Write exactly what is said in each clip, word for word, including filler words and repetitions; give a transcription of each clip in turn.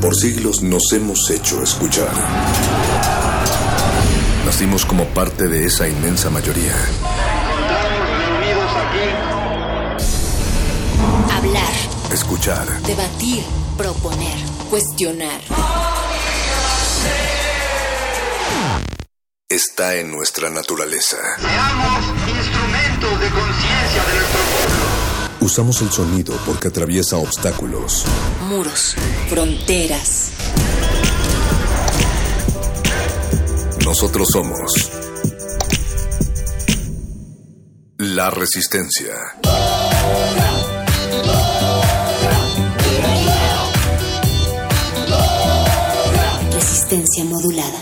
Por siglos nos hemos hecho escuchar. Nacimos como parte de esa inmensa mayoría. Estamos reunidos aquí. Hablar. Escuchar. Debatir. Proponer. Cuestionar. Está en nuestra naturaleza. Seamos instrumentos de conciencia de nuestro pueblo. Usamos el sonido porque atraviesa obstáculos, Muros. Fronteras. Nosotros somos la Resistencia. Resistencia modulada.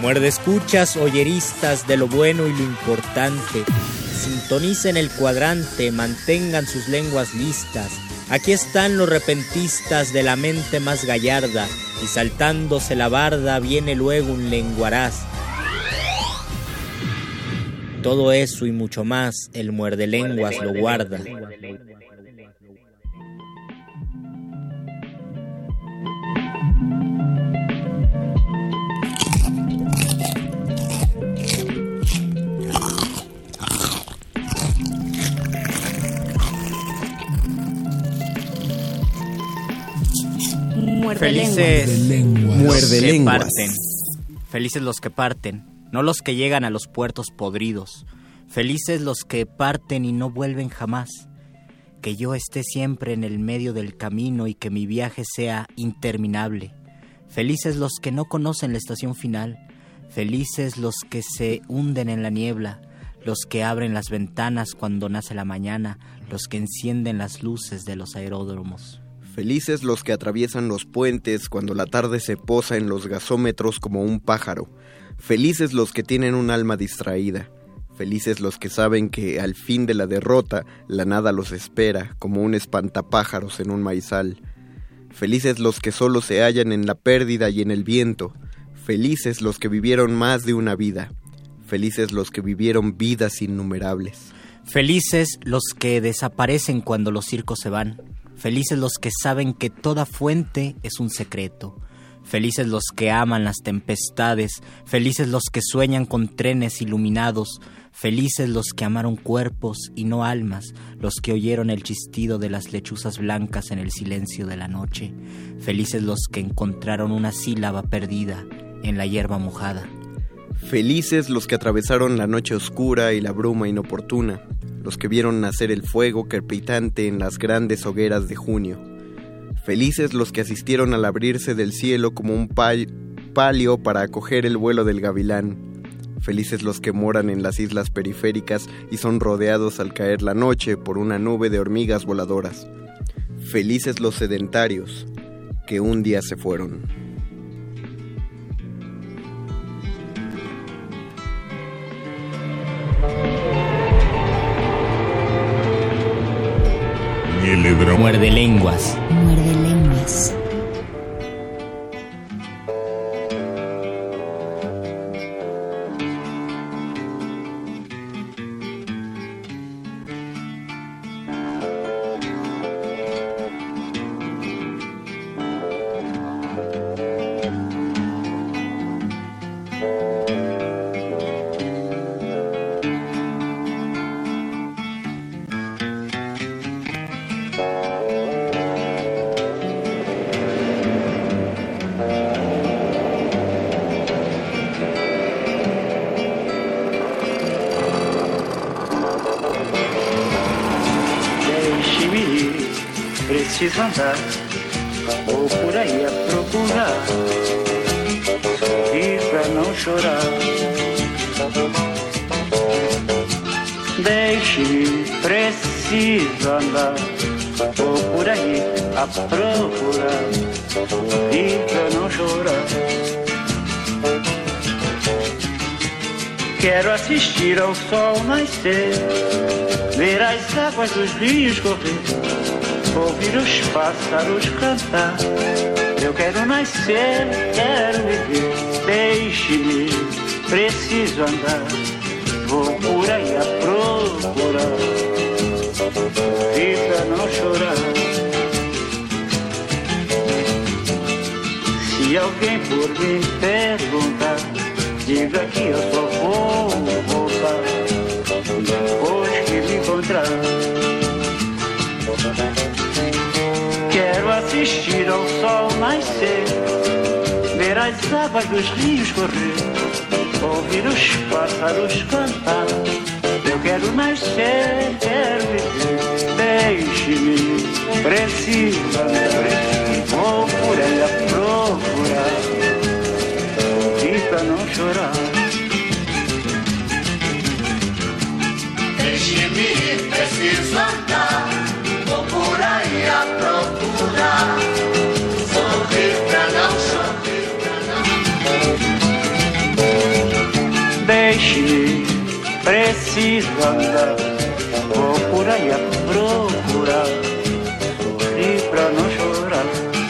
Muerde escuchas, oyeristas de lo bueno y lo importante. Sintonicen el cuadrante, mantengan sus lenguas listas. Aquí están los repentistas de la mente más gallarda, y saltándose la barda viene luego un lenguaraz. Todo eso y mucho más, el muerde lenguas lo guarda. Felices Muerde que lenguas. parten, felices los que parten, no los que llegan a los puertos podridos. Felices los que parten y no vuelven jamás. Que yo esté siempre en el medio del camino y que mi viaje sea interminable. Felices los que no conocen la estación final. Felices los que se hunden en la niebla. Los que abren las ventanas cuando nace la mañana. Los que encienden las luces de los aeródromos. Felices los que atraviesan los puentes cuando la tarde se posa en los gasómetros como un pájaro. Felices los que tienen un alma distraída. Felices los que saben que al fin de la derrota la nada los espera como un espantapájaros en un maizal. Felices los que solo se hallan en la pérdida y en el viento. Felices los que vivieron más de una vida. Felices los que vivieron vidas innumerables. Felices los que desaparecen cuando los circos se van. Felices los que saben que toda fuente es un secreto. Felices los que aman las tempestades. Felices los que sueñan con trenes iluminados. Felices los que amaron cuerpos y no almas. Los que oyeron el chistido de las lechuzas blancas en el silencio de la noche. Felices los que encontraron una sílaba perdida en la hierba mojada. Felices los que atravesaron la noche oscura y la bruma inoportuna. Los que vieron nacer el fuego crepitante en las grandes hogueras de junio. Felices los que asistieron al abrirse del cielo como un pal- palio para acoger el vuelo del gavilán. Felices los que moran en las islas periféricas y son rodeados al caer la noche por una nube de hormigas voladoras. Felices los sedentarios que un día se fueron. Muerde lenguas. Muerde lenguas. Preciso andar, vou por aí a procurar, sorrir pra não chorar. Deixe-me, preciso andar, vou por aí a procurar, sorrir pra não chorar. Quero assistir ao sol nascer, ver as águas dos rios correr, ouvir os pássaros cantar. Eu quero nascer, quero viver. Deixe-me, preciso andar, vou por aí a procurar, vir pra não chorar. Se alguém por mim perguntar, diga que eu só vou voltar depois que me encontrar. Quero assistir ao sol nascer, ver as águas dos rios correr, ouvir os pássaros cantar. Eu quero nascer, quero viver. Deixe-me, preciso andar, vou por aí a procurar, ouvir pra não chorar. Deixe-me, preciso andar, vou por aí a procurar, sorrir pra não sorrir, pra não. preciso andar, vou por aí a procurar, sorrir pra não chorar.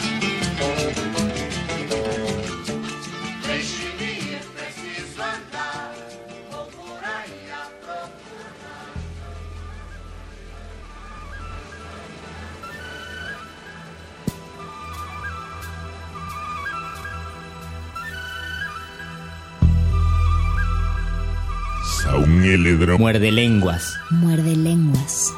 Deixe-me ir, preciso andar, vou por aí a procurar. Muerde lenguas. Muerde lenguas.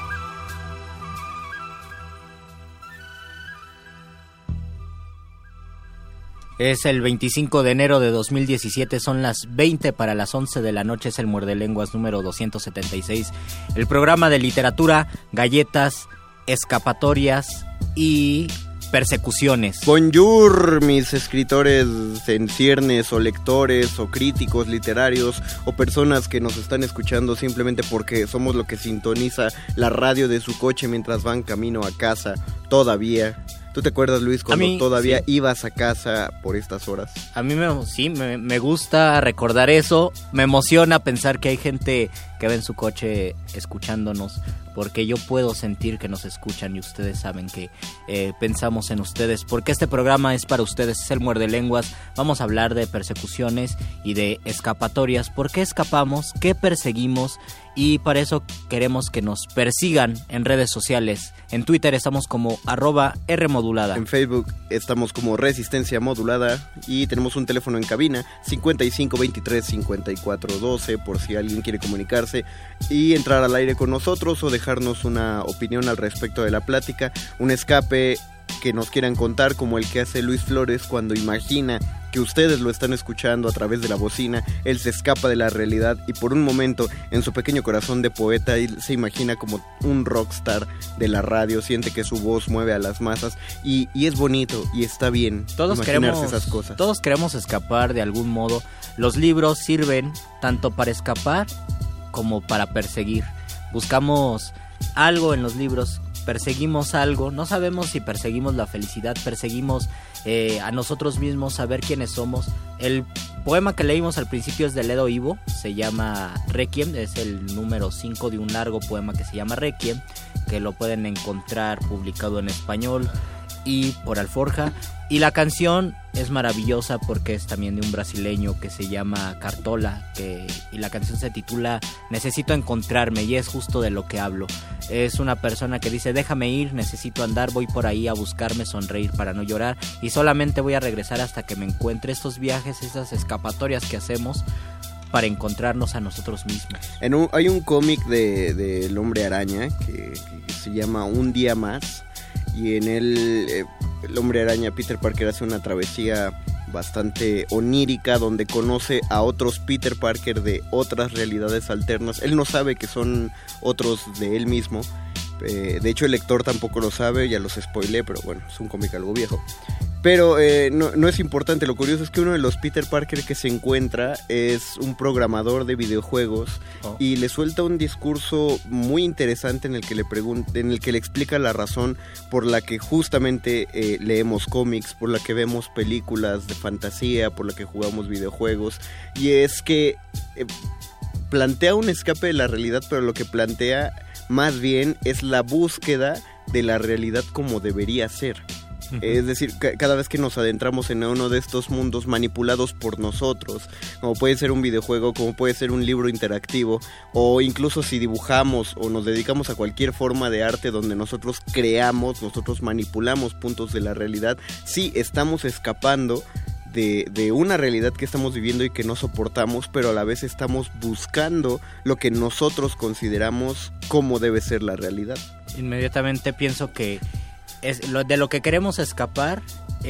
Es el veinticinco de enero de dos mil diecisiete, son las veinte para las once de la noche, es el Muerde Lenguas número doscientos setenta y seis. El programa de literatura, galletas, escapatorias y persecuciones. Bonjour, mis escritores en ciernes o lectores o críticos literarios o personas que nos están escuchando simplemente porque somos lo que sintoniza la radio de su coche mientras van camino a casa todavía. ¿Tú te acuerdas, Luis, cuando mí, todavía sí. ibas a casa por estas horas? A mí me, sí, me, me gusta recordar eso, me emociona pensar que hay gente que va en su coche escuchándonos, porque yo puedo sentir que nos escuchan y ustedes saben que eh, pensamos en ustedes, porque este programa es para ustedes, es el Muerde Lenguas. Vamos a hablar de persecuciones y de escapatorias, por qué escapamos, qué perseguimos, y para eso queremos que nos persigan en redes sociales. En Twitter estamos como arroba R modulada. En Facebook estamos como Resistencia Modulada y tenemos un teléfono en cabina cincuenta y cinco veintitrés cincuenta y cuatro doce por si alguien quiere comunicarse y entrar al aire con nosotros o dejarnos una opinión al respecto de la plática, un escape que nos quieran contar, como el que hace Luis Flores cuando imagina que ustedes lo están escuchando a través de la bocina. Él se escapa de la realidad y por un momento en su pequeño corazón de poeta él se imagina como un rockstar de la radio, siente que su voz mueve a las masas y, y es bonito y está bien todos imaginarse queremos, esas cosas. Todos queremos escapar de algún modo. Los libros sirven tanto para escapar como para perseguir. Buscamos algo en los libros, perseguimos algo, no sabemos si perseguimos la felicidad, perseguimos eh, a nosotros mismos, saber quiénes somos. El poema que leímos al principio es de Ledo Ivo, se llama Requiem, es el número cinco de un largo poema que se llama Requiem, que lo pueden encontrar publicado en español y por Alforja. Y la canción es maravillosa porque es también de un brasileño que se llama Cartola, que, y la canción se titula Necesito encontrarme, y es justo de lo que hablo. Es una persona que dice: déjame ir, necesito andar, voy por ahí a buscarme, sonreír para no llorar, y solamente voy a regresar hasta que me encuentre. Estos viajes, esas escapatorias que hacemos para encontrarnos a nosotros mismos. En un, hay un cómic de, de El Hombre Araña que, que se llama Un Día Más, y en él eh, el Hombre Araña, Peter Parker, hace una travesía bastante onírica donde conoce a otros Peter Parker de otras realidades alternas. Él no sabe que son otros de él mismo. Eh, de hecho el lector tampoco lo sabe, ya los spoilé, pero bueno, es un cómic algo viejo. Pero eh, no, no es importante, lo curioso es que uno de los Peter Parker que se encuentra es un programador de videojuegos oh. y le suelta un discurso muy interesante en el que le pregunta, en el que le explica la razón por la que justamente eh, leemos cómics, por la que vemos películas de fantasía, por la que jugamos videojuegos, y es que eh, plantea un escape de la realidad, pero lo que plantea más bien es la búsqueda de la realidad como debería ser. Es decir, c- cada vez que nos adentramos en uno de estos mundos manipulados por nosotros, como puede ser un videojuego, como puede ser un libro interactivo, o incluso si dibujamos o nos dedicamos a cualquier forma de arte donde nosotros creamos, nosotros manipulamos puntos de la realidad, sí estamos escapando de, de una realidad que estamos viviendo y que no soportamos, pero a la vez estamos buscando lo que nosotros consideramos como debe ser la realidad. Inmediatamente pienso que es lo de lo que queremos escapar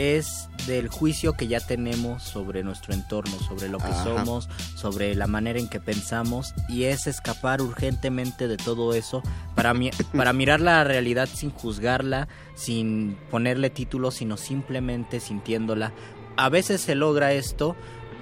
es del juicio que ya tenemos sobre nuestro entorno, sobre lo que Ajá. somos, sobre la manera en que pensamos, y es escapar urgentemente de todo eso para mi- para mirar la realidad sin juzgarla, sin ponerle títulos, sino simplemente sintiéndola. A veces se logra esto.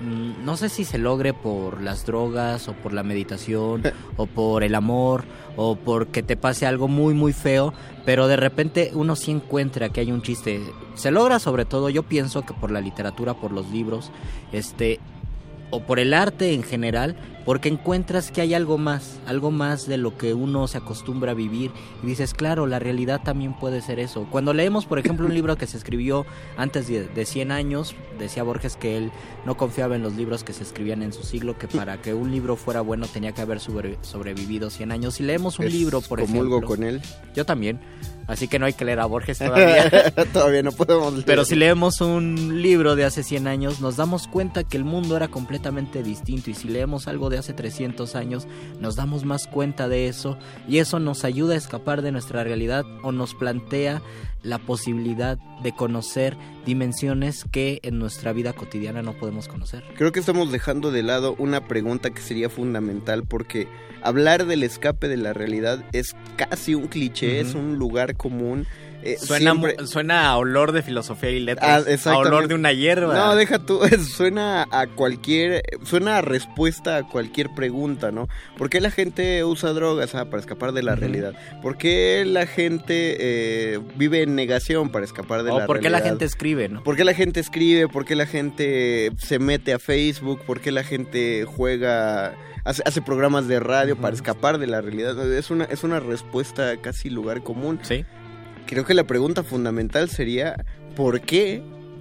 No sé si se logre por las drogas o por la meditación o por el amor o porque te pase algo muy muy feo, pero de repente uno sí encuentra que hay un chiste. Se logra sobre todo, yo pienso que por la literatura, por los libros, este o por el arte en general, porque encuentras que hay algo más, algo más de lo que uno se acostumbra a vivir y dices, claro, la realidad también puede ser eso. Cuando leemos, por ejemplo, un libro que se escribió antes de, de cien años, decía Borges que él no confiaba en los libros que se escribían en su siglo, que para que un libro fuera bueno tenía que haber sobre, sobrevivido cien años. Si leemos un es libro, por ejemplo... comulgo con él. Yo también, así que no hay que leer a Borges todavía. Todavía no podemos leer. Pero si leemos un libro de hace cien años, nos damos cuenta que el mundo era completamente distinto, y si leemos algo de hace trescientos años, nos damos más cuenta de eso, y eso nos ayuda a escapar de nuestra realidad o nos plantea la posibilidad de conocer dimensiones que en nuestra vida cotidiana no podemos conocer. Creo que estamos dejando de lado una pregunta que sería fundamental, porque hablar del escape de la realidad es casi un cliché, uh-huh. es un lugar común. Eh, suena, siempre... suena a olor de filosofía y letras, ah, a olor de una hierba. No, deja tú, suena a cualquier, suena a respuesta a cualquier pregunta, ¿no? ¿Por qué la gente usa drogas? Ah, para escapar de la uh-huh. realidad. ¿Por qué la gente eh, vive en negación para escapar de o la ¿por qué realidad? la gente escribe, no? ¿Por qué la gente escribe? ¿Por qué la gente se mete a Facebook? ¿Por qué la gente juega... Hace, hace programas de radio uh-huh. para escapar de la realidad? Es una, es una respuesta casi lugar común. Sí. Creo que la pregunta fundamental sería, ¿por qué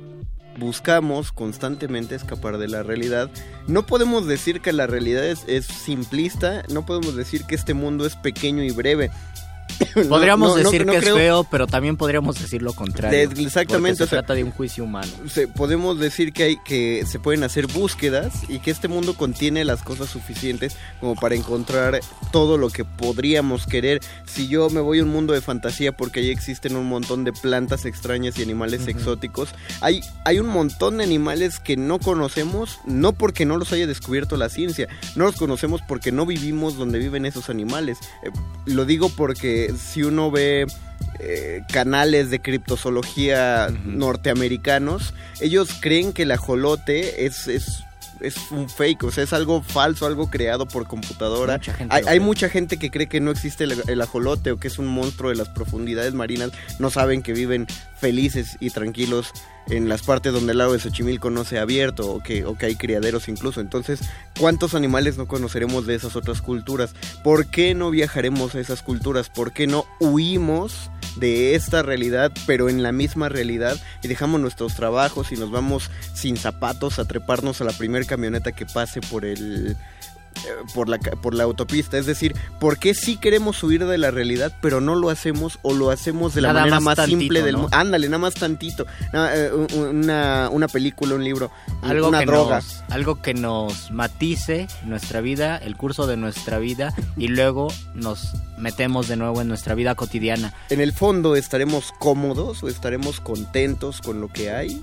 buscamos constantemente escapar de la realidad? No podemos decir que la realidad es, es simplista, no podemos decir que este mundo es pequeño y breve. Podríamos no, no, decir no, no que creo... es feo, pero también podríamos decir lo contrario. De, exactamente. Porque se o sea, trata de un juicio humano. Se, podemos decir que hay que se pueden hacer búsquedas y que este mundo contiene las cosas suficientes como para encontrar todo lo que podríamos querer. Si yo me voy a un mundo de fantasía porque ahí existen un montón de plantas extrañas y animales uh-huh. exóticos, hay, hay un montón de animales que no conocemos, no porque no los haya descubierto la ciencia, no los conocemos porque no vivimos donde viven esos animales. Eh, lo digo porque si uno ve eh, canales de criptozoología uh-huh. norteamericanos, ellos creen que el ajolote es, es, es un fake, o sea, es algo falso, algo creado por computadora. Mucha gente hay, hay mucha gente que cree que no existe el, el ajolote o que es un monstruo de las profundidades marinas, no saben que viven felices y tranquilos en las partes donde el lago de Xochimilco no se ha abierto o que, o que hay criaderos incluso. Entonces, ¿cuántos animales no conoceremos de esas otras culturas? ¿Por qué no viajaremos a esas culturas? ¿Por qué no huimos de esta realidad, pero en la misma realidad, y dejamos nuestros trabajos y nos vamos sin zapatos a treparnos a la primer camioneta que pase por el... Por la, por la autopista? Es decir, ¿por qué sí queremos huir de la realidad, pero no lo hacemos o lo hacemos de la nada manera más, más tantito, simple del ¿no? mundo? Ándale, nada más tantito. Nada, eh, una, una película, un libro, algo una que droga. Nos, algo que nos matice nuestra vida, el curso de nuestra vida, y luego nos metemos de nuevo en nuestra vida cotidiana. En el fondo, ¿estaremos cómodos o estaremos contentos con lo que hay?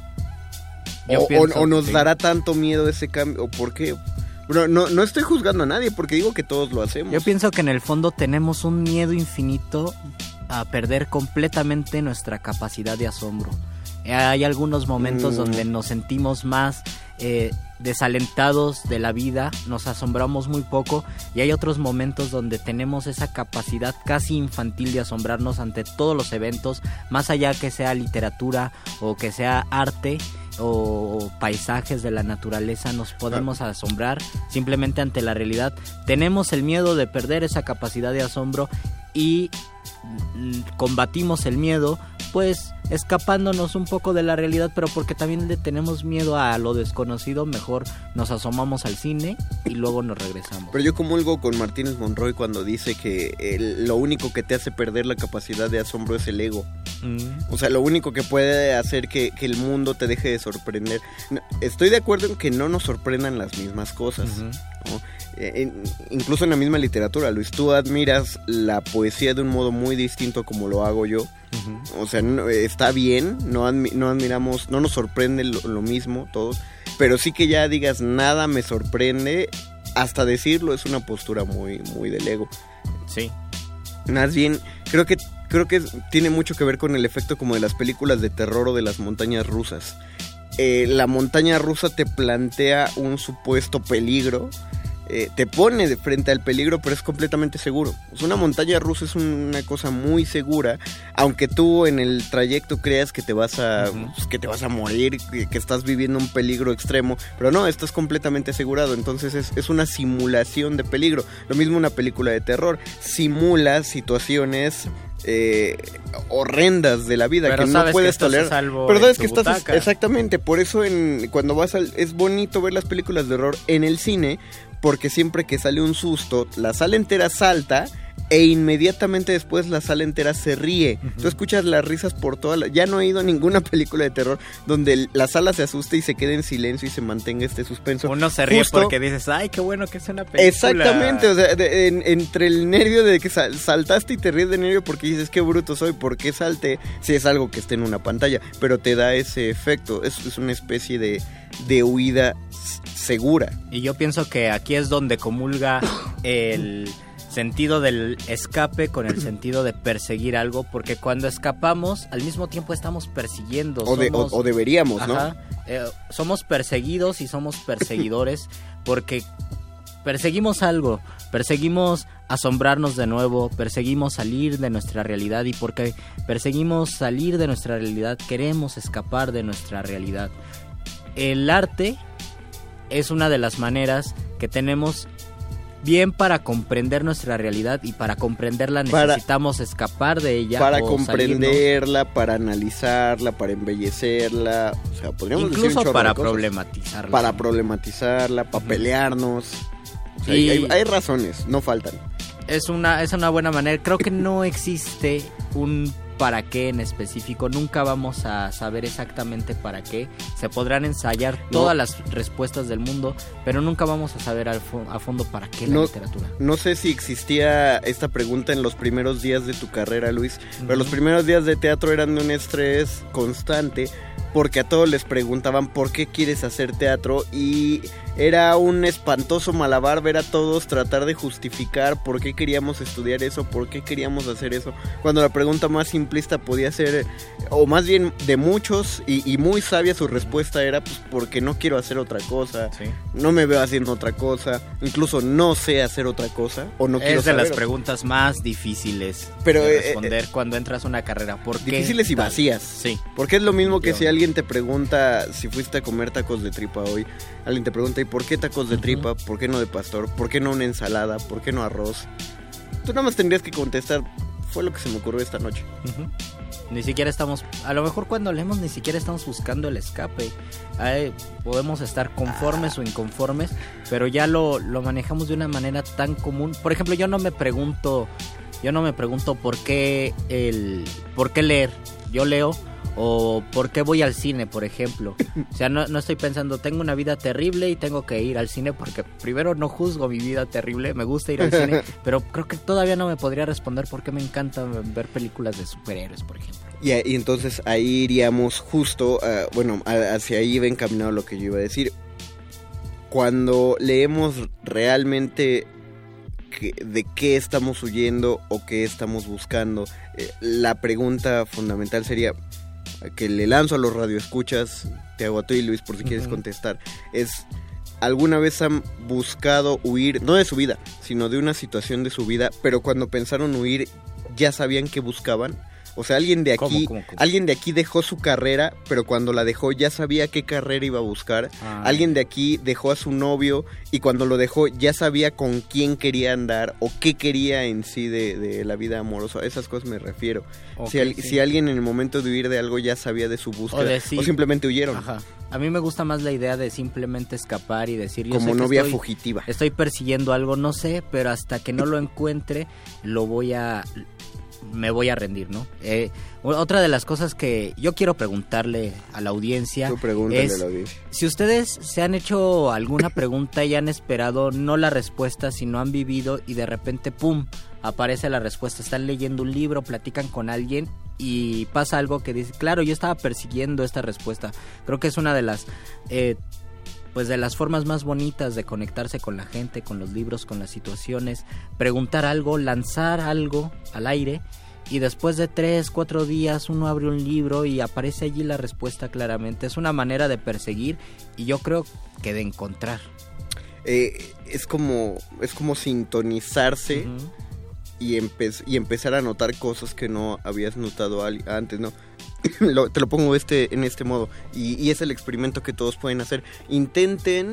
Yo o, pienso o, o nos que sí. dará tanto miedo ese cambio? ¿O por qué? Bueno, no, no estoy juzgando a nadie porque digo que todos lo hacemos. Yo pienso que en el fondo tenemos un miedo infinito a perder completamente nuestra capacidad de asombro. Hay algunos momentos mm. donde nos sentimos más eh, desalentados de la vida, nos asombramos muy poco, y hay otros momentos donde tenemos esa capacidad casi infantil de asombrarnos ante todos los eventos, más allá que sea literatura o que sea arte o paisajes de la naturaleza, nos podemos asombrar simplemente ante la realidad. Tenemos el miedo de perder esa capacidad de asombro y combatimos el miedo pues escapándonos un poco de la realidad, pero porque también le tenemos miedo a lo desconocido, mejor nos asomamos al cine y luego nos regresamos. Pero yo comulgo con Martínez Monroy cuando dice que el, lo único que te hace perder la capacidad de asombro es el ego. Mm. O sea, lo único que puede hacer que, que el mundo te deje de sorprender. Estoy de acuerdo en que no nos sorprendan las mismas cosas, uh-huh. ¿no? Eh, en, incluso en la misma literatura, Luis, tú admiras la poesía de un modo muy distinto a como lo hago yo. Uh-huh. O sea, no, está bien, no, admi- no admiramos, no nos sorprende lo, lo mismo todos, pero sí que ya digas nada me sorprende, hasta decirlo es una postura muy, muy del ego. Sí. Más bien, creo que creo que tiene mucho que ver con el efecto como de las películas de terror o de las montañas rusas. Eh, la montaña rusa te plantea un supuesto peligro eh, te pone de frente al peligro, pero es completamente seguro. O sea, una montaña rusa es una cosa muy segura, aunque tú en el trayecto creas que te vas a, uh-huh. pues, que te vas a morir, que, que estás viviendo un peligro extremo, pero no, estás completamente asegurado. Entonces es, es una simulación de peligro. Lo mismo una película de terror, simula situaciones Eh, horrendas de la vida, pero que no puedes que tolerar. Pero sabes que estás butaca. Exactamente, por eso en cuando vas al, es bonito ver las películas de horror en el cine, porque siempre que sale un susto, la sala entera salta e inmediatamente después la sala entera se ríe. Uh-huh. Tú escuchas las risas por toda la... Ya no he ido a ninguna película de terror donde la sala se asuste y se quede en silencio y se mantenga este suspenso. Uno se ríe Justo... porque dices, ay, qué bueno que es una película. Exactamente, o sea, de, en, entre el nervio de que sal, saltaste y te ríes de nervio porque dices, qué bruto soy, ¿por qué salté? Si es algo que esté en una pantalla, pero te da ese efecto, es, es una especie de, de huida segura. Y yo pienso que aquí es donde comulga el... sentido del escape con el sentido de perseguir algo, porque cuando escapamos al mismo tiempo estamos persiguiendo o, de, somos, o, o deberíamos, ajá, ¿no? Eh, somos perseguidos y somos perseguidores porque perseguimos algo, perseguimos asombrarnos de nuevo, perseguimos salir de nuestra realidad, y porque perseguimos salir de nuestra realidad queremos escapar de nuestra realidad. El arte es una de las maneras que tenemos bien para comprender nuestra realidad, y para comprenderla necesitamos para, escapar de ella. Para o comprenderla, salirnos. Para analizarla, para embellecerla, o sea, podríamos incluso decir un chorro para de cosas. problematizarla. Para problematizarla, para uh-huh. pelearnos. O sea, y hay, hay razones, no faltan. Es una, es una buena manera. Creo que no existe un para qué en específico. Nunca vamos a saber exactamente para qué. Se podrán ensayar todas no. las respuestas del mundo, pero nunca vamos a saber al fo- a fondo para qué la no, literatura. No sé si existía esta pregunta en los primeros días de tu carrera, Luis, uh-huh. pero los primeros días de teatro eran de un estrés constante, porque a todos les preguntaban por qué quieres hacer teatro, y era un espantoso malabar ver a todos tratar de justificar por qué queríamos estudiar eso, por qué queríamos hacer eso, cuando la pregunta más simplista podía ser, o más bien de muchos, y, y muy sabia su respuesta era, pues porque no quiero hacer otra cosa, sí. no me veo haciendo otra cosa, incluso no sé hacer otra cosa, o no quiero saber. Es de saber. las preguntas más difíciles Pero, de eh, responder eh, cuando entras a una carrera. ¿Por qué? Difíciles y vacías. Sí. Porque es lo mismo que si alguien te pregunta si fuiste a comer tacos de tripa hoy, alguien te pregunta, ¿y por qué tacos de tripa? Uh-huh. ¿Por qué no de pastor? ¿Por qué no una ensalada? ¿Por qué no arroz? Tú nada más tendrías que contestar, fue lo que se me ocurrió esta noche. Uh-huh. Ni siquiera estamos, a lo mejor cuando leemos ni siquiera estamos buscando el escape. Ahí podemos estar conformes ah. o inconformes, pero ya lo, lo manejamos de una manera tan común. Por ejemplo, yo no me pregunto, yo no me pregunto por qué el, por qué leer. Yo leo. O por qué voy al cine, por ejemplo. O sea, no, no estoy pensando, tengo una vida terrible y tengo que ir al cine, porque primero no juzgo mi vida terrible, me gusta ir al cine, pero creo que todavía no me podría responder por qué me encanta ver películas de superhéroes, por ejemplo. Y, y entonces ahí iríamos justo, uh, bueno, a, hacia ahí iba encaminado lo que yo iba a decir. Cuando leemos realmente que, de qué estamos huyendo o qué estamos buscando, eh, la pregunta fundamental sería, que le lanzo a los radioescuchas, te hago a ti, Luis, por si uh-huh. quieres contestar, es, ¿alguna vez han buscado huir, no de su vida, sino de una situación de su vida, pero cuando pensaron huir ya sabían qué buscaban? O sea, alguien de aquí, ¿Cómo, cómo, cómo? alguien de aquí dejó su carrera, pero cuando la dejó ya sabía qué carrera iba a buscar. Ah. Alguien de aquí dejó a su novio y cuando lo dejó ya sabía con quién quería andar o qué quería en sí de, de la vida amorosa. A esas cosas me refiero. Okay, si, al, sí. si alguien en el momento de huir de algo ya sabía de su búsqueda o, de sí. o simplemente huyeron. Ajá. A mí me gusta más la idea de simplemente escapar y decir, yo como sé que novia estoy, fugitiva. Estoy persiguiendo algo, no sé, pero hasta que no lo encuentre lo voy a... me voy a rendir, ¿no? Eh, otra de las cosas que yo quiero preguntarle a la audiencia Tú pregúntale es, a la audiencia. Si ustedes se han hecho alguna pregunta y han esperado no la respuesta, sino han vivido y de repente, ¡pum!, aparece la respuesta. Están leyendo un libro, platican con alguien y pasa algo que dice, claro, yo estaba persiguiendo esta respuesta. Creo que es una de las... Eh, pues de las formas más bonitas de conectarse con la gente, con los libros, con las situaciones, preguntar algo, lanzar algo al aire y después de tres, cuatro días uno abre un libro y aparece allí la respuesta claramente. Es una manera de perseguir y yo creo que de encontrar. eh, es como es como sintonizarse uh-huh. y, empe- y empezar a notar cosas que no habías notado al- antes, ¿no? lo, te lo pongo este en este modo y, y es el experimento que todos pueden hacer. Intenten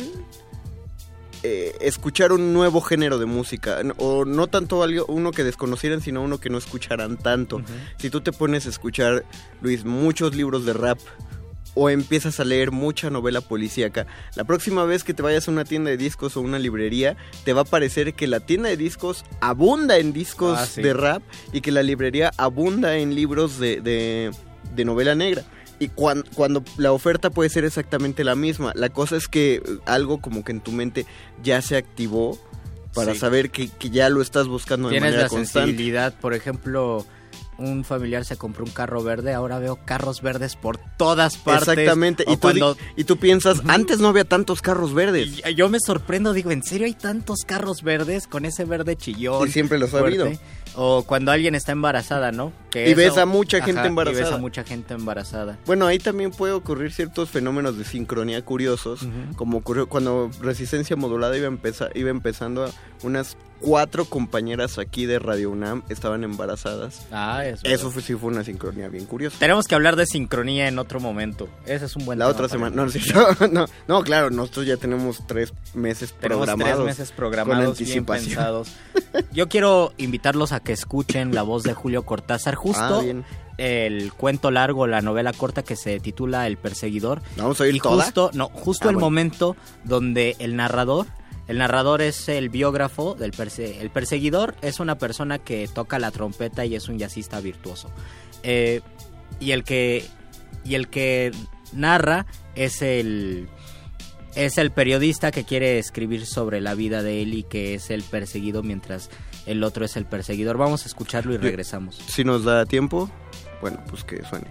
eh, escuchar un nuevo género de música, o no tanto algo, uno que desconocieran, sino uno que no escucharan tanto. Uh-huh. Si tú te pones a escuchar, Luis, muchos libros de rap o empiezas a leer mucha novela policíaca, la próxima vez que te vayas a una tienda de discos o una librería, te va a parecer que la tienda de discos abunda en discos ah, sí. de rap y que la librería abunda en libros de, de, de novela negra. Y cuando, cuando la oferta puede ser exactamente la misma. La cosa es que algo como que en tu mente ya se activó para sí. saber que, que ya lo estás buscando de Tienes manera la constante. Sensibilidad, por ejemplo, un familiar se compró un carro verde, ahora veo carros verdes por todas partes. Exactamente, y tú, cuando... y tú piensas, antes no había tantos carros verdes. Y yo me sorprendo, digo, ¿en serio hay tantos carros verdes con ese verde chillón? Y siempre los ha habido. O cuando alguien está embarazada, ¿no? Que y eso, ves a mucha ajá, gente embarazada. Y ves a mucha gente embarazada. Bueno, ahí también puede ocurrir ciertos fenómenos de sincronía curiosos, uh-huh. como ocurrió cuando Resistencia Modulada iba, empeza- iba empezando, a unas cuatro compañeras aquí de Radio UNAM estaban embarazadas. Ah, eso. Eso fue, sí fue una sincronía bien curiosa. Tenemos que hablar de sincronía en otro momento. Ese es un buen La tema. otra semana. No, sí, no, no, no, claro, nosotros ya tenemos tres meses tenemos programados. Tres meses programados, bien pensados. Yo quiero invitarlos a que escuchen la voz de Julio Cortázar, justo ah, el cuento largo, la novela corta que se titula El Perseguidor. Vamos a oír y toda. Justo, no, justo ah, el bueno. momento donde el narrador, el narrador es el biógrafo del perse- el perseguidor es una persona que toca la trompeta y es un jazzista virtuoso. Eh, y el que y el que narra es el es el periodista que quiere escribir sobre la vida de él y que es el perseguido mientras el otro es el perseguidor. Vamos a escucharlo y regresamos. Si nos da tiempo, bueno, pues que suene.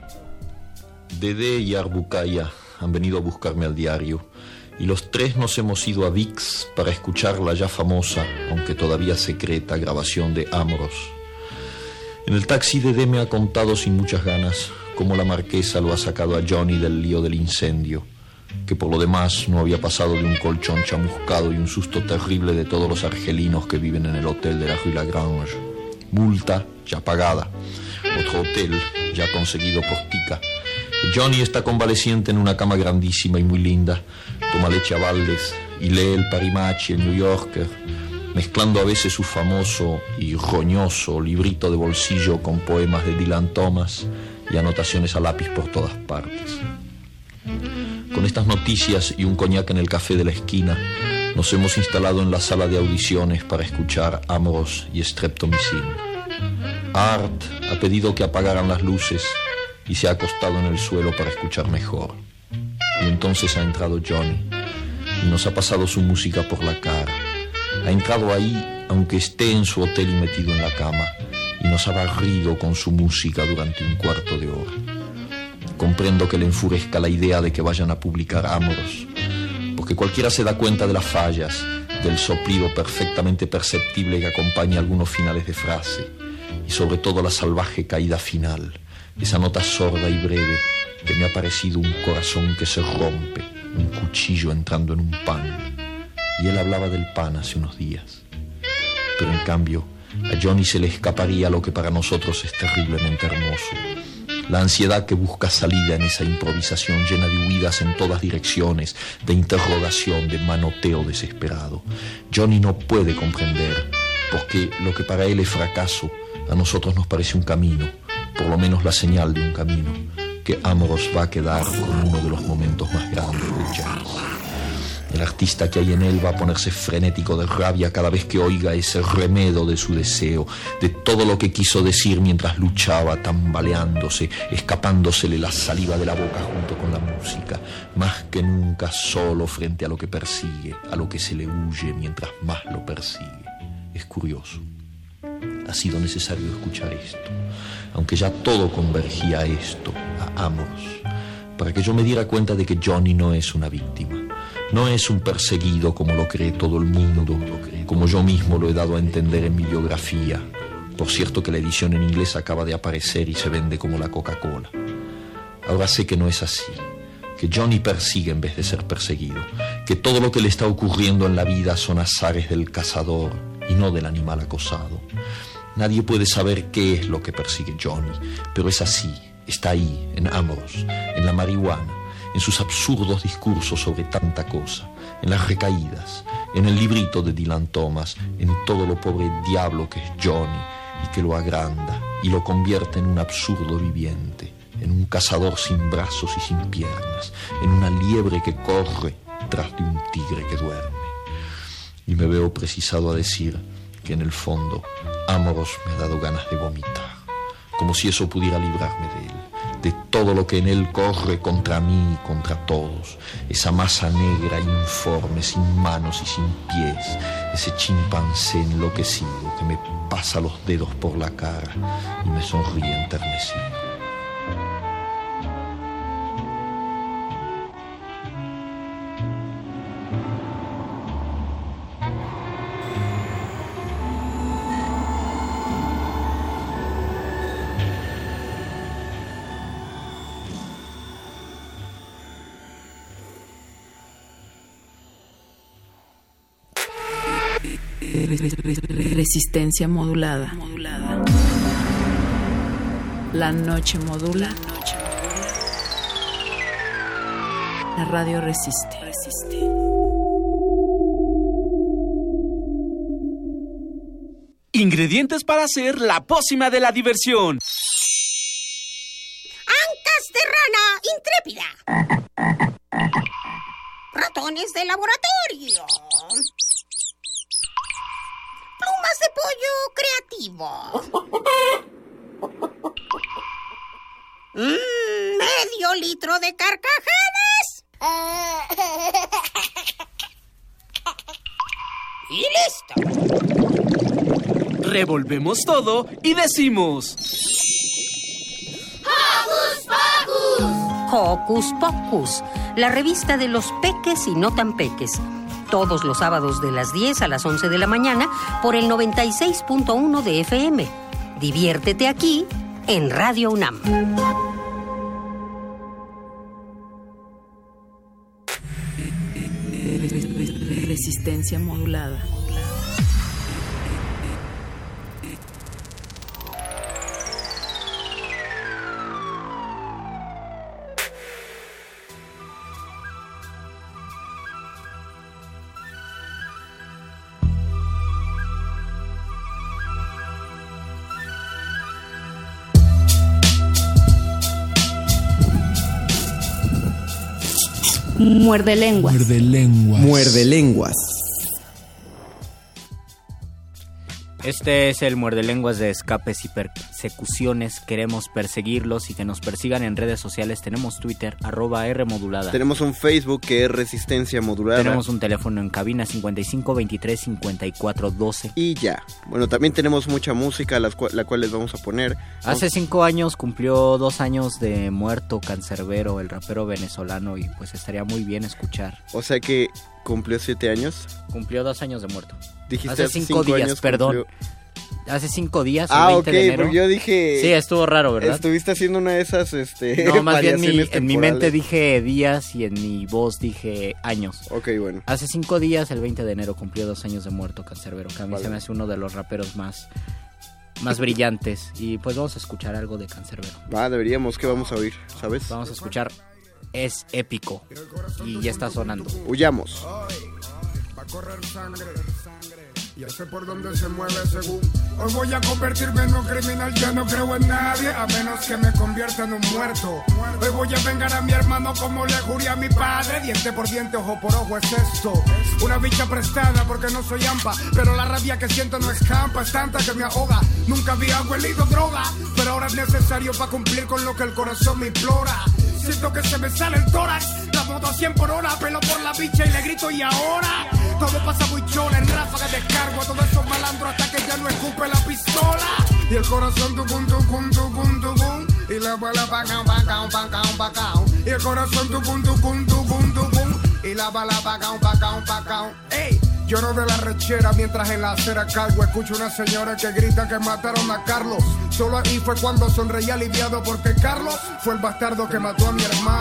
Dede y Arbucaya han venido a buscarme al diario y los tres nos hemos ido a Vix para escuchar la ya famosa, aunque todavía secreta, grabación de Amoros. En el taxi Dede me ha contado sin muchas ganas cómo la marquesa lo ha sacado a Johnny del lío del incendio, que por lo demás no había pasado de un colchón chamuscado y un susto terrible de todos los argelinos que viven en el hotel de la Rue Lagrange. Multa ya pagada, otro hotel ya conseguido por Tica. Johnny está convaleciente en una cama grandísima y muy linda, toma leche a baldes y lee el Parimachi, el New Yorker, mezclando a veces su famoso y roñoso librito de bolsillo con poemas de Dylan Thomas y anotaciones a lápiz por todas partes. Con estas noticias y un coñac en el café de la esquina, nos hemos instalado en la sala de audiciones para escuchar Amoros y Streptomycin. Art ha pedido que apagaran las luces y se ha acostado en el suelo para escuchar mejor. Y entonces ha entrado Johnny y nos ha pasado su música por la cara. Ha entrado ahí, aunque esté en su hotel y metido en la cama, y nos ha barrido con su música durante un cuarto de hora. Comprendo que le enfurezca la idea de que vayan a publicar Amoros, porque cualquiera se da cuenta de las fallas, del soplido perfectamente perceptible que acompaña algunos finales de frase, y sobre todo la salvaje caída final, esa nota sorda y breve que me ha parecido un corazón que se rompe, un cuchillo entrando en un pan. Y él hablaba del pan hace unos días. Pero en cambio, a Johnny se le escaparía lo que para nosotros es terriblemente hermoso: la ansiedad que busca salida en esa improvisación llena de huidas en todas direcciones, de interrogación, de manoteo desesperado. Johnny no puede comprender, porque lo que para él es fracaso, a nosotros nos parece un camino, por lo menos la señal de un camino, que Amoros va a quedar como uno de los momentos más grandes del jazz. El artista que hay en él va a ponerse frenético de rabia cada vez que oiga ese remedo de su deseo, de todo lo que quiso decir mientras luchaba, tambaleándose, escapándosele la saliva de la boca junto con la música, más que nunca solo frente a lo que persigue, a lo que se le huye mientras más lo persigue. Es curioso. Ha sido necesario escuchar esto, aunque ya todo convergía a esto, a Amoros, para que yo me diera cuenta de que Johnny no es una víctima. No es un perseguido como lo cree todo el mundo, como yo mismo lo he dado a entender en mi biografía. Por cierto que la edición en inglés acaba de aparecer y se vende como la Coca-Cola. Ahora sé que no es así, que Johnny persigue en vez de ser perseguido, que todo lo que le está ocurriendo en la vida son azares del cazador y no del animal acosado. Nadie puede saber qué es lo que persigue Johnny, pero es así, está ahí, en Amorous, en la marihuana, en sus absurdos discursos sobre tanta cosa, en las recaídas, en el librito de Dylan Thomas, en todo lo pobre diablo que es Johnny y que lo agranda y lo convierte en un absurdo viviente, en un cazador sin brazos y sin piernas, en una liebre que corre tras de un tigre que duerme. Y me veo precisado a decir que en el fondo Amorous me ha dado ganas de vomitar, como si eso pudiera librarme de él, de todo lo que en él corre contra mí y contra todos, esa masa negra informe, sin manos y sin pies, ese chimpancé enloquecido que me pasa los dedos por la cara y me sonríe enternecido. Resistencia modulada. modulada. La noche modula. La, noche modula. La radio resiste. resiste. Ingredientes para hacer la pócima de la diversión. Ancas de rana intrépida. Ratones de laboratorio. Plumas de pollo creativo. Mm, medio litro de carcajadas. Y listo. Revolvemos todo y decimos... ¡Hocus Pocus! Hocus Pocus, la revista de los peques y no tan peques. Todos los sábados de las diez a las once de la mañana por el noventa y seis punto uno de F M. Diviértete aquí en Radio UNAM. Resistencia modulada. Muerde lenguas. Muerde lenguas. Muerde lenguas. Este es el Muerde Lenguas de escapes y persecuciones. Queremos perseguirlos y que nos persigan en redes sociales. Tenemos Twitter, arroba R modulada. Tenemos un Facebook que es Resistencia Modulada. Tenemos un teléfono en cabina cincuenta y cinco veintitrés cincuenta y cuatro doce. Y ya. Bueno, también tenemos mucha música, la cual, la cual les vamos a poner. Hace cinco años cumplió dos años de muerto Cancerbero, el rapero venezolano, y pues estaría muy bien escuchar. O sea que cumplió siete años. Cumplió dos años de muerto. Dijiste hace cinco, cinco días, años perdón. Cumplió... Hace cinco días, ah, el veinte ok, de enero. Porque yo dije... Sí, estuvo raro, ¿verdad? Estuviste haciendo una de esas, este... No, más bien mi, en mi mente dije días y en mi voz dije años. Ok, bueno. Hace cinco días, el veinte de enero, cumplió dos años de muerto Cancerbero, que a mí vale. Se me hace uno de los raperos más... más brillantes. Y pues vamos a escuchar algo de Cancerbero. Ah, deberíamos, ¿qué vamos a oír? ¿Sabes? Vamos a escuchar Es Épico. Y ya está sonando. Huyamos. Va a correr sangre, sangre. Y sé por dónde se mueve según. Hoy voy a convertirme en un criminal, ya no creo en nadie, a menos que me convierta en un muerto. Hoy voy a vengar a mi hermano como le juré a mi padre. Diente por diente, ojo por ojo es esto. Una bicha prestada porque no soy ampa, pero la rabia que siento no escampa, es tanta que me ahoga. Nunca había huelido droga, pero ahora es necesario para cumplir con lo que el corazón me implora. Siento que se me sale el tórax, la moto a cien por hora, pelo por la bicha y le grito y ahora. Todo pasa muy chola, en ráfaga descargo a todos esos malandros hasta que ya no escupe la pistola. Y el corazón tucum, tucum, tucum, tucum. Y la bala pacao, pacao, pacao, pacao. Y el corazón tucum, tucum, tucum, tucum. Y la bala pacao, pacao, pacao. Ey, lloro de la rechera mientras en la acera cargo escucho una señora que grita que mataron a Carlos. Solo ahí fue cuando sonreí aliviado porque Carlos fue el bastardo que mató a mi hermano.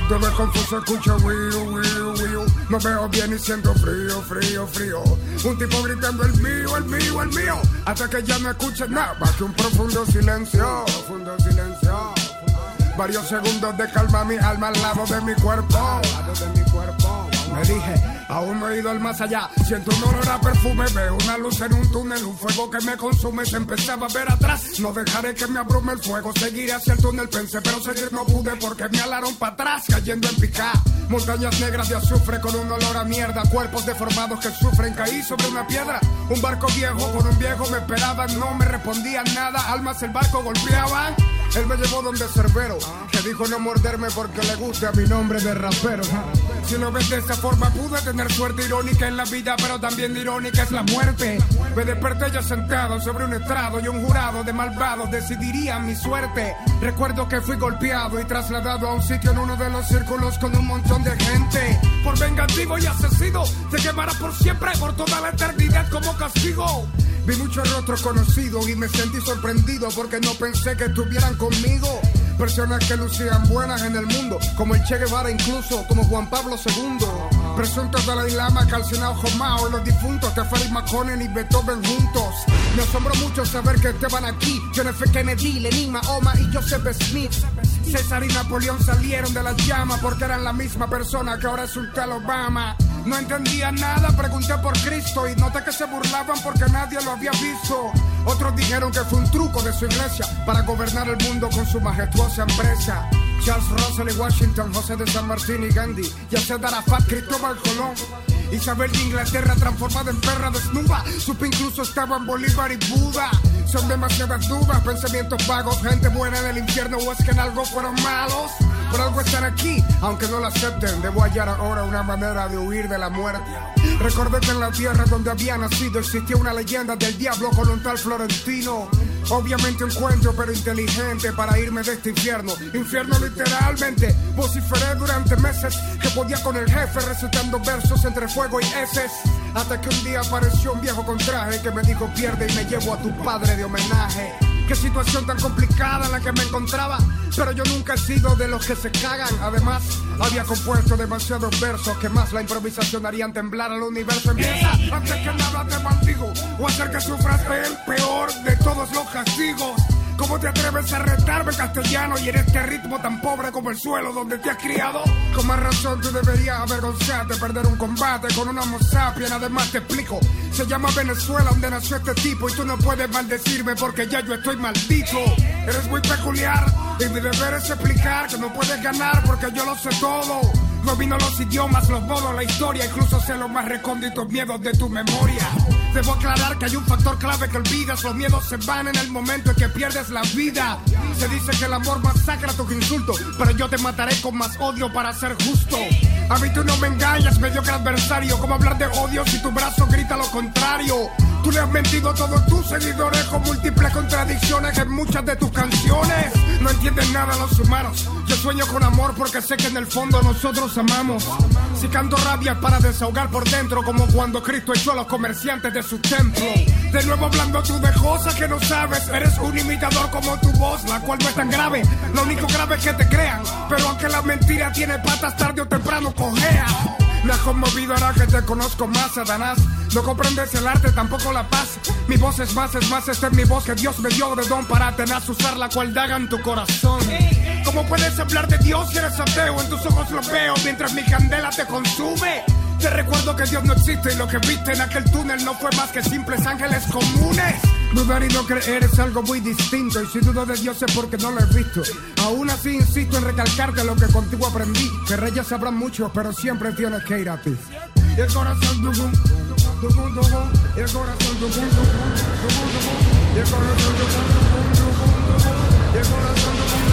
Todo es confuso, escucho wiu, wiu, wiu. No veo bien y siento frío, frío, frío. Un tipo gritando el mío, el mío, el mío. Hasta que ya no escuches nada más que un profundo silencio. Profundo silencio. Varios segundos de calma mi alma al lado de mi cuerpo. Al lado de mi cuerpo. Me dije, aún no he ido al más allá. Siento un olor a perfume, veo una luz en un túnel, un fuego que me consume. Se empezaba a ver atrás. No dejaré que me abrume el fuego, seguiré hacia el túnel. Pensé, pero seguir no pude porque me alaron para atrás, cayendo en picada. Montañas negras de azufre con un olor a mierda. Cuerpos deformados que sufren, caí sobre una piedra. Un barco viejo con un viejo me esperaban. No me respondían nada, almas el barco golpeaban. Él me llevó donde Cerbero, que dijo no morderme porque le gusta mi nombre de rapero. Si lo ves de esa forma pude tener suerte irónica en la vida, pero también irónica es la muerte. Me desperté ya sentado sobre un estrado y un jurado de malvados decidirían mi suerte. Recuerdo que fui golpeado y trasladado a un sitio en uno de los círculos con un montón de gente. Por vengativo y asesino, te quemará por siempre, por toda la eternidad como castigo. Vi muchos rostros conocidos y me sentí sorprendido porque no pensé que estuvieran conmigo. Personas que lucían buenas en el mundo, como el Che Guevara, incluso como Juan Pablo segundo. Presuntos Dalai Lama, calcinado Jomao, los difuntos Teferi Maconen y Beethoven juntos. Me asombró mucho saber que estaban aquí John F. Kennedy, Lenin, Mahoma y Joseph Smith. César y Napoleón salieron de las llamas porque eran la misma persona que ahora es Sultán Obama. No entendía nada, pregunté por Cristo y noté que se burlaban porque nadie lo había visto. Otros dijeron que fue un truco de su iglesia para gobernar el mundo con su majestuosa empresa. Charles Russell y Washington, José de San Martín y Gandhi, Yasser Arafat, Cristóbal Colón. Isabel de Inglaterra transformada en perra desnuda. Supe incluso estaban Bolívar y Buda. Son demasiadas dudas, pensamientos vagos. Gente buena en el infierno o es que en algo fueron malos. Por algo están aquí, aunque no lo acepten. Debo hallar ahora una manera de huir de la muerte. Recordé que en la tierra donde había nacido existía una leyenda del diablo con un tal Florentino. Obviamente un cuento pero inteligente para irme de este infierno. Infierno literalmente. Vociferé durante meses que podía con el jefe recitando versos entre fuego y heces. Hasta que un día apareció un viejo con traje que me dijo pierde y me llevo a tu padre de homenaje. Qué situación tan complicada en la que me encontraba, pero yo nunca he sido de los que se cagan. Además, había compuesto demasiados versos que más la improvisación harían temblar al universo. Empieza, antes que nada te maldigo, o hacer que sufras el peor de todos los castigos. ¿Cómo te atreves a retarme castellano y en este ritmo tan pobre como el suelo donde te has criado? Con más razón tú deberías avergonzarte, perder un combate con una homo sapien. Además te explico, se llama Venezuela donde nació este tipo y tú no puedes maldecirme porque ya yo estoy maldito. Eres muy peculiar y mi deber es explicar que no puedes ganar porque yo lo sé todo. Domino los idiomas, los modos, la historia, incluso sé los más recónditos miedos de tu memoria. Debo aclarar que hay un factor clave que olvidas. Los miedos se van en el momento en que pierdes la vida. Se dice que el amor masacra tus insultos, pero yo te mataré con más odio para ser justo. A mí tú no me engañas, mediocre adversario. ¿Cómo hablar de odio si tu brazo grita lo contrario? Tú le has mentido a todos tus seguidores con múltiples contradicciones en muchas de tus canciones. No entienden nada los humanos. Yo sueño con amor porque sé que en el fondo nosotros amamos. Si canto rabia es para desahogar por dentro, como cuando Cristo echó a los comerciantes de su templo. De nuevo hablando tú de cosas que no sabes. Eres un imitador como tu voz, la cual no es tan grave. Lo único grave es que te crean, pero aunque la mentira tiene patas, tarde o temprano cojea. Me has conmovido ahora que te conozco más, Satanás. No comprendes el arte, tampoco la paz. Mi voz es más, es más, esta es mi voz que Dios me dio de don para tenaz usar la cual daga en tu corazón. ¿Cómo puedes hablar de Dios si eres ateo? En tus ojos lo veo mientras mi candela te consume. Te recuerdo que Dios no existe y lo que viste en aquel túnel no fue más que simples ángeles comunes. Dudar y no creer es algo muy distinto y si dudo de Dios es porque no lo he visto. Aún así insisto en recalcarte lo que contigo aprendí, que reyes sabrán mucho pero siempre tienes que ir a ti. Y el corazón dugum, dugum, dugum, y el corazón dugum, dugum, dugum, dugum, y el corazón dugum, dugum, dugum, dugum, y el corazón dugum.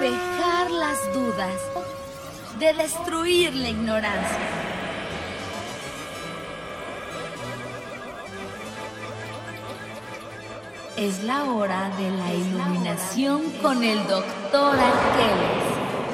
despejar las dudas, de destruir la ignorancia. Es la hora de la iluminación con el doctor Arqueles.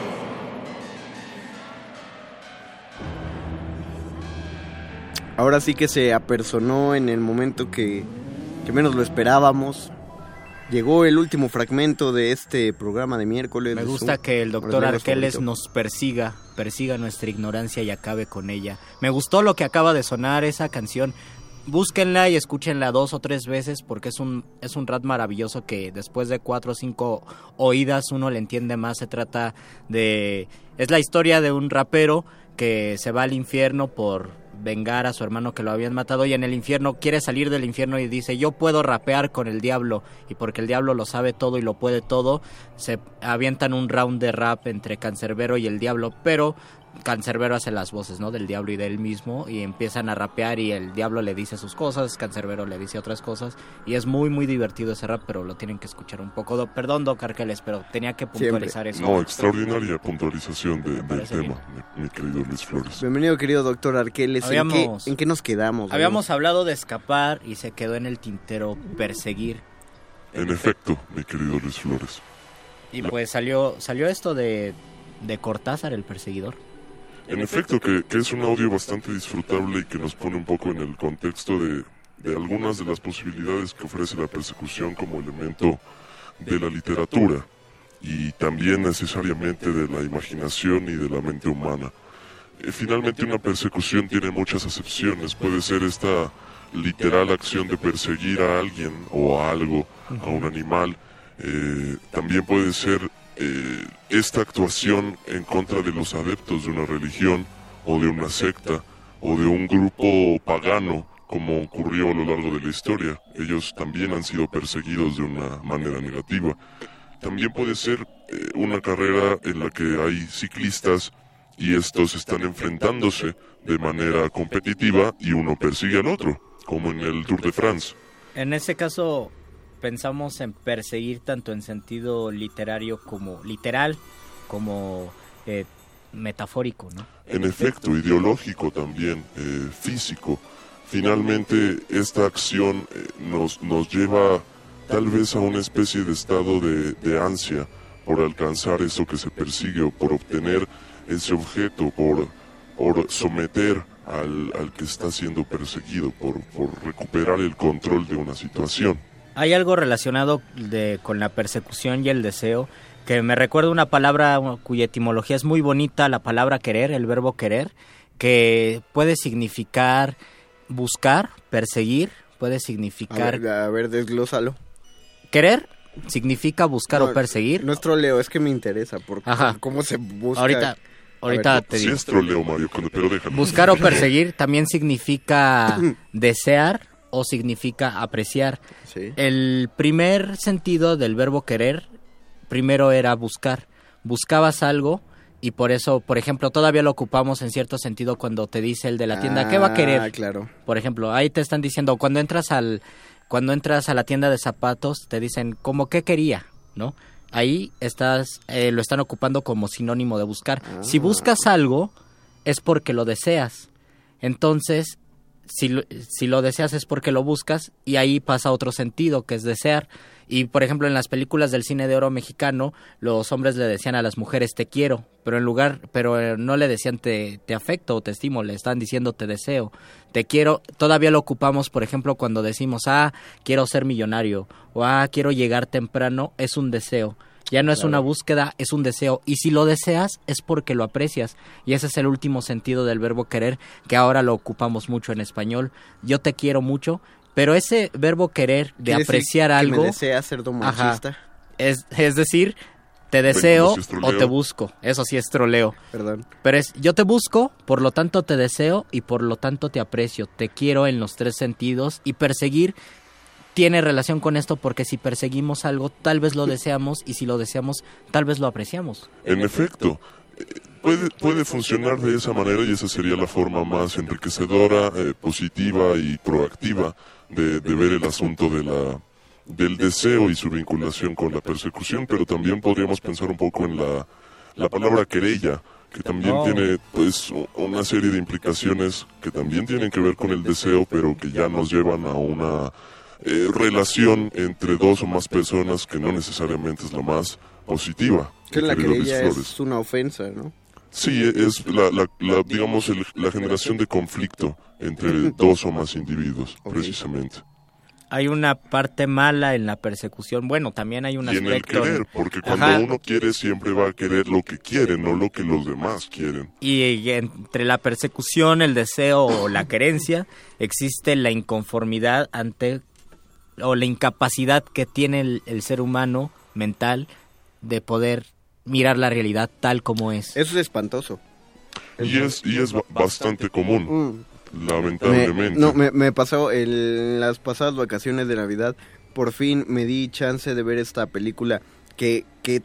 Ahora sí que se apersonó en el momento que, que menos lo esperábamos. Llegó el último fragmento de este programa de miércoles. Me de gusta su- que el doctor Arqueles nos persiga, persiga nuestra ignorancia y acabe con ella. Me gustó lo que acaba de sonar, esa canción. Búsquenla y escúchenla dos o tres veces porque es un, es un rap maravilloso que después de cuatro o cinco oídas uno le entiende más. Se trata de... Es la historia de un rapero que se va al infierno por vengar a su hermano que lo habían matado y en el infierno quiere salir del infierno y dice yo puedo rapear con el diablo, y porque el diablo lo sabe todo y lo puede todo, se avientan un round de rap entre Cancerbero y el diablo, pero Cancerbero hace las voces, ¿no?, del diablo y de él mismo, y empiezan a rapear y el diablo le dice sus cosas, Cancerbero le dice otras cosas, y es muy muy divertido ese rap, pero lo tienen que escuchar un poco. Do- Perdón, Doc Arqueles, pero tenía que puntualizar eso. No, extraordinaria puntualización de, del tema, mi, mi querido Luis Flores. Bienvenido, querido doctor Arqueles. Habíamos- ¿En, qué, ¿En qué nos quedamos? Habíamos hablado de escapar y se quedó en el tintero perseguir. En efecto, mi querido Luis Flores. Y pues salió salió esto de, de Cortázar, el perseguidor. En efecto, que, que es un audio bastante disfrutable y que nos pone un poco en el contexto de, de algunas de las posibilidades que ofrece la persecución como elemento de la literatura y también necesariamente de la imaginación y de la mente humana. Eh, finalmente una persecución tiene muchas acepciones, puede ser esta literal acción de perseguir a alguien o a algo, a un animal, eh, también puede ser eh, esta actuación en contra de los adeptos de una religión o de una secta o de un grupo pagano, como ocurrió a lo largo de la historia. Ellos también han sido perseguidos de una manera negativa. También puede ser eh, una carrera en la que hay ciclistas y estos están enfrentándose de manera competitiva y uno persigue al otro, como en el Tour de France. En ese caso pensamos en perseguir tanto en sentido literario como literal como eh, metafórico, ¿no? En efecto, ideológico también, eh, físico. Finalmente, esta acción eh, nos, nos lleva tal vez a una especie de estado de, de ansia por alcanzar eso que se persigue o por obtener ese objeto, por, por someter al, al que está siendo perseguido, por, por recuperar el control de una situación. Hay algo relacionado de, con la persecución y el deseo que me recuerda una palabra cuya etimología es muy bonita, la palabra querer, el verbo querer, que puede significar buscar, perseguir, puede significar... A ver, a ver, desglósalo. Querer significa buscar No, o perseguir. No es troleo, es que me interesa por Ajá. cómo se busca. Ahorita, ahorita ver, te Sí digo. es troleo, Mario, pero déjame. Buscar o perseguir también significa desear o significa apreciar. Sí. El primer sentido del verbo querer, primero era buscar. Buscabas algo y por eso, por ejemplo, todavía lo ocupamos en cierto sentido cuando te dice el de la tienda, ¿qué va a querer? Ah, claro. Por ejemplo, ahí te están diciendo, cuando entras al cuando entras a la tienda de zapatos, te dicen, ¿cómo qué quería? ¿No? Ahí estás, eh, lo están ocupando como sinónimo de buscar. Ah. Si buscas algo, es porque lo deseas. Entonces, si lo, si lo deseas es porque lo buscas, y ahí pasa otro sentido, que es desear. Y, por ejemplo, en las películas del cine de oro mexicano, los hombres le decían a las mujeres, te quiero, pero en lugar, pero eh, no le decían te, te afecto o te estimo, le están diciendo te deseo, te quiero. Todavía lo ocupamos, por ejemplo, cuando decimos, ah, quiero ser millonario, o ah, quiero llegar temprano, es un deseo. Ya no es Claro. una búsqueda, es un deseo. Y si lo deseas, es porque lo aprecias. Y ese es el último sentido del verbo querer, que ahora lo ocupamos mucho en español. Yo te quiero mucho, pero ese verbo querer, de ¿Quiere apreciar decir que algo... me desea sadomasoquista? Ajá, es, es decir, te deseo Bueno, eso sí es o troleo. te busco. Eso sí es troleo. Perdón. Pero es, yo te busco, por lo tanto te deseo y por lo tanto te aprecio. Te quiero en los tres sentidos. Y perseguir tiene relación con esto porque si perseguimos algo, tal vez lo deseamos, y si lo deseamos, tal vez lo apreciamos. En efecto, eh, puede, puede funcionar de esa manera y esa sería la forma más enriquecedora, eh, positiva y proactiva de, de ver el asunto de la, del deseo y su vinculación con la persecución, pero también podríamos pensar un poco en la, la palabra querella, que también Oh. tiene pues u- una serie de implicaciones que también tienen que ver con el deseo, pero que ya nos llevan a una eh, relación entre dos o más personas que no necesariamente es la más positiva. Que la querido Luis querella Flores. es una ofensa, ¿no? Sí, es la, la, la digamos, el- la generación de conflicto entre dos o más individuos, precisamente. Hay una parte mala en la persecución. Bueno, también hay un Y en el aspecto... querer, porque cuando Ajá. uno quiere siempre va a querer lo que quiere, no lo que los demás quieren. Y entre la persecución, el deseo o la querencia, existe la inconformidad ante o la incapacidad que tiene el, el ser humano mental de poder mirar la realidad tal como es. Eso es espantoso. Y es, y es ba- bastante común, Me, lamentablemente. no, me, me pasó en las pasadas vacaciones de Navidad, por fin me di chance de ver esta película que, que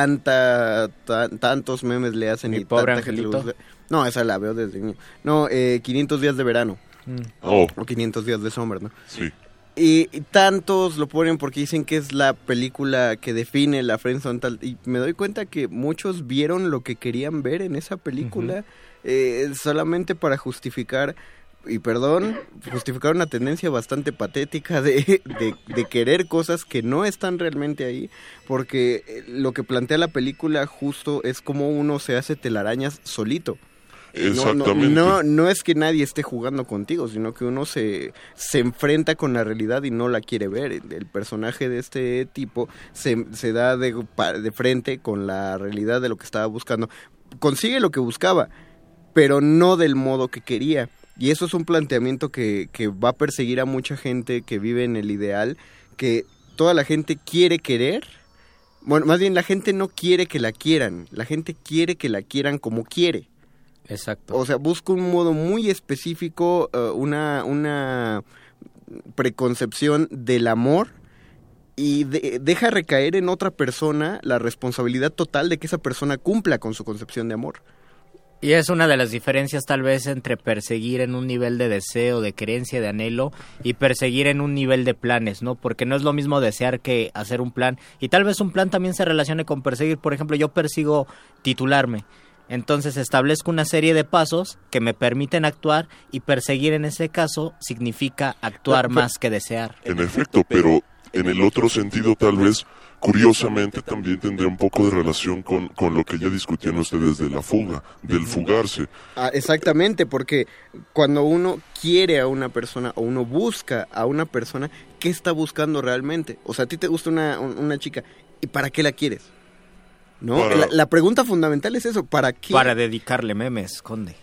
tanta, tan- tantos memes le hacen Mi y pobre tanta gente le angelito. gusta. No, esa la veo desde niño. No, eh, quinientos días de verano. Oh. O quinientos días de sombra, ¿no? Sí. Y, y tantos lo ponen porque dicen que es la película que define la friendzone tal, y me doy cuenta que muchos vieron lo que querían ver en esa película eh, solamente para justificar, y perdón, justificar una tendencia bastante patética de, de, de querer cosas que no están realmente ahí, porque eh, lo que plantea la película justo es como uno se hace telarañas solito. No, no, Exactamente. no, no es que nadie esté jugando contigo, sino que uno se, se enfrenta con la realidad y no la quiere ver. El, el personaje de este tipo se, se da de, pa- de frente con la realidad de lo que estaba buscando. Consigue lo que buscaba, pero no del modo que quería. Y eso es un planteamiento que, que va a perseguir a mucha gente que vive en el ideal, que toda la gente quiere querer. Bueno, más bien la gente no quiere que la quieran, la gente quiere que la quieran como quiere. Exacto. O sea, busca un modo muy específico, uh, una, una preconcepción del amor y de- deja recaer en otra persona la responsabilidad total de que esa persona cumpla con su concepción de amor. Y es una de las diferencias tal vez entre perseguir en un nivel de deseo, de creencia, de anhelo y perseguir en un nivel de planes, ¿no? Porque no es lo mismo desear que hacer un plan. Y tal vez un plan también se relacione con perseguir. Por ejemplo, yo persigo titularme. Entonces establezco una serie de pasos que me permiten actuar y perseguir en ese caso significa actuar Pero- más que desear. En efecto, pero en el otro sentido tal vez, curiosamente también tendría un poco de relación con, con lo que ya discutían ustedes de la fuga, del fugarse. Ah, exactamente, porque cuando uno quiere a una persona o uno busca a una persona, ¿qué está buscando realmente? O sea, a ti te gusta una, un- una chica, ¿y para qué la quieres? ¿No? Para- La, la pregunta fundamental es eso, ¿para qué? Para dedicarle memes, Conde.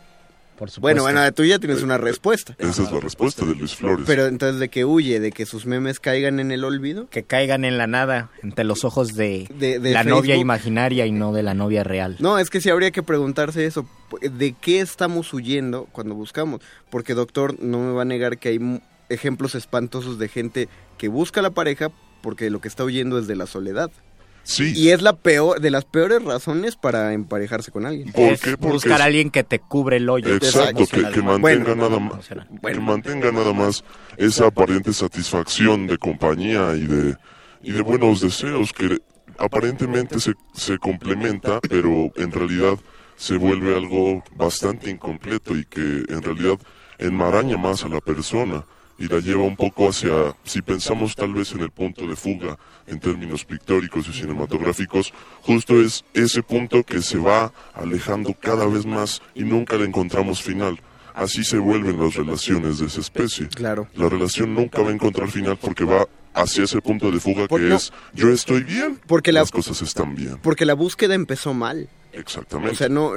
Por supuesto. Bueno, bueno, tú ya tienes una respuesta. Esa es la respuesta de Luis Flores. Pero entonces, ¿de qué huye? ¿De que sus memes caigan en el olvido? Que caigan en la nada, entre los ojos de, De- de la Facebook. novia imaginaria y no de la novia real. No, es que sí habría que preguntarse eso. ¿De qué estamos huyendo cuando buscamos? Porque, doctor, no me va a negar que hay mu- ejemplos espantosos de gente que busca a la pareja porque lo que está huyendo es de la soledad. Sí. Y es la peor, de las peores razones para emparejarse con alguien. ¿Por Es qué? Porque buscar es- a alguien que te cubre el hoyo. Exacto, que, que mantenga Bueno, nada más, que mantenga nada más esa aparente satisfacción de compañía y de y de buenos deseos que aparentemente se, se complementa, pero en realidad se vuelve algo bastante incompleto y que en realidad enmaraña más a la persona y la lleva un poco hacia, si pensamos tal vez en el punto de fuga en términos pictóricos y cinematográficos, justo es ese punto que se va alejando cada vez más y nunca le encontramos final. Así se vuelven las relaciones de esa especie. Claro. La relación nunca va a encontrar final porque va hacia ese punto de fuga Por- que no. es yo estoy bien, Porque la- las cosas están bien. Porque la búsqueda empezó mal. Exactamente. O sea, no,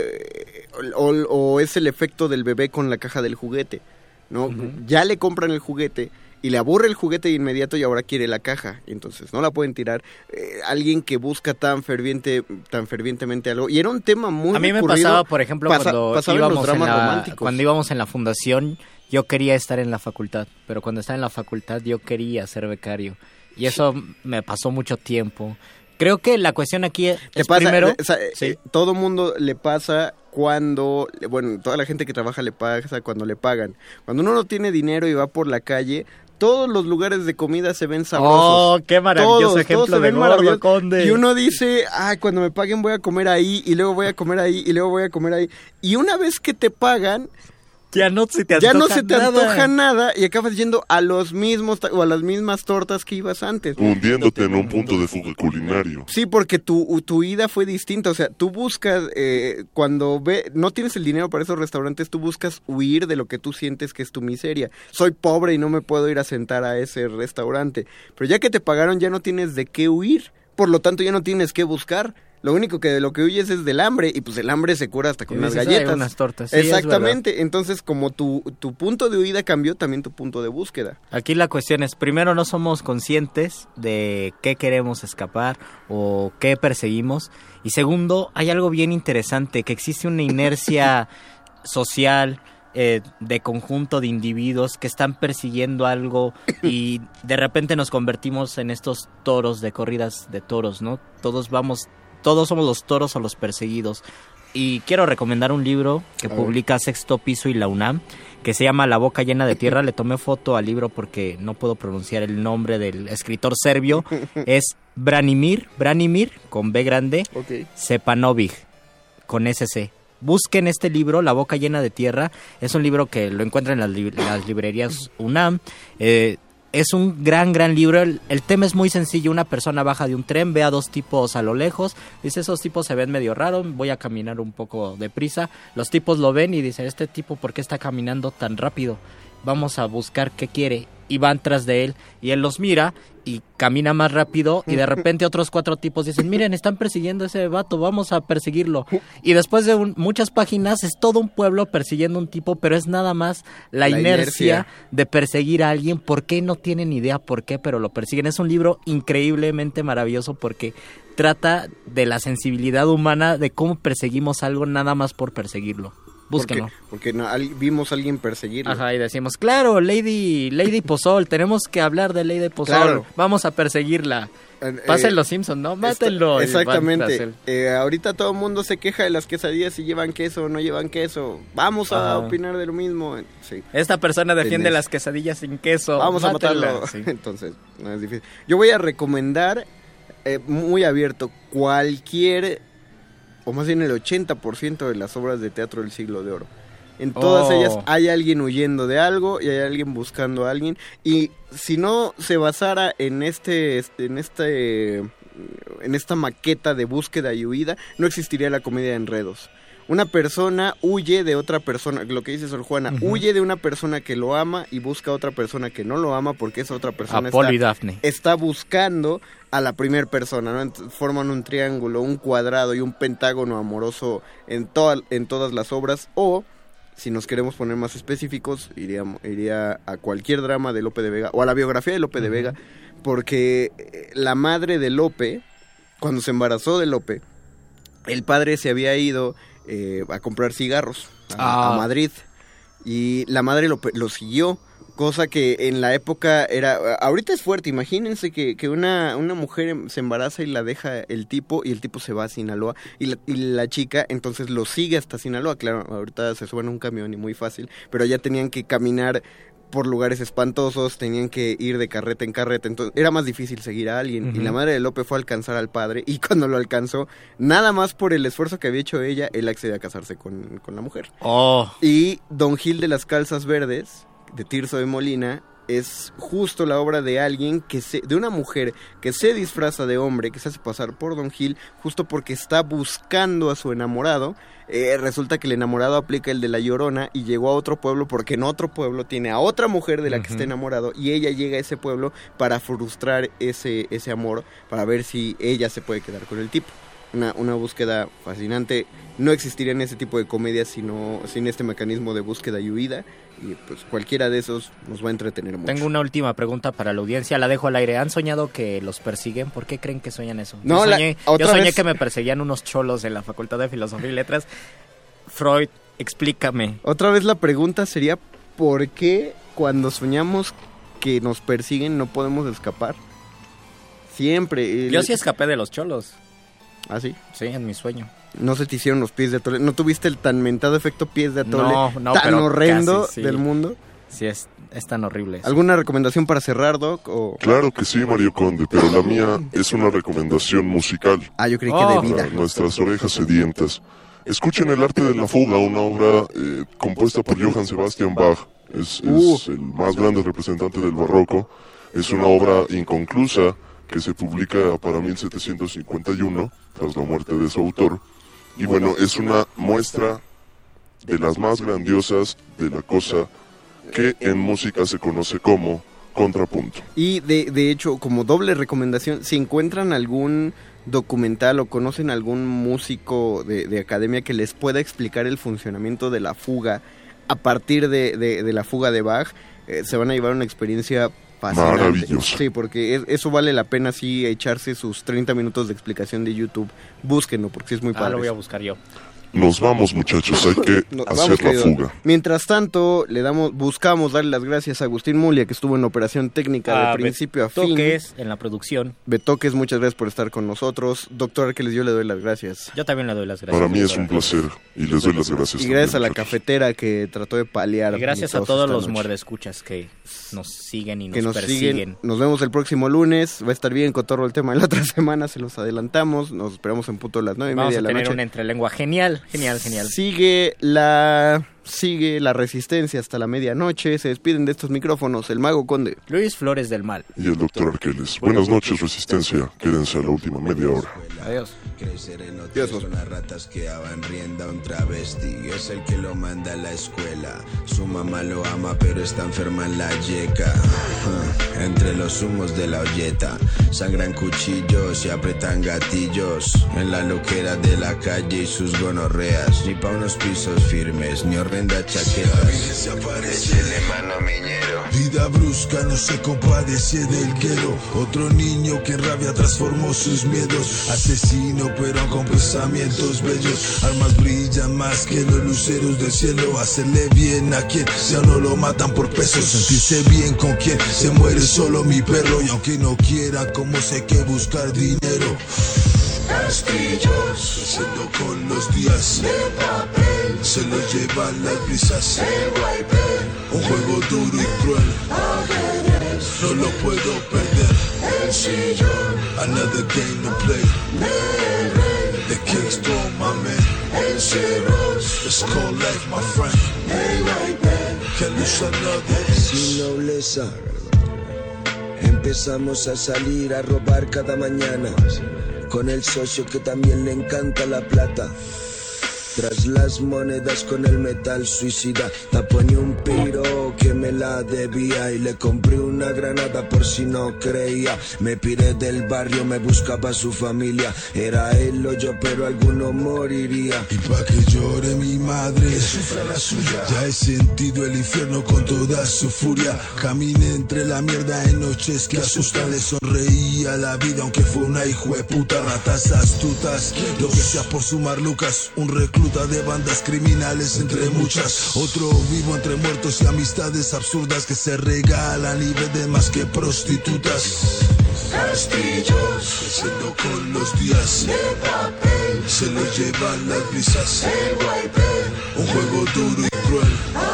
eh, o, o es el efecto del bebé con la caja del juguete, ¿no? Ya le compran el juguete y le aburre el juguete de inmediato y ahora quiere la caja, y entonces no la pueden tirar. Eh, alguien que busca tan ferviente, tan fervientemente algo, y era un tema muy A mí me recurrido, pasaba, por ejemplo, pasa- cuando, pasaba en los íbamos en dramas la, románticos. cuando íbamos en la fundación, yo quería estar en la facultad, pero cuando estaba en la facultad yo quería ser becario. Y eso me pasó mucho tiempo. Creo que la cuestión aquí es, Te es pasa, primero... eh, o sea, eh, todo mundo le pasa cuando, bueno, toda la gente que trabaja le pasa cuando le pagan. Cuando uno no tiene dinero y va por la calle, todos los lugares de comida se ven sabrosos. Oh, qué maravilloso Todos, ejemplo todos se de ven gordo, maravillosos. Conde. Y uno dice, ay, cuando me paguen voy a comer ahí, y luego voy a comer ahí, y luego voy a comer ahí. Y una vez que te pagan, Ya no se te ya antoja no se te nada. antoja nada y acabas yendo a los mismos ta- o a las mismas tortas que ibas antes. Hundiéndote en un punto de fuga culinario. Sí, porque tu, tu ida fue distinta, o sea, tú buscas, eh, cuando ve, no tienes el dinero para esos restaurantes, tú buscas huir de lo que tú sientes que es tu miseria. Soy pobre y no me puedo ir a sentar a ese restaurante, pero ya que te pagaron ya no tienes de qué huir, por lo tanto ya no tienes que buscar. Lo único que de lo que huyes es del hambre, y pues el hambre se cura hasta con Y unas dices, galletas. "Ay, unas tortas". Sí, Exactamente, entonces como tu, tu punto de huida cambió, también tu punto de búsqueda. Aquí la cuestión es, primero, no somos conscientes de qué queremos escapar o qué perseguimos. Y segundo, hay algo bien interesante, que existe una inercia social, eh, de conjunto de individuos que están persiguiendo algo y de repente nos convertimos en estos toros de corridas de toros, ¿no? Todos vamos, todos somos los toros o los perseguidos. Y quiero recomendar un libro que publica Sexto Piso y la UNAM, que se llama La boca llena de tierra. Le tomé foto al libro porque no puedo pronunciar el nombre del escritor serbio. Es Branimir, Branimir, con B grande, okay. Stepanovic, con S C. Busquen este libro, La boca llena de tierra. Es un libro que lo encuentran en las, li- las librerías UNAM. Eh, es un gran, gran libro. El, el tema es muy sencillo. Una persona baja de un tren, ve a dos tipos a lo lejos. Dice, esos tipos se ven medio raros, voy a caminar un poco deprisa. Los tipos lo ven y dicen, este tipo, ¿por qué está caminando tan rápido? Vamos a buscar qué quiere. Y van tras de él y él los mira y camina más rápido y de repente otros cuatro tipos dicen, miren, están persiguiendo a ese vato, vamos a perseguirlo. Y después de un, muchas páginas es todo un pueblo persiguiendo a un tipo, pero es nada más la, La inercia, inercia. de perseguir a alguien. ¿Por qué? No tienen idea por qué, pero lo persiguen. Es un libro increíblemente maravilloso porque trata de la sensibilidad humana, de cómo perseguimos algo nada más por perseguirlo. Búsquenlo. Porque, porque no, al, vimos a alguien perseguirlo. Ajá, y decimos, claro, Lady Lady Pozol, tenemos que hablar de Lady Pozol, Claro. vamos a perseguirla. Eh, Pasen eh, los Simpsons, ¿no? Mátenlo. Está- Y van tras exactamente. él. Eh, ahorita todo el mundo se queja de las quesadillas si llevan queso o no llevan queso. Vamos a Ajá. opinar de lo mismo. Sí. Esta persona defiende Tenés. las quesadillas sin queso. Vamos a Mátenla. matarlo. Sí. Entonces, no es difícil. Yo voy a recomendar, eh, muy abierto, cualquier, o más bien el ochenta por ciento de las obras de teatro del Siglo de Oro. En todas Oh. ellas hay alguien huyendo de algo y hay alguien buscando a alguien. Y si no se basara en este, este- en este, en esta maqueta de búsqueda y huida, no existiría la comedia de enredos. Una persona huye de otra persona, lo que dice Sor Juana, Ujú. huye de una persona que lo ama y busca a otra persona que no lo ama porque esa otra persona Apolo y está, Dafne. está buscando a la primera persona, ¿no? Ent- forman un triángulo, un cuadrado y un pentágono amoroso en, toda- en todas las obras. O, si nos queremos poner más específicos, iría, iría a cualquier drama de Lope de Vega o a la biografía de Lope de Vega, porque eh, la madre de Lope, cuando se embarazó de Lope, el padre se había ido eh, a comprar cigarros a, Ah. a Madrid y la madre lo, pe- lo siguió, cosa que en la época era, ahorita es fuerte. Imagínense que, que una, una mujer se embaraza y la deja el tipo y el tipo se va a Sinaloa y la, y la chica entonces lo sigue hasta Sinaloa. Claro, ahorita se suben a un camión y muy fácil, pero ya tenían que caminar por lugares espantosos, tenían que ir de carreta en carreta, entonces era más difícil seguir a alguien. Ujú. Y la madre de Lope fue a alcanzar al padre y cuando lo alcanzó, nada más por el esfuerzo que había hecho ella, él accedió a casarse con, con la mujer. Oh. Y Don Gil de las Calzas Verdes, de Tirso de Molina, es justo la obra de alguien que se, de una mujer que se disfraza de hombre, que se hace pasar por Don Gil, justo porque está buscando a su enamorado. Eh, resulta que el enamorado aplica el de la Llorona y llegó a otro pueblo porque en otro pueblo tiene a otra mujer de la que Ujú. está enamorado y ella llega a ese pueblo para frustrar ese, ese amor, para ver si ella se puede quedar con el tipo. Una, una búsqueda fascinante. No existiría en ese tipo de comedia sino, sin este mecanismo de búsqueda y huida. Y pues cualquiera de esos nos va a entretener mucho. Tengo una última pregunta para la audiencia, la dejo al aire. ¿Han soñado que los persiguen? ¿Por qué creen que sueñan eso? No, yo la- soñé, otra yo soñé vez- que me perseguían unos cholos en la Facultad de Filosofía y Letras. Freud, explícame. Otra vez la pregunta sería, ¿por qué cuando soñamos que nos persiguen no podemos escapar? Siempre. el- Yo sí escapé de los cholos. ¿Ah, sí? Sí, en mi sueño. No se te hicieron los pies de atole. ¿No tuviste el tan mentado efecto pies de atole No, no, tan pero horrendo casi, sí. del mundo? Sí, es, es tan horrible eso. ¿Alguna recomendación para cerrar, Doc? O... Claro que sí, Mario Conde, pero la mía es una recomendación musical. Ah, yo creí Oh. que de Para vida. nuestras orejas sedientas. Escuchen El arte de la fuga, una obra eh, compuesta por Johann Sebastian Bach. Es, Uh. es el más grande representante del barroco. Es una obra inconclusa que se publica para mil setecientos cincuenta y uno, tras la muerte de su autor. Y bueno, es una muestra de las más grandiosas de la cosa que en música se conoce como contrapunto. Y de, de hecho, como doble recomendación, si encuentran algún documental o conocen algún músico de, de academia que les pueda explicar el funcionamiento de la fuga a partir de, de, de la fuga de Bach, eh, se van a llevar una experiencia fascinante. Maravilloso. Sí, porque es, eso vale la pena, sí, echarse sus treinta minutos de explicación de YouTube. Búsquenlo, porque sí es muy Ah, padre. lo voy a buscar yo. Nos vamos, muchachos, hay que Nos hacer vamos, la querido. fuga. Mientras tanto, le damos, buscamos darle las gracias a Agustín Mulia, que estuvo en operación técnica de A principio a fin. Betoques en la producción. Betoques, muchas gracias por estar con nosotros. Doctor Arqueles, yo le doy las gracias. Yo también le doy las gracias. Para mí es un placer y les doy las gracias. Y gracias a también, la muchachos. cafetera que trató de paliar. Y gracias mi a tos todos esta los noche. muerdescuchas que nos siguen y nos, Que nos persiguen. siguen. Nos vemos el próximo lunes. Va a estar bien cotorro el tema de la otra semana, se los adelantamos. Nos esperamos en punto a las nueve y Vamos media a de la tener noche. una entrelengua genial, genial, genial. Sigue la sigue la resistencia hasta la medianoche. Se despiden de estos micrófonos el Mago Conde, Luis Flores del Mal y el doctor Arqueles. Buenas noches, Resistencia. Quédense a la última media hora. Adiós. Crecer en hotel son las ratas que daban rienda a un travesti. Es el que lo manda a la escuela. Su mamá lo ama pero está enferma en la yeca. Uh, entre los humos de la olleta sangran cuchillos y apretan gatillos. En la loquera de la calle y sus gonorreas. Ni pa' unos pisos firmes, ni horrenda chaqueta. Se aparece de mano miñero. Vida brusca, no se compadece del guero. Otro niño que en rabia transformó sus miedos. Asesino pero con pensamientos bellos. Armas brillan más que los luceros del cielo. Hacerle bien a quien ya no lo matan por pesos. Sentirse bien con quien se muere solo mi perro. Y aunque no quiera, como sé que buscar dinero. Castillos, creciendo con los días de papel, se lo llevan las brisas. Un juego duro y cruel, no lo puedo perder. El sillón, another game to play. The king stole my man. El cerros, it's called life, my friend. Can lose another. Sin nobleza empezamos a salir a robar cada mañana con el socio que también le encanta la plata. Tras las monedas con el metal suicida, taponé un piro que me la debía y le compré una granada por si no creía. Me piré del barrio, me buscaba su familia. Era él o yo, pero alguno moriría. Y pa' que llore mi madre, que sufra la suya. Ya he sentido el infierno con toda su furia. Caminé entre la mierda en noches que asustan. Le sonreía a la vida aunque fue una hijo de puta. Ratas astutas, lo que sea por sumar lucas. Un recluso de bandas criminales entre muchas. Otro vivo entre muertos y amistades absurdas que se regalan y venden más que prostitutas. Castillos, creciendo con los días de papel, se lo llevan las brisas. Un juego duro y cruel,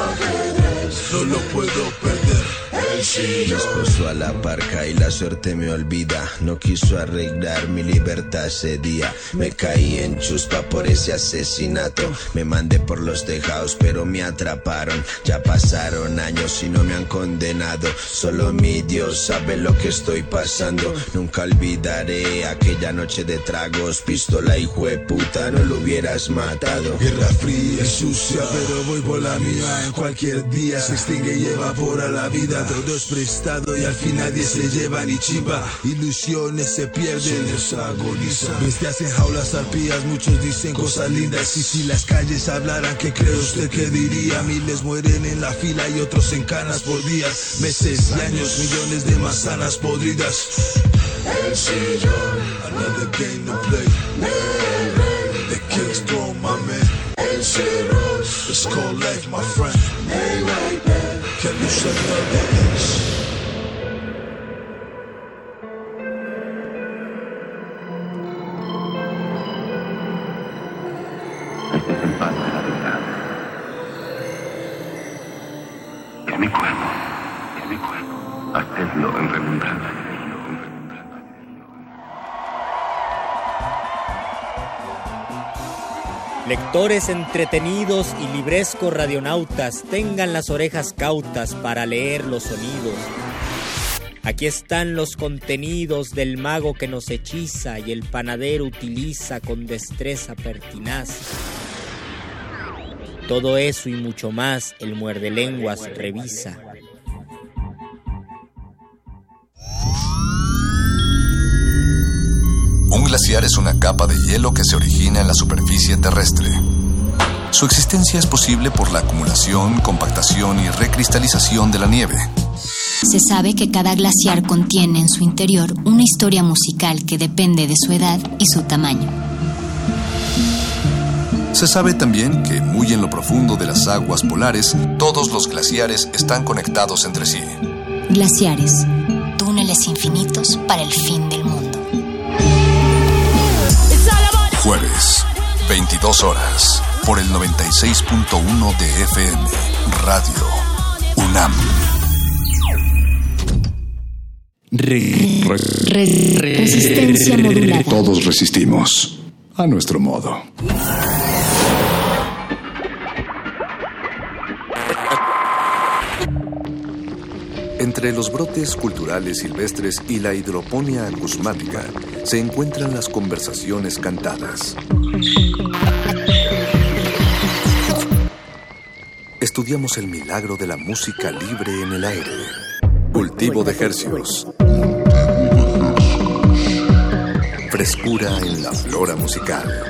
no lo puedo perder. Mi esposo a la parca y la suerte me olvida. No quiso arreglar mi libertad ese día. Me caí en chuspa por ese asesinato. Me mandé por los tejados pero me atraparon. Ya pasaron años y no me han condenado. Solo mi Dios sabe lo que estoy pasando. Nunca olvidaré aquella noche de tragos. Pistola hijo de puta, no lo hubieras matado. Guerra fría y sucia, pero voy por la mía. En cualquier día se extingue y evapora la vida. Todo es prestado y al fin nadie se lleva ni chimba. Ilusiones se pierden, se agonizan. Bestias en jaulas arpías, muchos dicen cosas lindas. Y si las calles hablaran, ¿qué cree usted que diría? Miles mueren en la fila y otros en canas por días, meses y años, millones de manzanas podridas. El sillón, another game to play. The king stole my man. El cerros, it's called life, my friend. Can you shut up? Este es el pan de la vida. Es mi cuerpo, es mi cuerpo. Hacedlo en remembranza de mí. Lectores entretenidos y librescos radionautas, tengan las orejas cautas para leer los sonidos. Aquí están los contenidos del mago que nos hechiza y el panadero utiliza con destreza pertinaz. Todo eso y mucho más el muerdelenguas revisa. Un glaciar es una capa de hielo que se origina en la superficie terrestre. Su existencia es posible por la acumulación, compactación y recristalización de la nieve. Se sabe que cada glaciar contiene en su interior una historia musical que depende de su edad y su tamaño. Se sabe también que muy en lo profundo de las aguas polares, todos los glaciares están conectados entre sí. Glaciares, túneles infinitos para el fin del mundo. Jueves, veintidós horas, por el noventa y seis punto uno de F M, Radio UNAM. Re- Re- Resistencia modulada. Todos resistimos, a nuestro modo. Entre los brotes culturales silvestres y la hidroponía acusmática se encuentran las conversaciones cantadas. Estudiamos el milagro de la música libre en el aire. Cultivo de hercios. Frescura en la flora musical.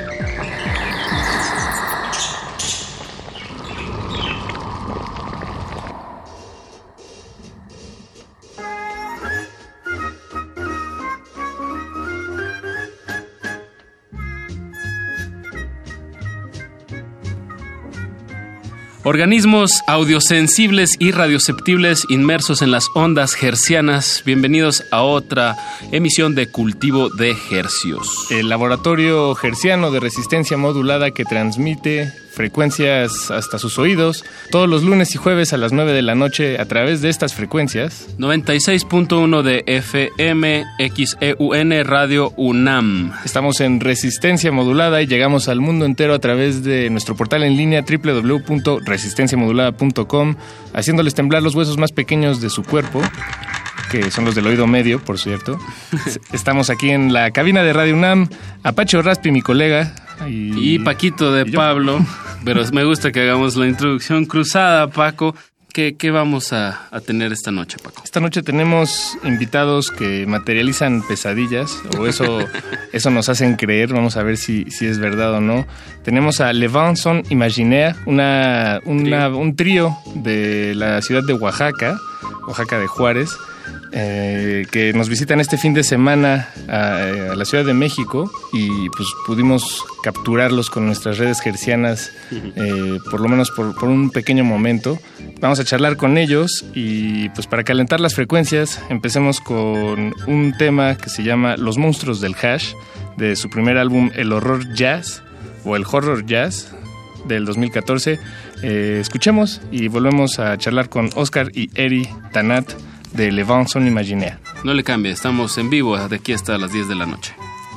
Organismos audiosensibles y radioceptibles inmersos en las ondas hercianas, bienvenidos a otra emisión de Cultivo de Hercios. El laboratorio herciano de resistencia modulada que transmite frecuencias hasta sus oídos todos los lunes y jueves a las nueve de la noche a través de estas frecuencias. noventa y seis punto uno de F M, X E U N, Radio UNAM. Estamos en resistencia modulada y llegamos al mundo entero a través de nuestro portal en línea doble u doble u doble u punto resistencia modulada punto com, haciéndoles temblar los huesos más pequeños de su cuerpo, que son los del oído medio, por cierto. Estamos aquí en la cabina de Radio UNAM, Apache Raspi, mi colega, y, y Paquito de y Pablo, pero me gusta que hagamos la introducción cruzada, Paco. ¿Qué, qué vamos a, a tener esta noche, Paco? Esta noche tenemos invitados que materializan pesadillas, o eso, eso nos hacen creer. Vamos a ver si, si es verdad o no. Tenemos a Le Vent Son Imaginaire, una, una, un trío de la ciudad de Oaxaca, Oaxaca de Juárez, Eh, que nos visitan este fin de semana a, a la Ciudad de México, y pues pudimos capturarlos con nuestras redes hercianas, eh, por lo menos por, por un pequeño momento. Vamos a charlar con ellos y pues para calentar las frecuencias empecemos con un tema que se llama Los Monstruos del Hash, de su primer álbum El Horror Jazz o El Horror Jazz del dos mil catorce. Eh, escuchemos y volvemos a charlar con Oscar y Eri Tanat de Le Vent Son Imaginaire. No le cambie, estamos en vivo de aquí hasta las diez de la noche.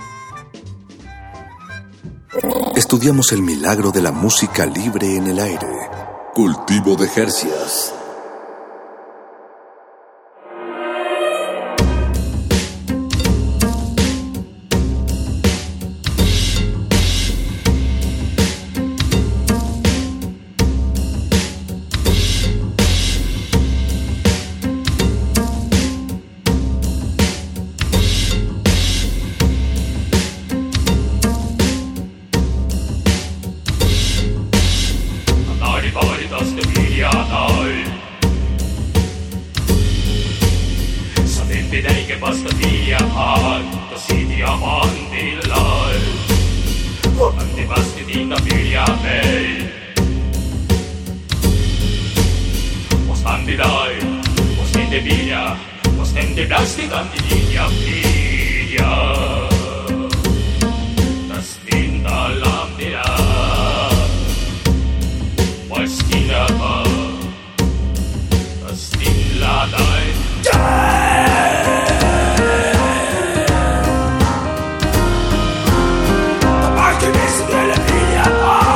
Estudiamos el milagro de la música libre en el aire. Cultivo de hercios. Alchemist de la vida.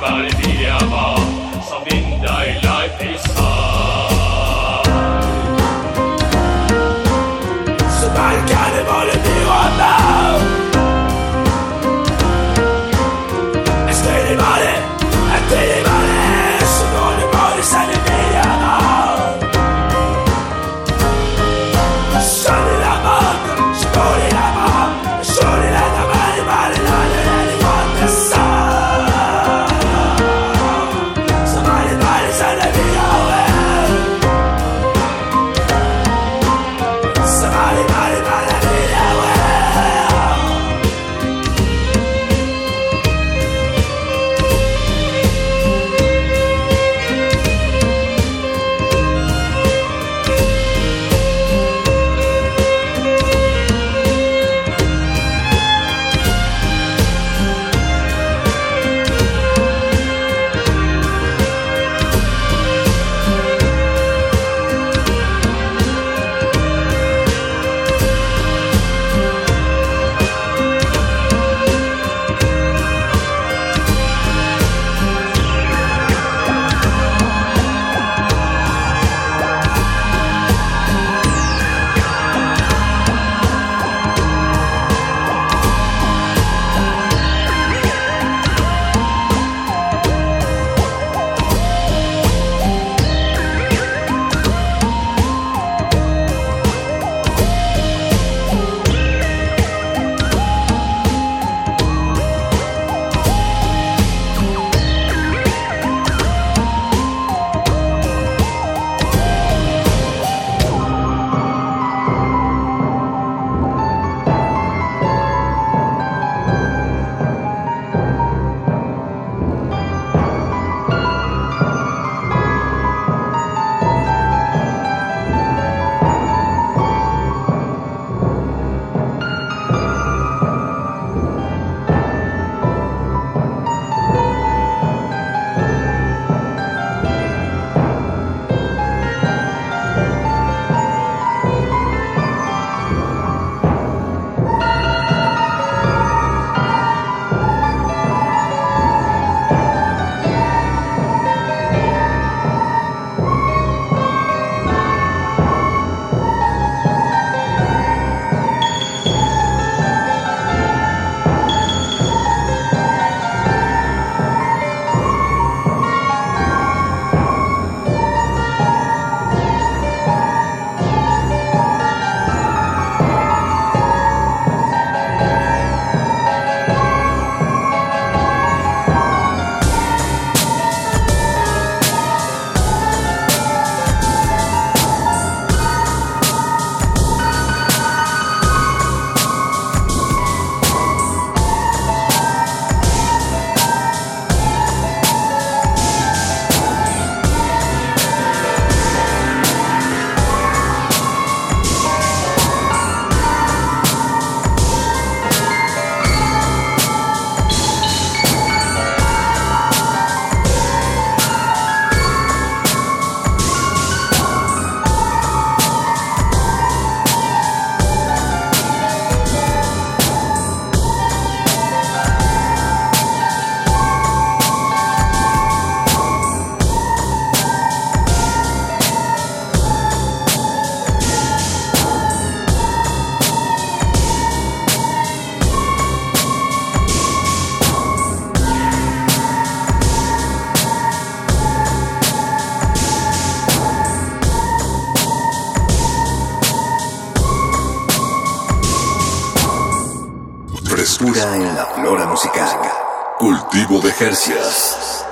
Frescura en la flora musical. Cultivo de Jercias.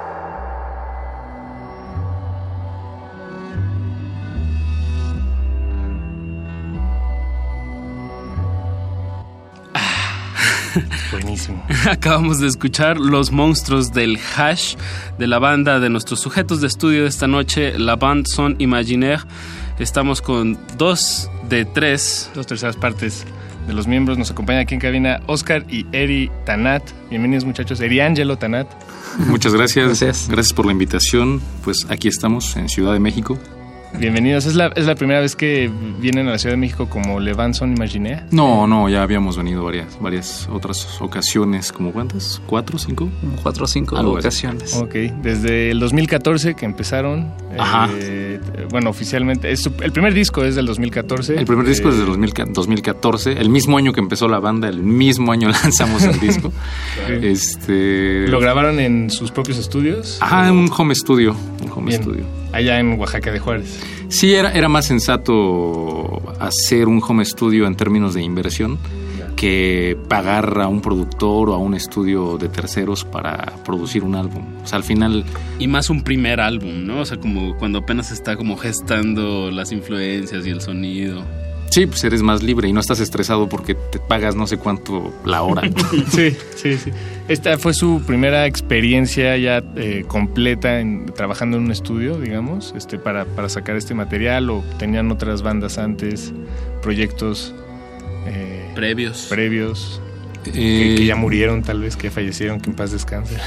Buenísimo. Acabamos de escuchar Los Monstruos del Hash, de la banda de nuestros sujetos de estudio de esta noche, la Bande Son Imaginaire. Estamos con dos de tres. Dos terceras partes de los miembros. Nos acompaña aquí en cabina Oscar y Eri Tanat. Bienvenidos, muchachos. Eri Ángelo Tanat. Muchas gracias. gracias. Gracias por la invitación. Pues aquí estamos en Ciudad de México. Bienvenidos. ¿Es la, ¿Es la primera vez que vienen a la Ciudad de México como Levanson Imaginea? No, no, ya habíamos venido varias, varias otras ocasiones. ¿Como cuántas? ¿Cuatro, cinco? Cuatro o cinco Algo ocasiones. Ok, desde el dos mil catorce que empezaron. Ajá. Eh, bueno, oficialmente, es, el primer disco es del dos mil catorce. El primer disco eh, es del dos mil catorce, el mismo año que empezó la banda, el mismo año lanzamos el disco. Sí. Este... ¿Lo grabaron en sus propios estudios? Ajá, en un home studio. Un home Bien. studio. Allá en Oaxaca de Juárez. Sí, era, era más sensato hacer un home studio en términos de inversión que pagar a un productor o a un estudio de terceros para producir un álbum. O sea, al final... Y más un primer álbum, ¿no? O sea, como cuando apenas está como gestando las influencias y el sonido. Sí, pues eres más libre y no estás estresado porque te pagas no sé cuánto la hora. Sí, sí, sí. Esta fue su primera experiencia ya eh, completa en, trabajando en un estudio, digamos, este, para, para sacar este material, o tenían otras bandas antes, proyectos eh, previos. Previos. Eh, que, que ya murieron, tal vez, que fallecieron, que en paz descanse.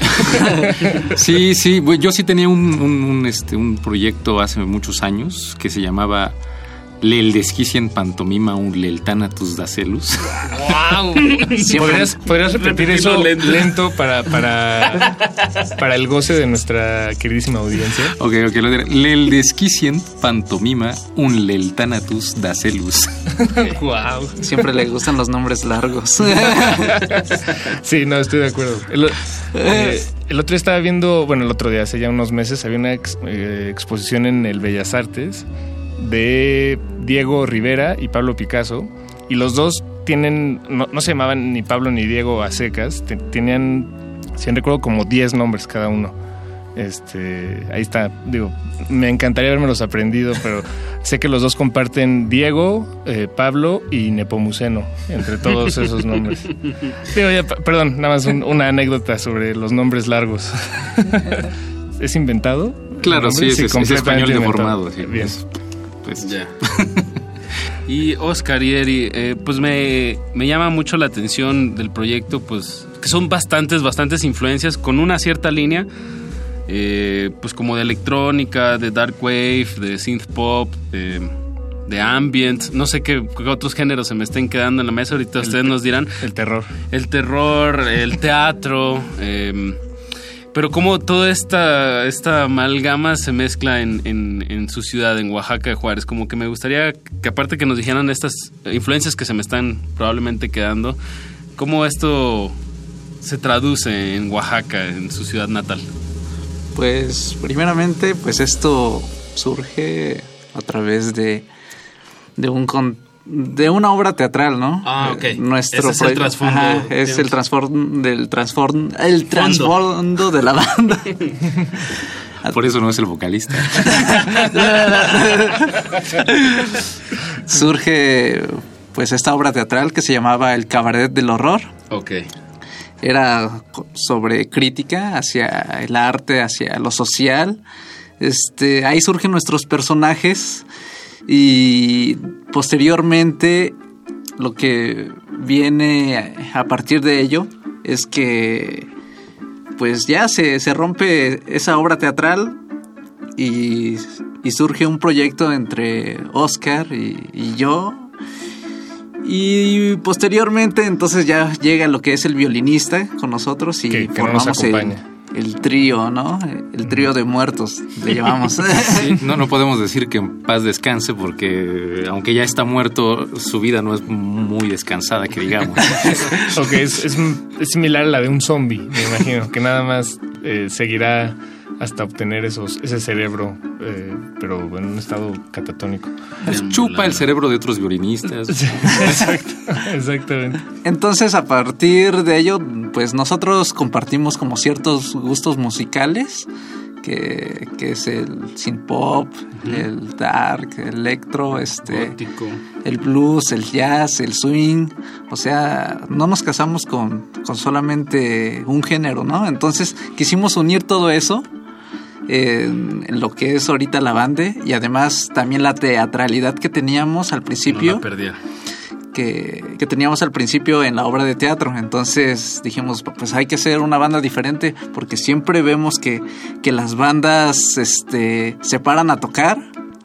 Sí, sí, yo sí tenía un, un, un, este, un proyecto hace muchos años que se llamaba Lel desquicien pantomima un leltanatus dacelus. ¡Wow! ¿Podrías, ¿Podrías repetir eso lento, lento para, para, para el goce de nuestra queridísima audiencia? Ok, ok, lo diré. Lel desquicien pantomima un leltanatus dacelus. ¡Wow! Siempre le gustan los nombres largos. Sí, no, estoy de acuerdo. El, eh, el otro día estaba viendo, bueno, el otro día, hace ya unos meses, había una ex, eh, exposición en el Bellas Artes de Diego Rivera y Pablo Picasso, y los dos tienen, no, no se llamaban ni Pablo ni Diego a secas, te, tenían, si no recuerdo, como diez nombres cada uno. Este, ahí está, digo, me encantaría habermelos aprendido, pero sé que los dos comparten Diego, eh, Pablo y Nepomuceno entre todos esos nombres. Digo, ya, perdón, nada más un, una anécdota sobre los nombres largos. ¿Es inventado? Claro, sí, sí, es, es español deformado. Sí, bien. Pues, pues. Ya. Y Oscar y Eri, eh, pues me, me llama mucho la atención del proyecto, pues que son bastantes, bastantes influencias con una cierta línea, eh, pues como de electrónica, de dark wave, de synth pop, de, de ambient, no sé qué, qué otros géneros se me estén quedando en la mesa, ahorita el, ustedes nos dirán. El terror. El terror, el teatro, eh, pero como toda esta, esta amalgama se mezcla en, en, en su ciudad, en Oaxaca de Juárez. Como que me gustaría que, aparte que nos dijeran estas influencias que se me están probablemente quedando, ¿cómo esto se traduce en Oaxaca, en su ciudad natal? Pues primeramente, pues esto surge a través de, de un con, de una obra teatral, ¿no? Ah, ok. Nuestro Ese es el trasfondo. Ajá, es el trasfondo del trasfondo, el trasfondo de la banda. Por eso no es el vocalista. Surge pues esta obra teatral que se llamaba El Cabaret del Horror. Ok. Era sobre crítica hacia el arte, hacia lo social. Este, ahí surgen nuestros personajes y posteriormente lo que viene a partir de ello es que pues ya se, se rompe esa obra teatral y, y surge un proyecto entre Oscar y, y yo. Y posteriormente entonces ya llega lo que es el violinista con nosotros y que, que formamos nos el, el trío, ¿no? El trío de muertos, le llamamos. Sí, no, no podemos decir que en paz descanse porque aunque ya está muerto, su vida no es muy descansada, que digamos. Ok, es, es, es similar a la de un zombie, me imagino, que nada más eh, seguirá hasta obtener esos, ese cerebro, eh, pero en un estado catatónico. Pues chupa el cerebro de otros violinistas. Sí, exacto, exactamente. Entonces, a partir de ello, pues nosotros compartimos como ciertos gustos musicales, que, que es el synth pop, uh-huh. el dark, el electro, este, gótico, el blues, el jazz, el swing. O sea, no nos casamos con, con solamente un género, ¿no? Entonces, quisimos unir todo eso en, en lo que es ahorita la banda y además también la teatralidad que teníamos al principio. No la perdía. Que, que teníamos al principio en la obra de teatro. Entonces dijimos, pues hay que hacer una banda diferente porque siempre vemos que, que las bandas este, se paran a tocar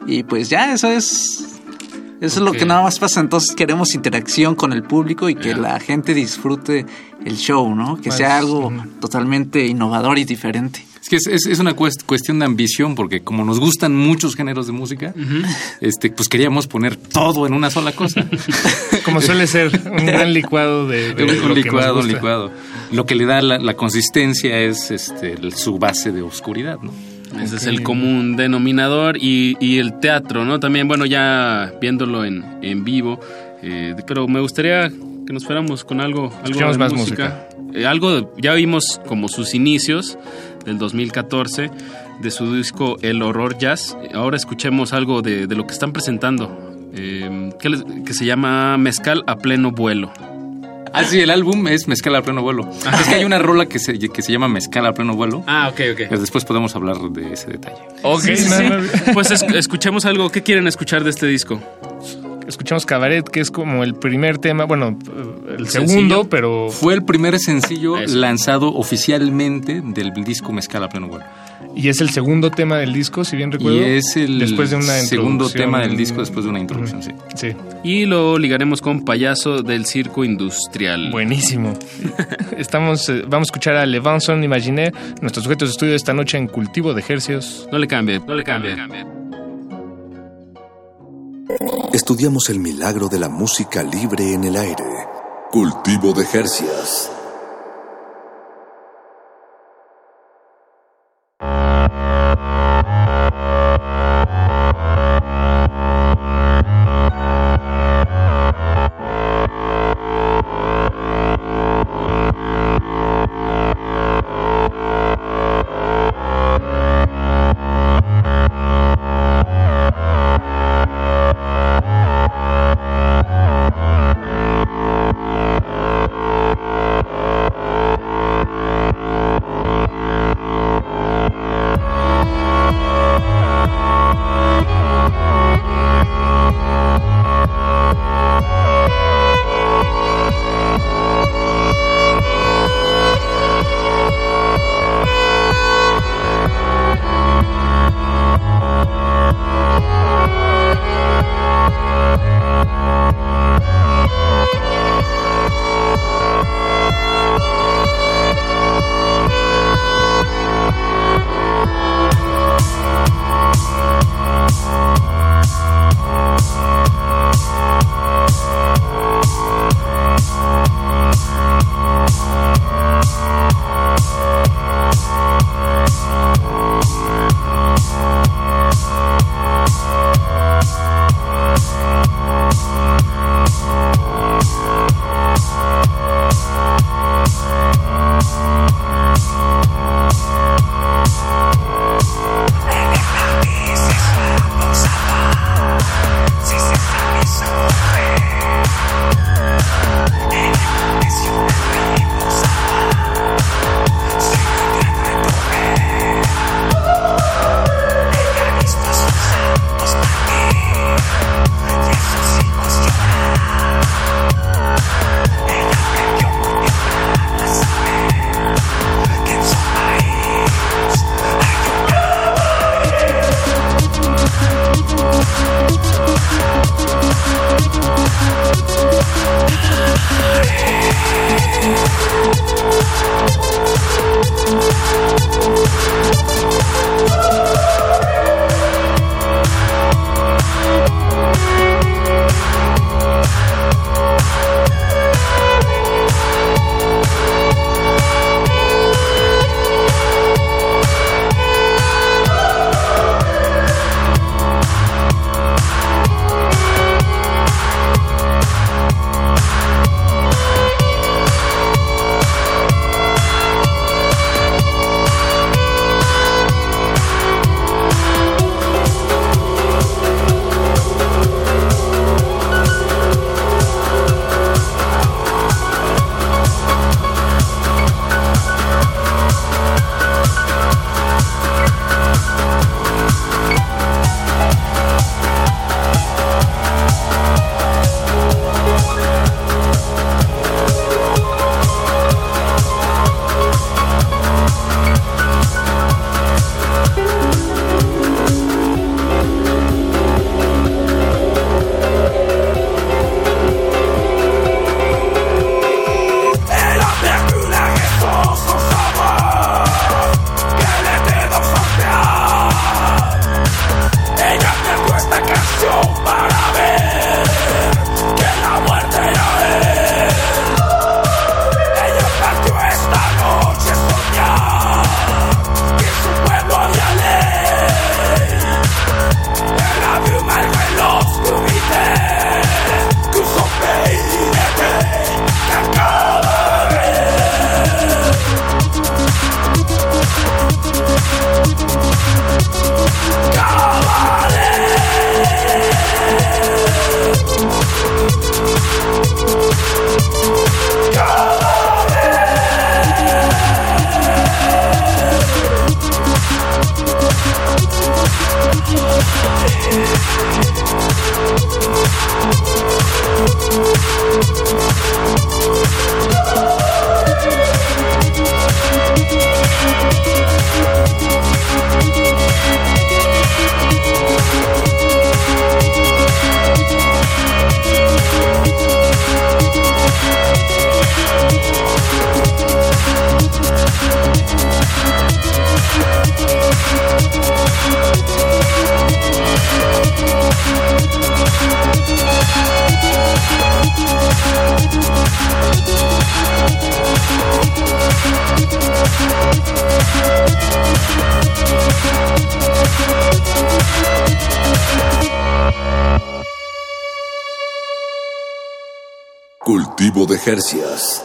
Y pues ya, eso es... Eso Okay. es lo que nada más pasa. Entonces queremos interacción con el público y que yeah. la gente disfrute el show, ¿no? Que Más, sea algo uh-huh. totalmente innovador y diferente. Es que es, es, es una cuest- cuestión de ambición, porque como nos gustan muchos géneros de música, uh-huh. este, pues queríamos poner todo en una sola cosa. Como suele ser, un gran licuado de, de un lo licuado, que nos gusta. licuado. Lo que le da la, la consistencia es este, su base de oscuridad, ¿no? Ese es el común denominador y, y el teatro, ¿no? También, bueno, ya viéndolo en, en vivo, eh, pero me gustaría que nos fuéramos con algo, algo de más música. música. Eh, algo, de, ya vimos como sus inicios del dos mil catorce de su disco El Horror Jazz. Ahora escuchemos algo de, de lo que están presentando, eh, que, les, que se llama Mezcal a Pleno Vuelo. Ah, sí, el álbum es Mezcal a Pleno Vuelo. Ah, es que hay una rola que se, que se llama Mezcal a Pleno Vuelo. Ah, ok, ok. Pero después podemos hablar de ese detalle. Ok, sí, sí, sí. Pues es, escuchemos algo. ¿Qué quieren escuchar de este disco? Escuchamos Cabaret, que es como el primer tema, bueno, el ¿Sencillo? segundo, pero... Fue el primer sencillo Eso. lanzado oficialmente del disco Mezcal a Pleno Vuelo. Y es el segundo tema del disco, si bien recuerdo. Y es el después de una segundo tema del disco después de una introducción, sí. Sí. Y lo ligaremos con Payaso del Circo Industrial. Buenísimo. Estamos, eh, vamos a escuchar a Le Vincent Imaginaire, nuestros sujetos de estudio esta noche en Cultivo de Hercios. No le cambie, no le cambie. Estudiamos el milagro de la música libre en el aire. Cultivo de Hercios. We'll be right back. Cultivo de Hercias.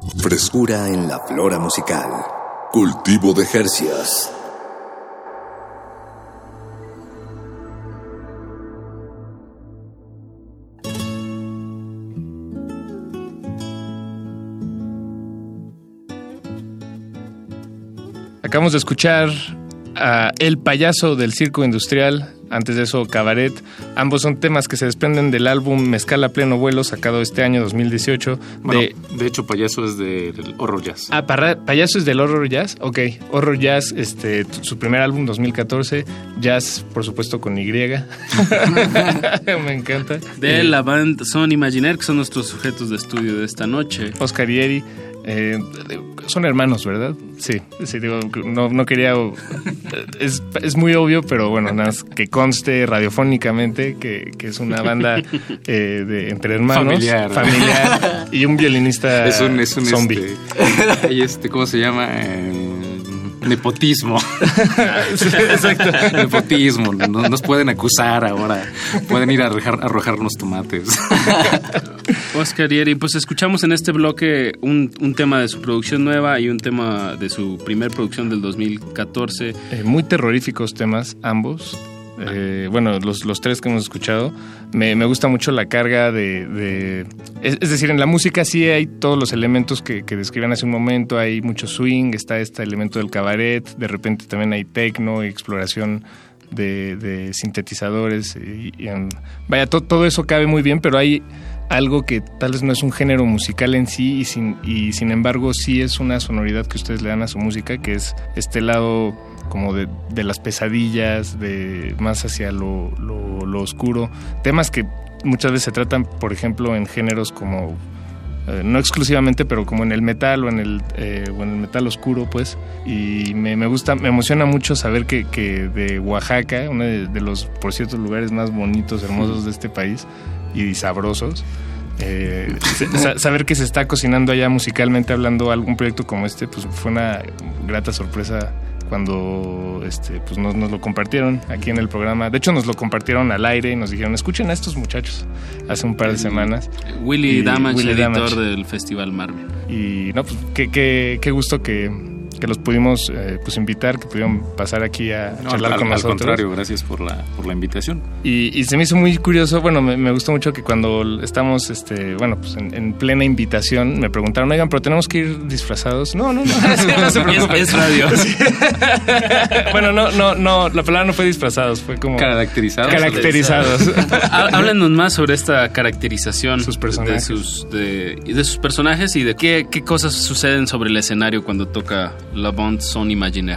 Frescura en la flora musical. Cultivo de Hercias. Acabamos de escuchar a El Payaso del Circo Industrial, antes de eso Cabaret. Ambos son temas que se desprenden del álbum Mezcal a Pleno Vuelo, sacado este año dos mil dieciocho. Bueno, de, de hecho Payaso es de, del Horror Jazz. Ah, para, Payaso es del Horror Jazz, ok. Horror Jazz, este, su primer álbum dos mil catorce, Jazz, por supuesto, con Y. Me encanta. De la band Son Imaginaire, que son nuestros sujetos de estudio de esta noche. Oscar y Eri. Eh, son hermanos, ¿verdad? Sí, sí, digo, no, no quería... Es, es muy obvio, pero bueno, nada más que conste radiofónicamente que, que es una banda eh, de entre hermanos. Familiar. Familiar y un violinista es un, es un zombie. Este, hay este, ¿cómo se llama? Eh, nepotismo. Sí, exacto. Nepotismo. Nos, nos pueden acusar ahora. Pueden ir a arrojar, a arrojarnos tomates. Oscar y Eri, pues escuchamos en este bloque un, un tema de su producción nueva y un tema de su primer producción del dos mil catorce. Eh, muy terroríficos temas, ambos. Eh, bueno, los, los tres que hemos escuchado. Me, me gusta mucho la carga de... de es, es decir, en la música sí hay todos los elementos que, que describían hace un momento. Hay mucho swing, está este elemento del cabaret. De repente también hay techno y exploración de, de sintetizadores. Y, y, um, vaya, to, todo eso cabe muy bien, pero hay algo que tal vez no es un género musical en sí y sin, y sin embargo sí es una sonoridad que ustedes le dan a su música, que es este lado como de, de las pesadillas, de más hacia lo, lo, lo oscuro. Temas que muchas veces se tratan, por ejemplo, en géneros como, eh, no exclusivamente, pero como en el metal o en el, eh, o en el metal oscuro, pues. Y me, me gusta, me emociona mucho saber que, que de Oaxaca, uno de, de los, por cierto, lugares más bonitos, hermosos de este país y sabrosos, Eh, saber que se está cocinando allá musicalmente hablando algún proyecto como este, pues fue una grata sorpresa cuando este, pues nos, nos lo compartieron aquí en el programa. De hecho nos lo compartieron al aire y nos dijeron, escuchen a estos muchachos, hace un par de semanas. Willy Damage, Willy editor Damage. del Festival Marvel. Y no, pues qué, qué, qué gusto que, que los pudimos eh, pues invitar, que pudieron pasar aquí a No, charlar al, con al nosotros. contrario, gracias por la, por la invitación. Y, y se me hizo muy curioso, bueno, me, me gustó mucho que cuando estamos, este, bueno, pues en, en plena invitación, me preguntaron, oigan, pero tenemos que ir disfrazados. No, no, no, no se preocupen. Es, es radio. Sí. Bueno, no, no, no, la palabra no fue disfrazados, fue como... Caracterizados. Caracterizados. Háblanos más sobre esta caracterización sus personajes. De, sus, de, de sus personajes y de qué, qué cosas suceden sobre el escenario cuando toca La Bande Son Imaginaire.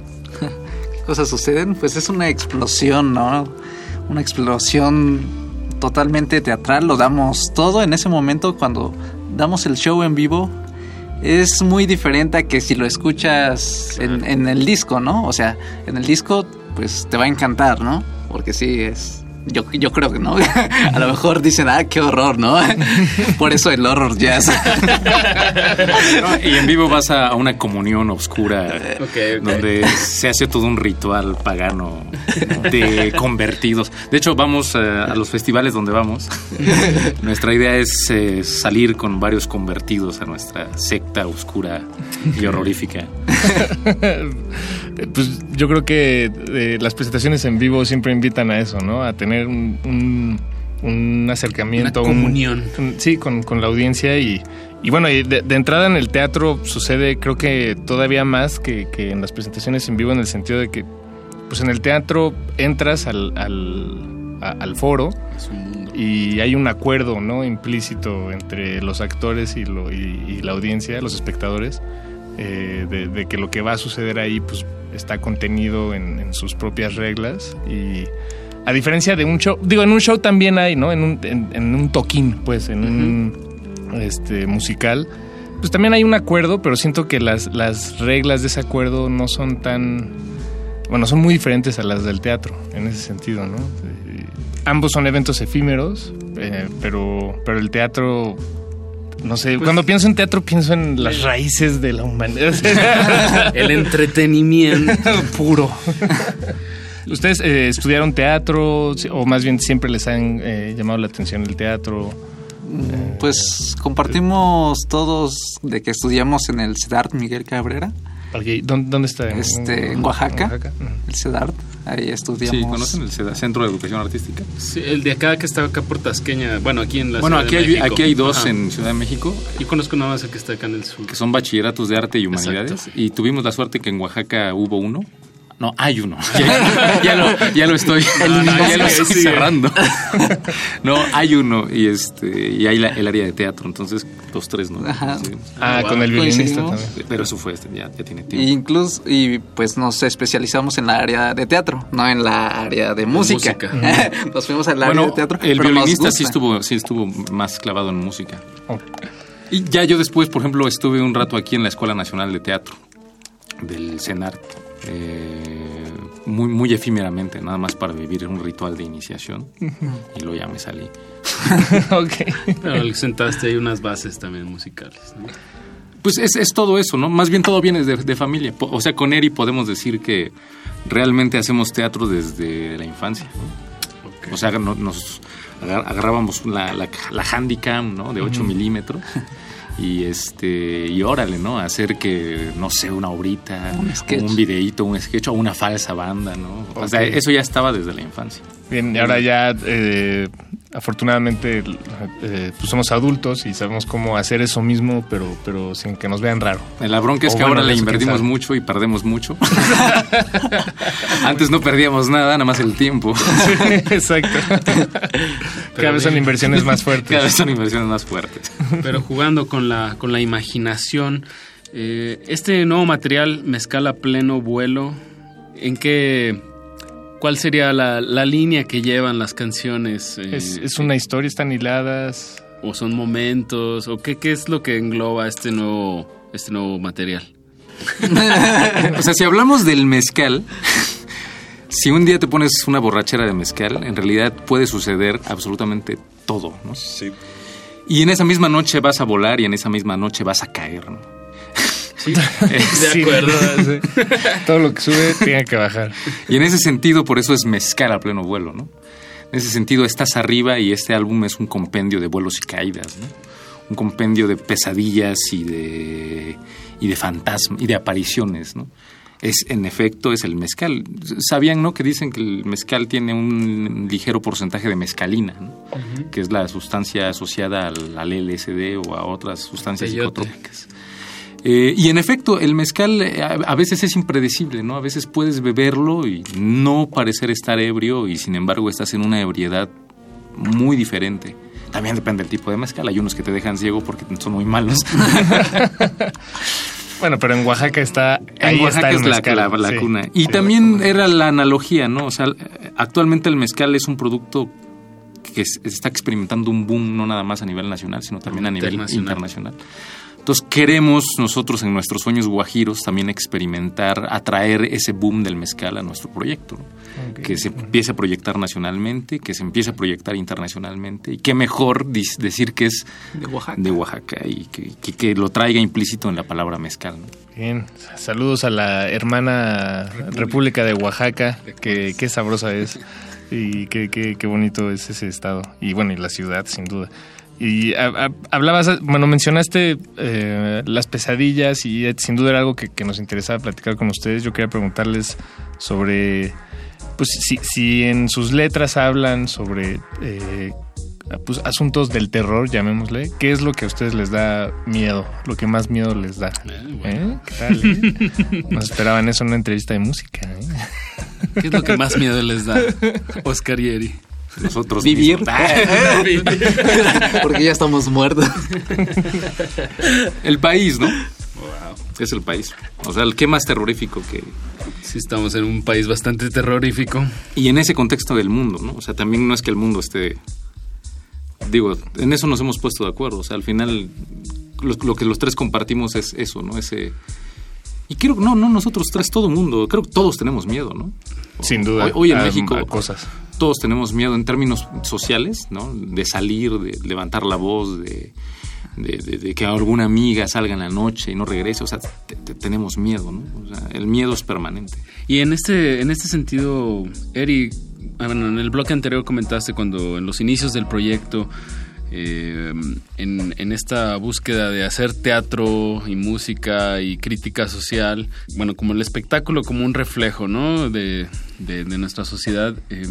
¿Qué cosas suceden? Pues es una explosión, ¿no? Una explosión totalmente teatral, lo damos todo en ese momento cuando damos el show en vivo. Es muy diferente a que si lo escuchas en, en el disco, ¿no? O sea, en el disco pues te va a encantar, ¿no? Porque sí, es... Yo, yo creo que no. A lo mejor dicen, ah, qué horror, ¿no? Por eso el horror jazz. Y en vivo vas a una comunión oscura, okay, okay. donde se hace todo un ritual pagano de convertidos. De hecho, vamos a, a los festivales donde vamos. Nuestra idea es eh, salir con varios convertidos a nuestra secta oscura y horrorífica. Pues yo creo que eh, las presentaciones en vivo siempre invitan a eso, ¿no? A tener un, un, un acercamiento, una comunión. Un, un, sí, con, con la audiencia y, y bueno, y de, de entrada en el teatro sucede, creo que todavía más que, que en las presentaciones en vivo, en el sentido de que, pues en el teatro entras al, al, a, al foro y hay un acuerdo, ¿no? Implícito entre los actores y, lo, y, y la audiencia, los espectadores. Eh, de, de que lo que va a suceder ahí pues está contenido en, en sus propias reglas y a diferencia de un show, digo, en un show también hay, ¿no? En un, en, en un toquín, pues, en uh-huh. un este, musical, pues también hay un acuerdo, pero siento que las, las reglas de ese acuerdo no son tan, bueno, son muy diferentes a las del teatro, en ese sentido, ¿no? Eh, ambos son eventos efímeros, eh, pero, pero el teatro... No sé, pues, cuando pienso en teatro pienso en las raíces de la humanidad. El entretenimiento puro. ¿Ustedes eh, estudiaron teatro o más bien siempre les han eh, llamado la atención el teatro? Pues compartimos todos de que estudiamos en el CEDART Miguel Cabrera. Okay. ¿Dónde, ¿Dónde está? Este, en Oaxaca, en Oaxaca. El CEDART, ahí estudiamos. Sí, ¿conocen el CEDART, Centro de Educación Artística? Sí, el de acá que está acá por Tasqueña, bueno, aquí en la bueno, Ciudad aquí de hay, México. aquí hay dos Ajá. en Ciudad de México. Yo conozco nada más el que está acá en el sur. Que son bachilleratos de arte y humanidades. Exacto. Y tuvimos la suerte que en Oaxaca hubo uno. No, hay uno. Ya, ya, lo, ya lo estoy, no, no, ya lo estoy sí, cerrando. No, hay uno y este y hay la, el área de teatro, entonces los tres no. Ajá. Sí. Ah, wow. Con el violinista también. Pero eso fue, este, ya, ya tiene tiempo. Y incluso y pues nos especializamos en la área de teatro, no en la área de música. música. Uh-huh. Nos fuimos al área bueno, de teatro. El violinista sí estuvo, sí estuvo más clavado en música. Oh. Y ya yo después, por ejemplo, estuve un rato aquí en la Escuela Nacional de Teatro del CENART. Eh, muy muy efímeramente, nada más para vivir un ritual de iniciación. Uh-huh. Y luego ya me salí. Okay. Pero sentaste ahí unas bases también musicales, ¿no? Pues es, es todo eso, ¿no? Más bien todo viene de, de familia. O sea, con Eri podemos decir que realmente hacemos teatro desde la infancia, ¿no? Okay. O sea, no, nos agarrábamos la, la, la Handycam, ¿no? De ocho uh-huh. milímetros. Y este y órale, ¿no? Hacer que, no sé, una obrita, un, un videíto, un sketch o una falsa banda, ¿no? Okay. O sea, eso ya estaba desde la infancia. Bien, y ahora ya, eh, afortunadamente, eh, pues somos adultos y sabemos cómo hacer eso mismo, pero pero sin que nos vean raro. La bronca es o que bueno, ahora le invertimos mucho y perdemos mucho. Antes no perdíamos nada, nada más el tiempo. Sí, exacto. Cada vez son inversiones más fuertes. Cada vez son inversiones más fuertes. Pero jugando con la, con la imaginación, eh, este nuevo material, Mezcal a pleno vuelo, ¿en qué... ¿Cuál sería la, la línea que llevan las canciones? Eh, es, es una historia, están hiladas. ¿O son momentos? ¿O qué, qué es lo que engloba este nuevo, este nuevo material? O sea, si hablamos del mezcal, si un día te pones una borrachera de mezcal, en realidad puede suceder absolutamente todo, ¿no? Sí. Y en esa misma noche vas a volar y en esa misma noche vas a caer, ¿no? Sí, de acuerdo. Sí, sí. Todo lo que sube tiene que bajar. Y en ese sentido, por eso es mezcal a pleno vuelo, ¿no? En ese sentido, estás arriba y este álbum es un compendio de vuelos y caídas, ¿no? Un compendio de pesadillas y de, y de fantasmas y de apariciones, ¿no? Es, en efecto, es el mezcal. ¿Sabían, no? Que dicen que el mezcal tiene un ligero porcentaje de mescalina, ¿no? Uh-huh. Que es la sustancia asociada al, al L S D o a otras sustancias Peyote. psicotrópicas. Eh, y en efecto, el mezcal a, a veces es impredecible, ¿no? A veces puedes beberlo y no parecer estar ebrio y sin embargo estás en una ebriedad muy diferente. También depende del tipo de mezcal. Hay unos que te dejan ciego porque son muy malos. Bueno, pero en Oaxaca está... Ahí en Oaxaca está el es mezcal. la, la, la sí. cuna. Y sí, también era la analogía, ¿no? O sea, actualmente el mezcal es un producto que está experimentando un boom no nada más a nivel nacional, sino también a nivel internacional. internacional. Entonces queremos nosotros en nuestros sueños guajiros también experimentar, atraer ese boom del mezcal a nuestro proyecto, ¿no? Okay. Que se empiece a proyectar nacionalmente, que se empiece a proyectar internacionalmente y qué mejor dis- decir que es de Oaxaca, de Oaxaca y que, que, que lo traiga implícito en la palabra mezcal, ¿no? Bien, saludos a la hermana República, República de Oaxaca, que qué sabrosa es y qué, qué, qué bonito es ese estado y bueno, y la ciudad sin duda. Y a, a, hablabas, bueno, mencionaste eh, las pesadillas y sin duda era algo que, que nos interesaba platicar con ustedes. Yo quería preguntarles sobre, pues, si, si en sus letras hablan sobre eh, pues, asuntos del terror, llamémosle. ¿Qué es lo que a ustedes les da miedo? Lo que más miedo les da. Eh, bueno. ¿Eh? ¿Qué tal? Eh? Nos esperaban eso en una entrevista de música. ¿Eh? ¿Qué es lo que más miedo les da, Oscar y Eri? Nosotros vivir porque ya estamos muertos. El país, ¿no? Wow. Es el país. O sea, el qué más terrorífico que... Sí, estamos en un país bastante terrorífico. Y en ese contexto del mundo, ¿no? O sea, también no es que el mundo esté... Digo, en eso nos hemos puesto de acuerdo. O sea, al final lo, lo que los tres compartimos es eso, ¿no? Ese... Y creo que no, no nosotros tres, todo el mundo. Creo que todos tenemos miedo, ¿no? Sin duda. Hoy, hoy en a, México... A cosas. Todos tenemos miedo en términos sociales, ¿no? De salir, de levantar la voz, de, de, de, de que alguna amiga salga en la noche y no regrese. O sea, te, te, tenemos miedo, ¿no? O sea, el miedo es permanente. Y en este, en este sentido, Eri, bueno, en el bloque anterior comentaste cuando en los inicios del proyecto eh, en, en esta búsqueda de hacer teatro y música y crítica social, bueno, como el espectáculo como un reflejo, ¿no? de, de, de nuestra sociedad. Eh,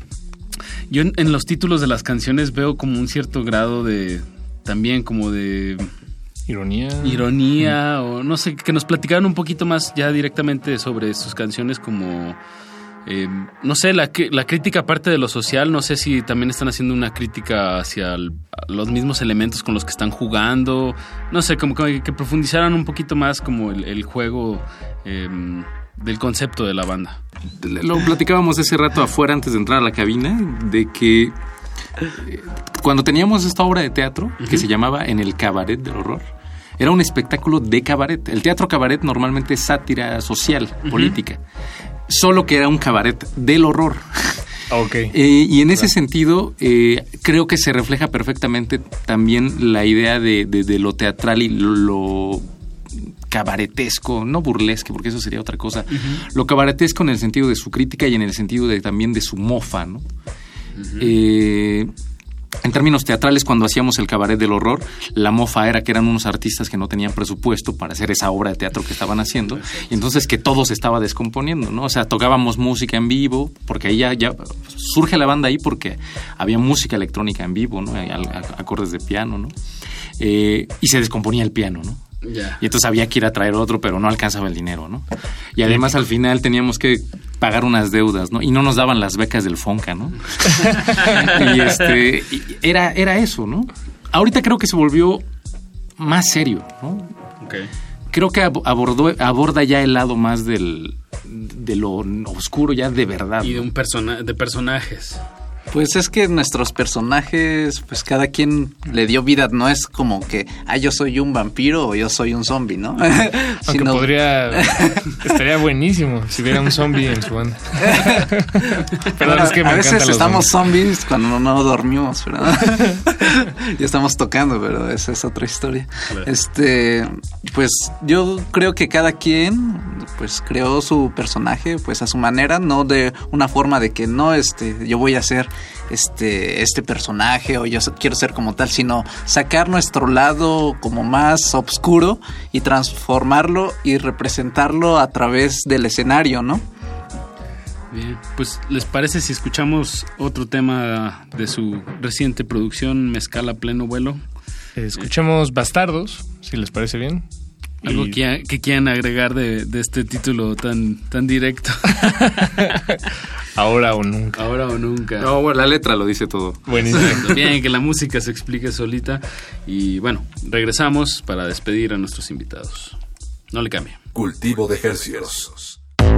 yo en, en los títulos de las canciones veo como un cierto grado de, también como de... Ironía. Ironía, mm. o no sé, que nos platicaran un poquito más ya directamente sobre sus canciones como... Eh, no sé, la, la crítica aparte de lo social, no sé si también están haciendo una crítica hacia el, los mismos elementos con los que están jugando, no sé, como que, que profundizaran un poquito más como el, el juego eh, del concepto de la banda. Lo platicábamos hace rato afuera antes de entrar a la cabina, de que eh, cuando teníamos esta obra de teatro uh-huh. que se llamaba En el Cabaret del Horror, era un espectáculo de cabaret. El teatro cabaret normalmente es sátira social, uh-huh. política. Solo que era un cabaret del horror. Okay. Eh, y en ese claro. sentido, eh, creo que se refleja perfectamente también la idea de, de, de lo teatral y lo, lo cabaretesco, no burlesque, porque eso sería otra cosa. Uh-huh. Lo cabaretesco en el sentido de su crítica y en el sentido de también de su mofa, ¿no? Uh-huh. Eh... En términos teatrales, cuando hacíamos el Cabaret del Horror, la mofa era que eran unos artistas que no tenían presupuesto para hacer esa obra de teatro que estaban haciendo, y entonces que todo se estaba descomponiendo, ¿no? O sea, tocábamos música en vivo, porque ahí ya, ya surge la banda ahí porque había música electrónica en vivo, ¿no? Acordes de piano, ¿no? Eh, y se descomponía el piano, ¿no? Yeah. Y entonces había que ir a traer otro, pero no alcanzaba el dinero, ¿no? Y además al final teníamos que pagar unas deudas, ¿no? Y no nos daban las becas del Fonca, ¿no? y este y era, era eso, ¿no? Ahorita creo que se volvió más serio, ¿no? Okay. Creo que abordó, aborda ya el lado más del de lo oscuro ya de verdad. Y de un persona, de personajes. Pues es que nuestros personajes, pues cada quien le dio vida, no es como que, ah, yo soy un vampiro o yo soy un zombie, ¿no? Aunque Sino... podría, estaría buenísimo si hubiera un zombie en su banda. Perdón, bueno, es que me a veces estamos zombies. zombies cuando no dormimos, pero ya estamos tocando, pero esa es otra historia. Claro. Este, pues yo creo que cada quien, pues creó su personaje, pues a su manera, no de una forma de que no, este, yo voy a ser este este personaje o yo quiero ser como tal, sino sacar nuestro lado como más oscuro y transformarlo y representarlo a través del escenario, ¿no? Bien, pues ¿les parece si escuchamos otro tema de su reciente producción, Mezcal a pleno vuelo? Escuchemos Bastardos, si les parece bien. Algo y... que, que quieran agregar de, de este título tan, tan directo. Ahora o nunca. Ahora o nunca. No, bueno, la letra lo dice todo. Buenísimo. Bien, que la música se explique solita. Y bueno, regresamos para despedir a nuestros invitados. No le cambie. Cultivo de ejercicios.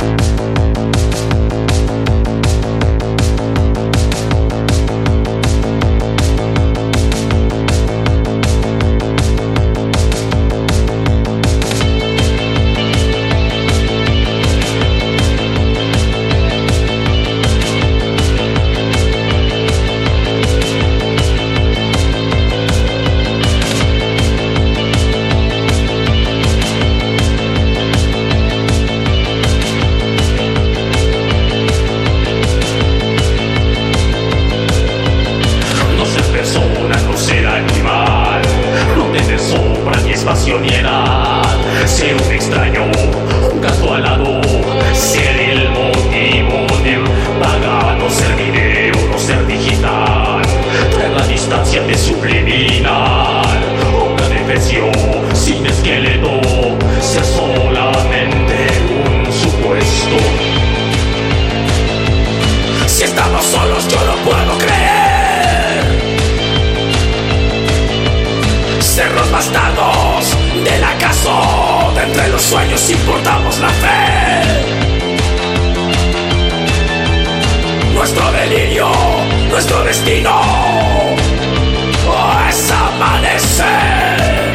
Ser un extraño, un gato alado, ser el motivo de un pagano, ser video, no ser digital, traer la distancia de subliminal, una defensión sin esqueleto, ser solamente un supuesto. Si estamos solos yo no puedo creer, ser los bastardos del acaso, de entre los sueños importamos la fe. Nuestro delirio, nuestro destino es amanecer.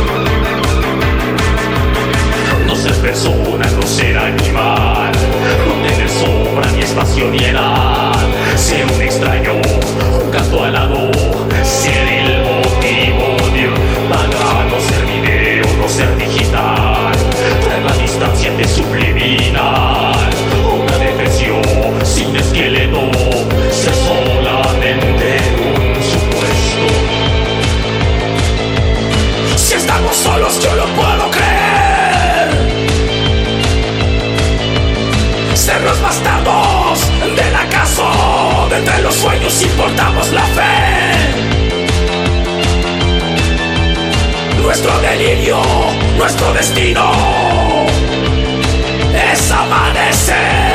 Persona, no ser animal, Nuestro delirio, nuestro destino es amanecer.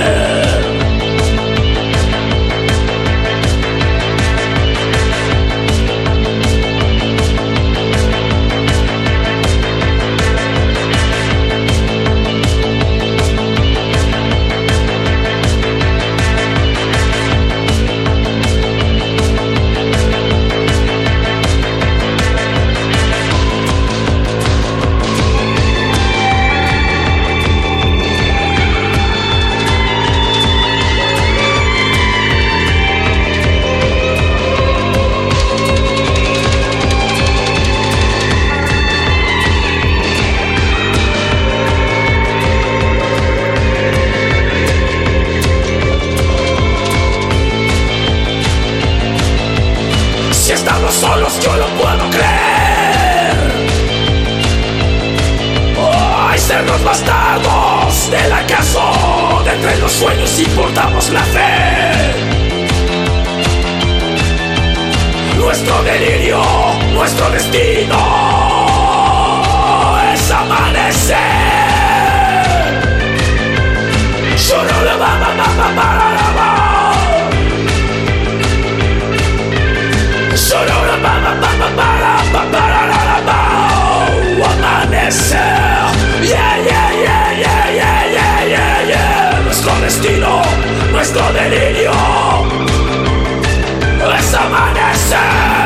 Solos yo lo puedo creer. Oh, hay cerdos bastardos del acaso, de entre los sueños importamos la fe. Nuestro delirio, nuestro destino es amanecer. Shororababababababa. Amanecer, yeah, yeah, yeah, yeah, yeah, yeah, yeah, yeah. Nuestro destino, nuestro delirio es amanecer.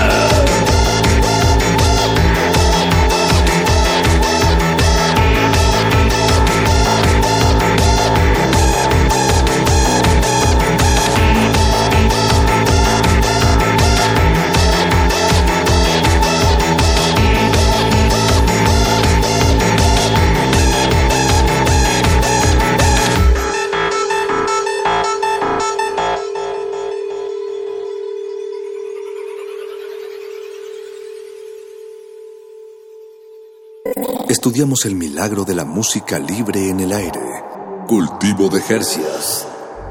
Estudiamos el milagro de la música libre en el aire. Cultivo de Hercias.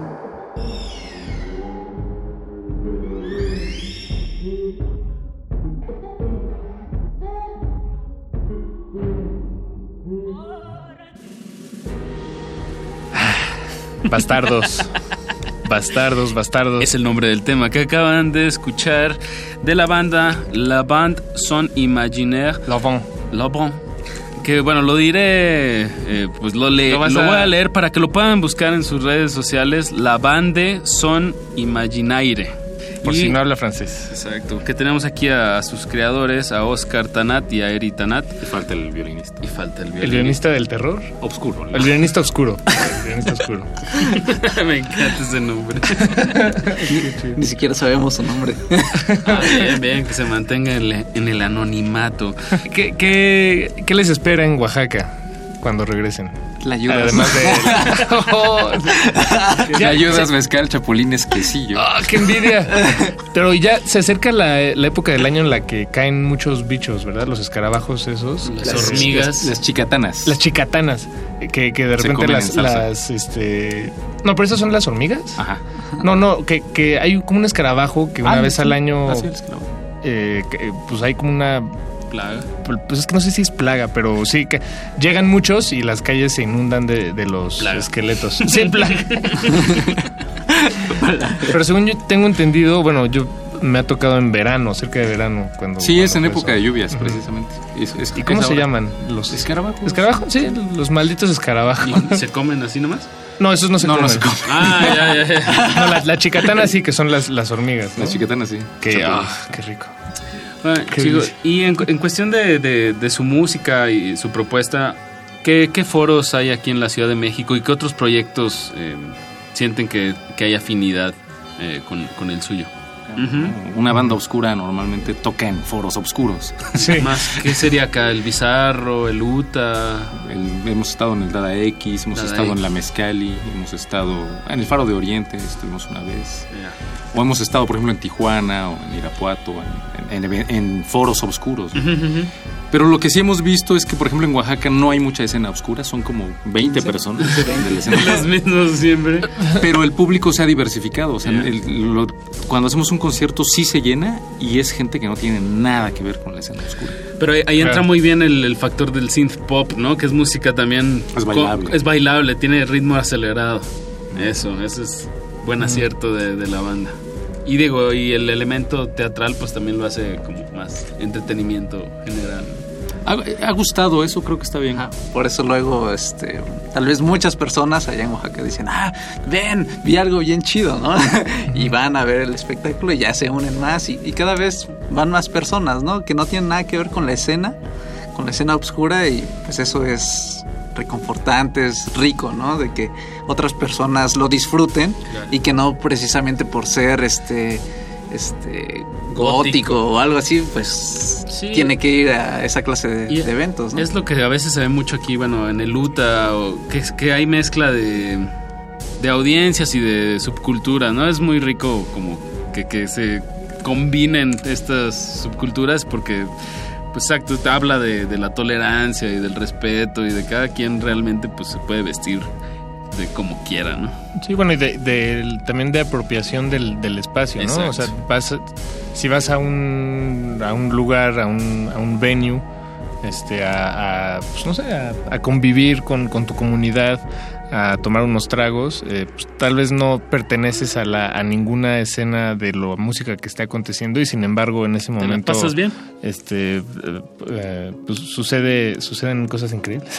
Bastardos. Bastardos, bastardos. Es el nombre del tema que acaban de escuchar de la banda La Bande Son Imaginaire. La Bande. La Bande. Que bueno, lo diré, eh, pues lo, le, lo, lo voy a... a leer para que lo puedan buscar en sus redes sociales. La Bande Son Imaginaire. Por y, si no habla francés. Exacto. Que tenemos aquí a, a sus creadores, a Oscar Tanat y a Eri Tanat. Y falta el violinista. Y falta el violinista. ¿El violinista del terror? Obscuro. El violinista oscuro. El violinista oscuro. Me encanta ese nombre. Ni, ni siquiera sabemos su nombre. Ah, bien, bien, que se mantenga en el, en el anonimato. ¿Qué, qué, ¿Qué les espera en Oaxaca cuando regresen? La ayudas. Además de... oh, ya ayudas, mezcal, chapulines, quesillo. ¡Ah, oh, qué envidia! Pero ya se acerca la, la época del año en la que caen muchos bichos, ¿verdad? Los escarabajos esos. Las, las hormigas. Las, las chicatanas. Las chicatanas. Que, que de repente las, las... este No, pero esas son las hormigas. Ajá. No, no, que, que hay como un escarabajo que una ah, vez sí. al año... Ah, sí, el escarabajo. Eh, que, pues hay como una... plaga. Pues es que no sé si es plaga, pero sí que llegan muchos y las calles se inundan de, de los plaga. esqueletos. Sí, plaga. Pero según yo tengo entendido, bueno, yo me ha tocado en verano, cerca de verano, cuando sí, es en época eso. de lluvias, uh-huh. precisamente. Es, es, ¿Y cómo se ahora? llaman? Los escarabajos. ¿Escarabajos? Sí, los malditos escarabajos. ¿Y se comen así nomás? No, esos no se no, comen. No, se comen. Ah, ya, ya, ya. No, la, la chicatana sí, que son las, las hormigas, ¿no? Las chicatanas sí. Que, ah, qué rico. Bueno, chicos, y en, en cuestión de, de, de su música y su propuesta, ¿qué, ¿qué foros hay aquí en la Ciudad de México y qué otros proyectos eh, sienten que, que hay afinidad eh, con, con el suyo? Uh-huh. Una banda oscura normalmente toca en foros oscuros. Sí. Más, ¿qué sería acá? ¿El Bizarro? ¿El Uta? El, hemos estado en el Dada X, hemos Dada estado X. en la Mezcali, hemos estado en el Faro de Oriente, estuvimos una vez. Yeah. O hemos estado, por ejemplo, en Tijuana o en Irapuato, en, en, en, en foros oscuros, ¿no? Uh-huh. Pero lo que sí hemos visto es que, por ejemplo, en Oaxaca no hay mucha escena oscura, son como veinte ¿Sí? personas de la escena. Los mismos siempre. Pero el público se ha diversificado. O sea, yeah. el, lo, cuando hacemos un un concierto sí se llena y es gente que no tiene nada que ver con la escena oscura. Pero ahí, ahí entra muy bien el, el factor del synth pop, ¿no? Que es música también... Es bailable. Co- es bailable, tiene ritmo acelerado. Eso, eso es buen acierto de, de la banda. Y digo, y el elemento teatral pues también lo hace como más entretenimiento general. Ha, ha gustado eso, creo que está bien. Ah, por eso luego, este, tal vez muchas personas allá en Oaxaca dicen, ah, ven, vi algo bien chido, ¿no? Y van a ver el espectáculo y ya se unen más y, y cada vez van más personas, ¿no? Que no tienen nada que ver con la escena, con la escena oscura y pues eso es reconfortante, es rico, ¿no? De que otras personas lo disfruten, claro. Y que no precisamente por ser este, este gótico, gótico o algo así, pues sí. Tiene que ir a esa clase de, de eventos, ¿no? Es lo que a veces se ve mucho aquí, bueno, en el U T A, o que, que hay mezcla de, de audiencias y de subcultura, ¿no? Es muy rico como que, que se combinen estas subculturas porque... Pues exacto, te habla de, de la tolerancia y del respeto y de cada quien realmente pues se puede vestir de como quiera, ¿no? Sí, bueno, y de, de, también de apropiación del, del espacio, ¿no? Exacto. O sea, vas, si vas a un, a un lugar, a un, a un venue, este, a, a pues no sé, a, a convivir con, con tu comunidad, a tomar unos tragos, eh, pues tal vez no perteneces a la a ninguna escena de la música que está aconteciendo y sin embargo en ese momento ¿te la pasas bien? Este, eh, eh, pues sucede suceden cosas increíbles.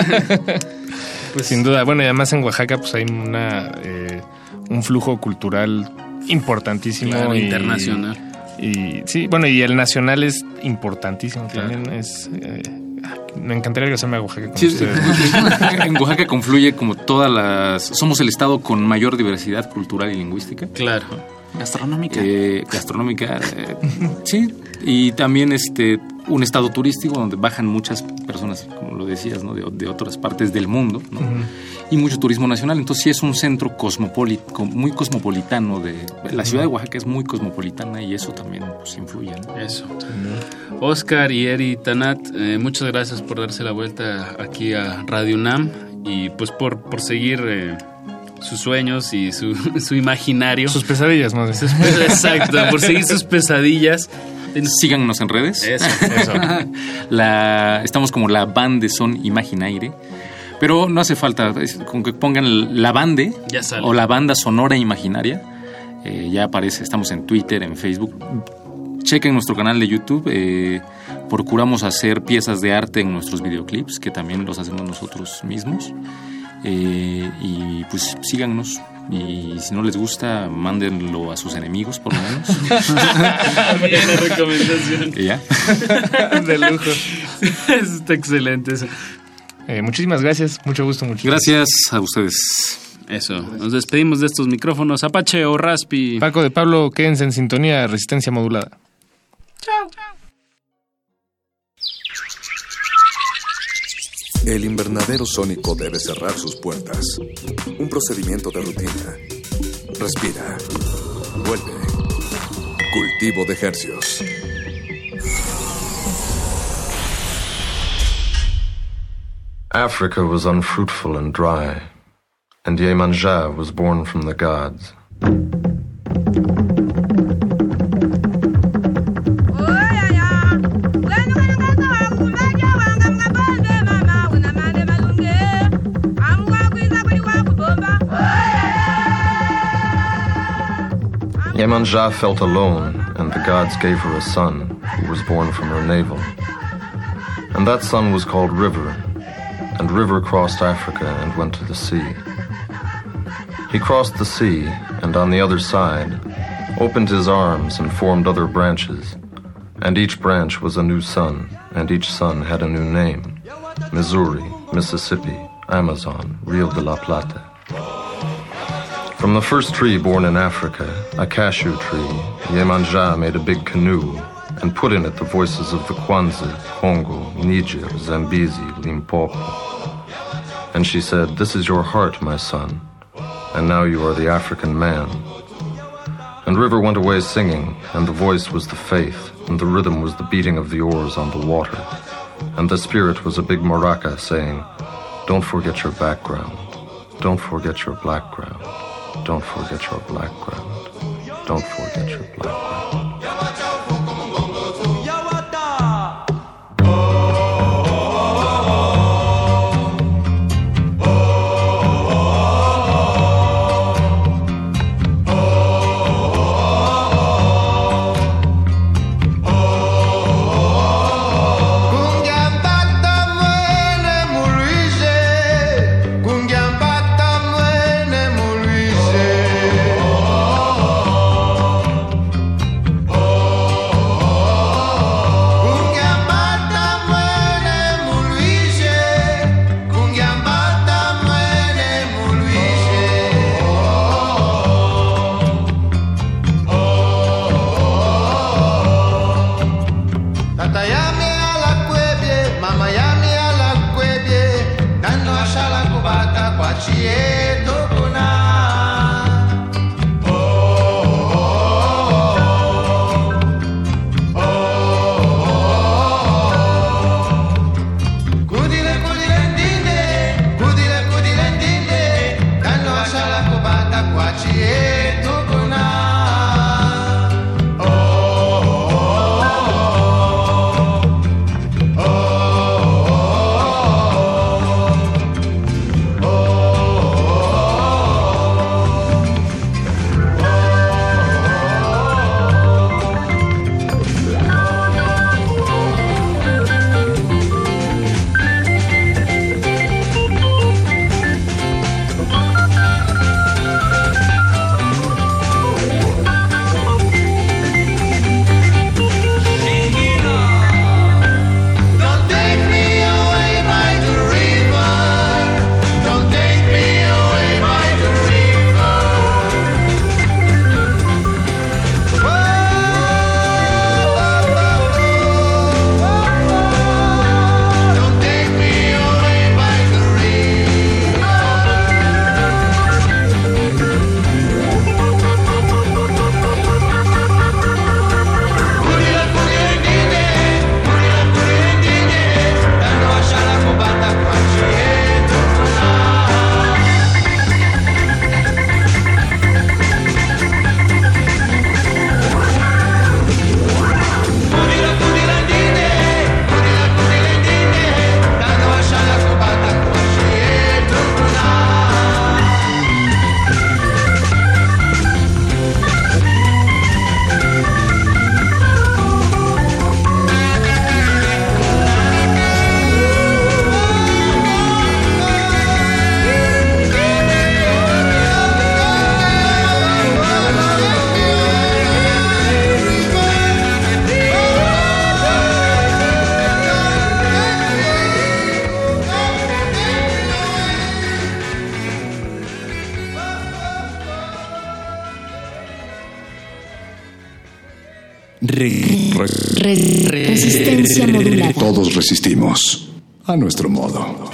Pues sin duda, bueno, y además en Oaxaca pues hay una eh, un flujo cultural importantísimo, claro, y, internacional. Y sí, bueno, y el nacional es importantísimo, claro. También es eh, me encantaría regresarme a Oaxaca con sí, ustedes. En Oaxaca confluye como todas las... Somos el estado con mayor diversidad cultural y lingüística. Claro. Gastronómica. Eh, gastronómica, eh, sí. Y también este un estado turístico donde bajan muchas personas, como lo decías, ¿no? de, de otras partes del mundo, ¿no? Uh-huh. Y mucho turismo nacional. Entonces sí es un centro cosmopolita, muy cosmopolitano. De, la ciudad de Oaxaca es muy cosmopolitana y eso también pues, influye, ¿no? Eso. Uh-huh. Oscar y Eri Tanat, eh, muchas gracias por darse la vuelta aquí a Radio UNAM y pues por, por seguir... Eh, sus sueños y su, su imaginario. Sus pesadillas, más bien. Sus, exacto, por seguir sus pesadillas. Síganos en redes. Eso, eso. La, estamos como la bande son Imaginaire. Pero no hace falta, con que pongan la bande o la banda sonora imaginaria. Eh, ya aparece, estamos en Twitter, en Facebook. Chequen nuestro canal de YouTube. Eh, procuramos hacer piezas de arte en nuestros videoclips, que también los hacemos nosotros mismos. Eh, y pues síganos y si no les gusta mándenlo a sus enemigos por lo menos. Bien la recomendación. ¿Y ya? De lujo. Está excelente eso. Eh, muchísimas gracias, mucho gusto, mucho gracias a ustedes. Eso, nos despedimos de estos micrófonos. Apache o Raspi. Paco de Pablo, quédense en sintonía, resistencia modulada. Chao. El invernadero sónico debe cerrar sus puertas. Un procedimiento de rutina. Respira. Vuelve. Cultivo de hercios. Africa was unfruitful and dry, and Yemanja was born from the gods. Yemanja felt alone, and the gods gave her a son, who was born from her navel. And that son was called River, and River crossed Africa and went to the sea. He crossed the sea, and on the other side, opened his arms and formed other branches, and each branch was a new son, and each son had a new name: Missouri, Mississippi, Amazon, Rio de la Plata. From the first tree born in Africa, a cashew tree, Yemanja made a big canoe and put in it the voices of the Kwanzaa, Congo, Niger, Zambezi, Limpopo. And she said, "This is your heart, my son, and now you are the African man." And River went away singing, and the voice was the faith, and the rhythm was the beating of the oars on the water. And the spirit was a big maraca saying, "Don't forget your background. Don't forget your black ground. Don't forget your black ground." Don't forget your black wife. Resistencia modulada. Todos resistimos a nuestro modo.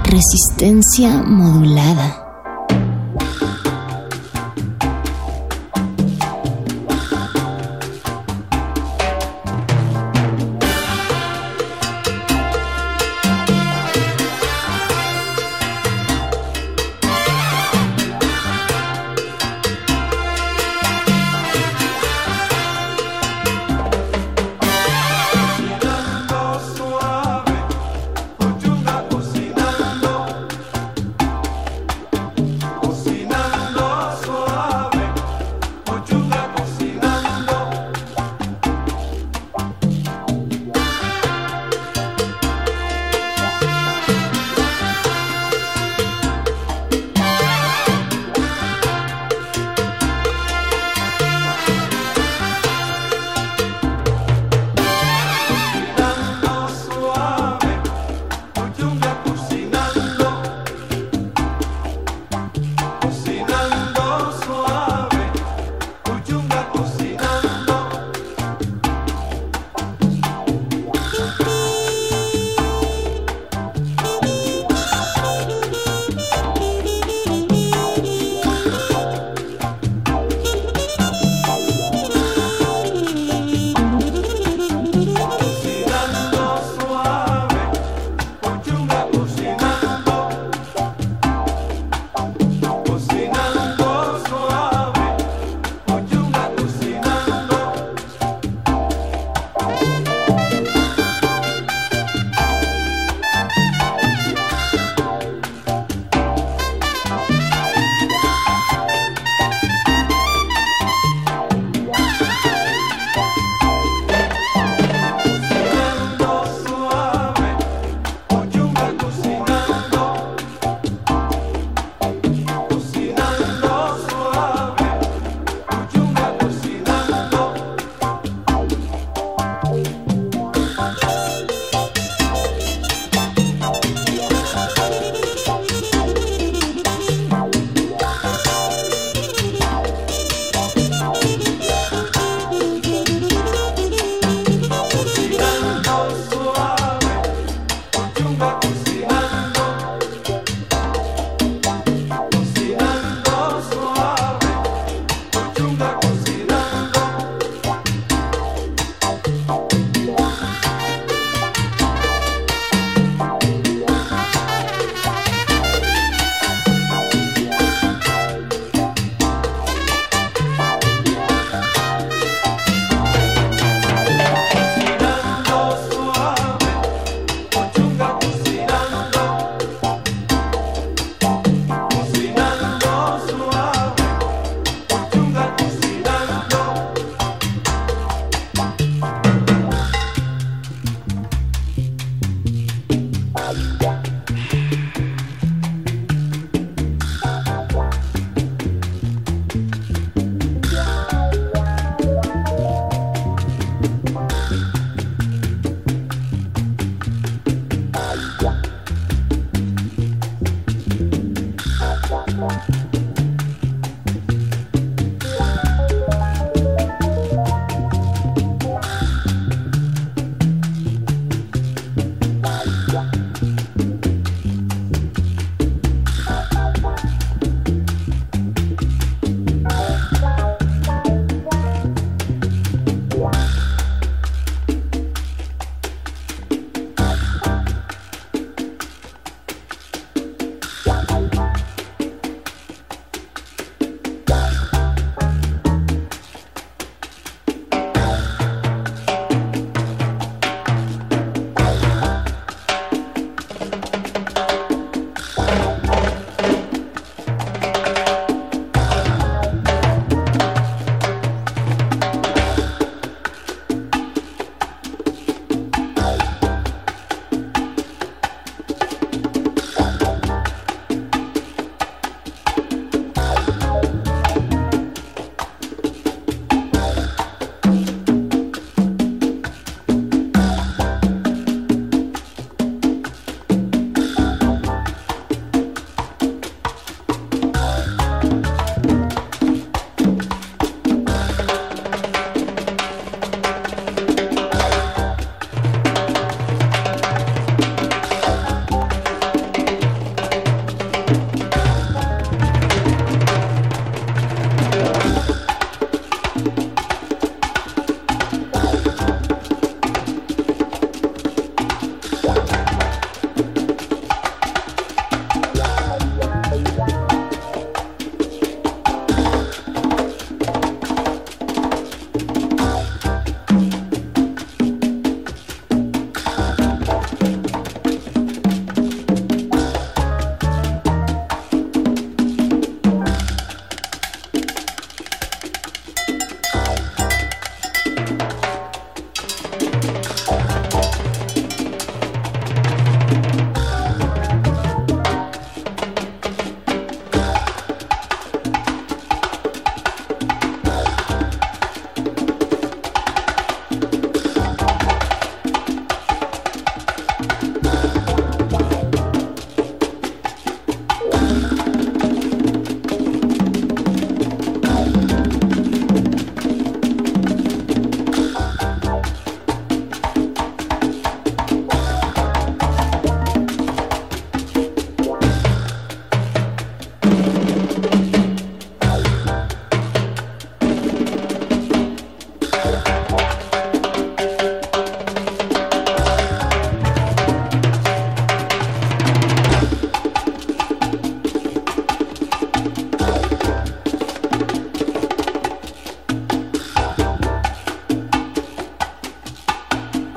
Resistencia modulada. Suave, cocinando.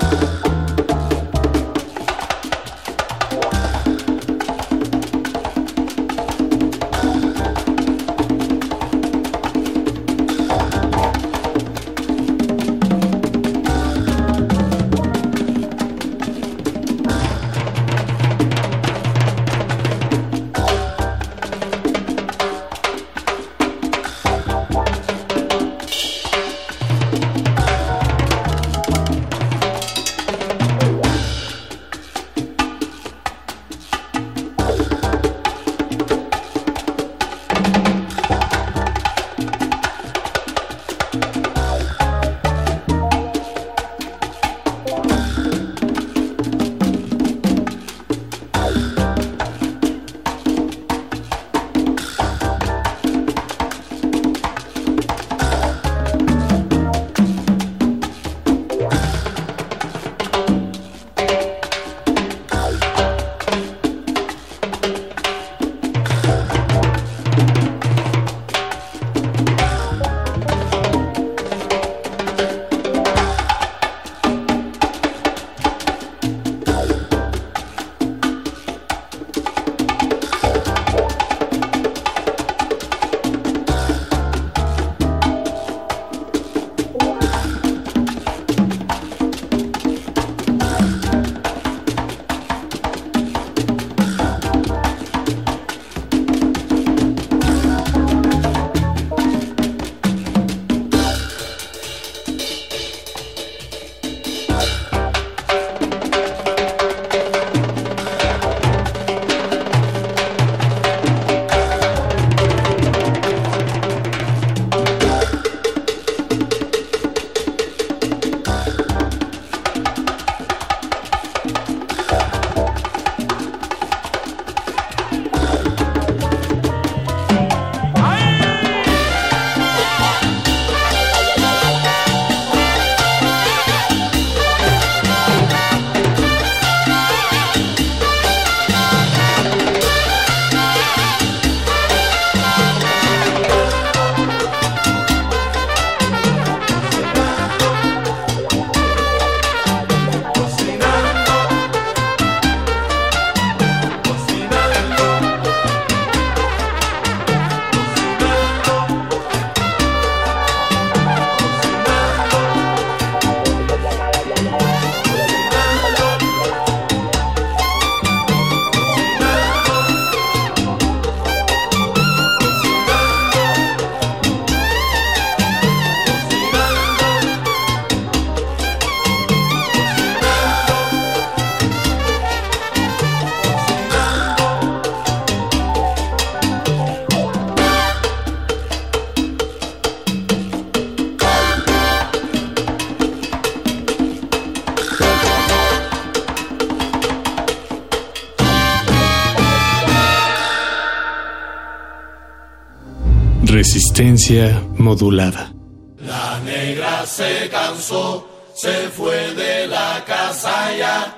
Resistencia modulada. La negra se cansó, se fue de la casa ya.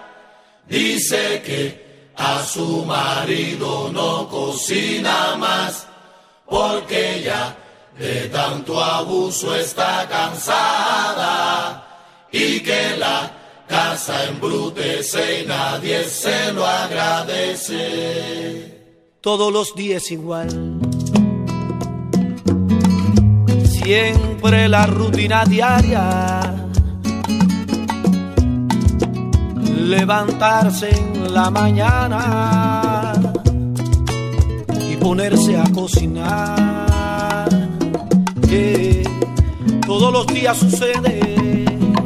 Dice que a su marido no cocina más, porque ya de tanto abuso está cansada, y que la casa embrutece y nadie se lo agradece. Todos los días igual, siempre la rutina diaria, levantarse en la mañana y ponerse a cocinar, que todos los días sucede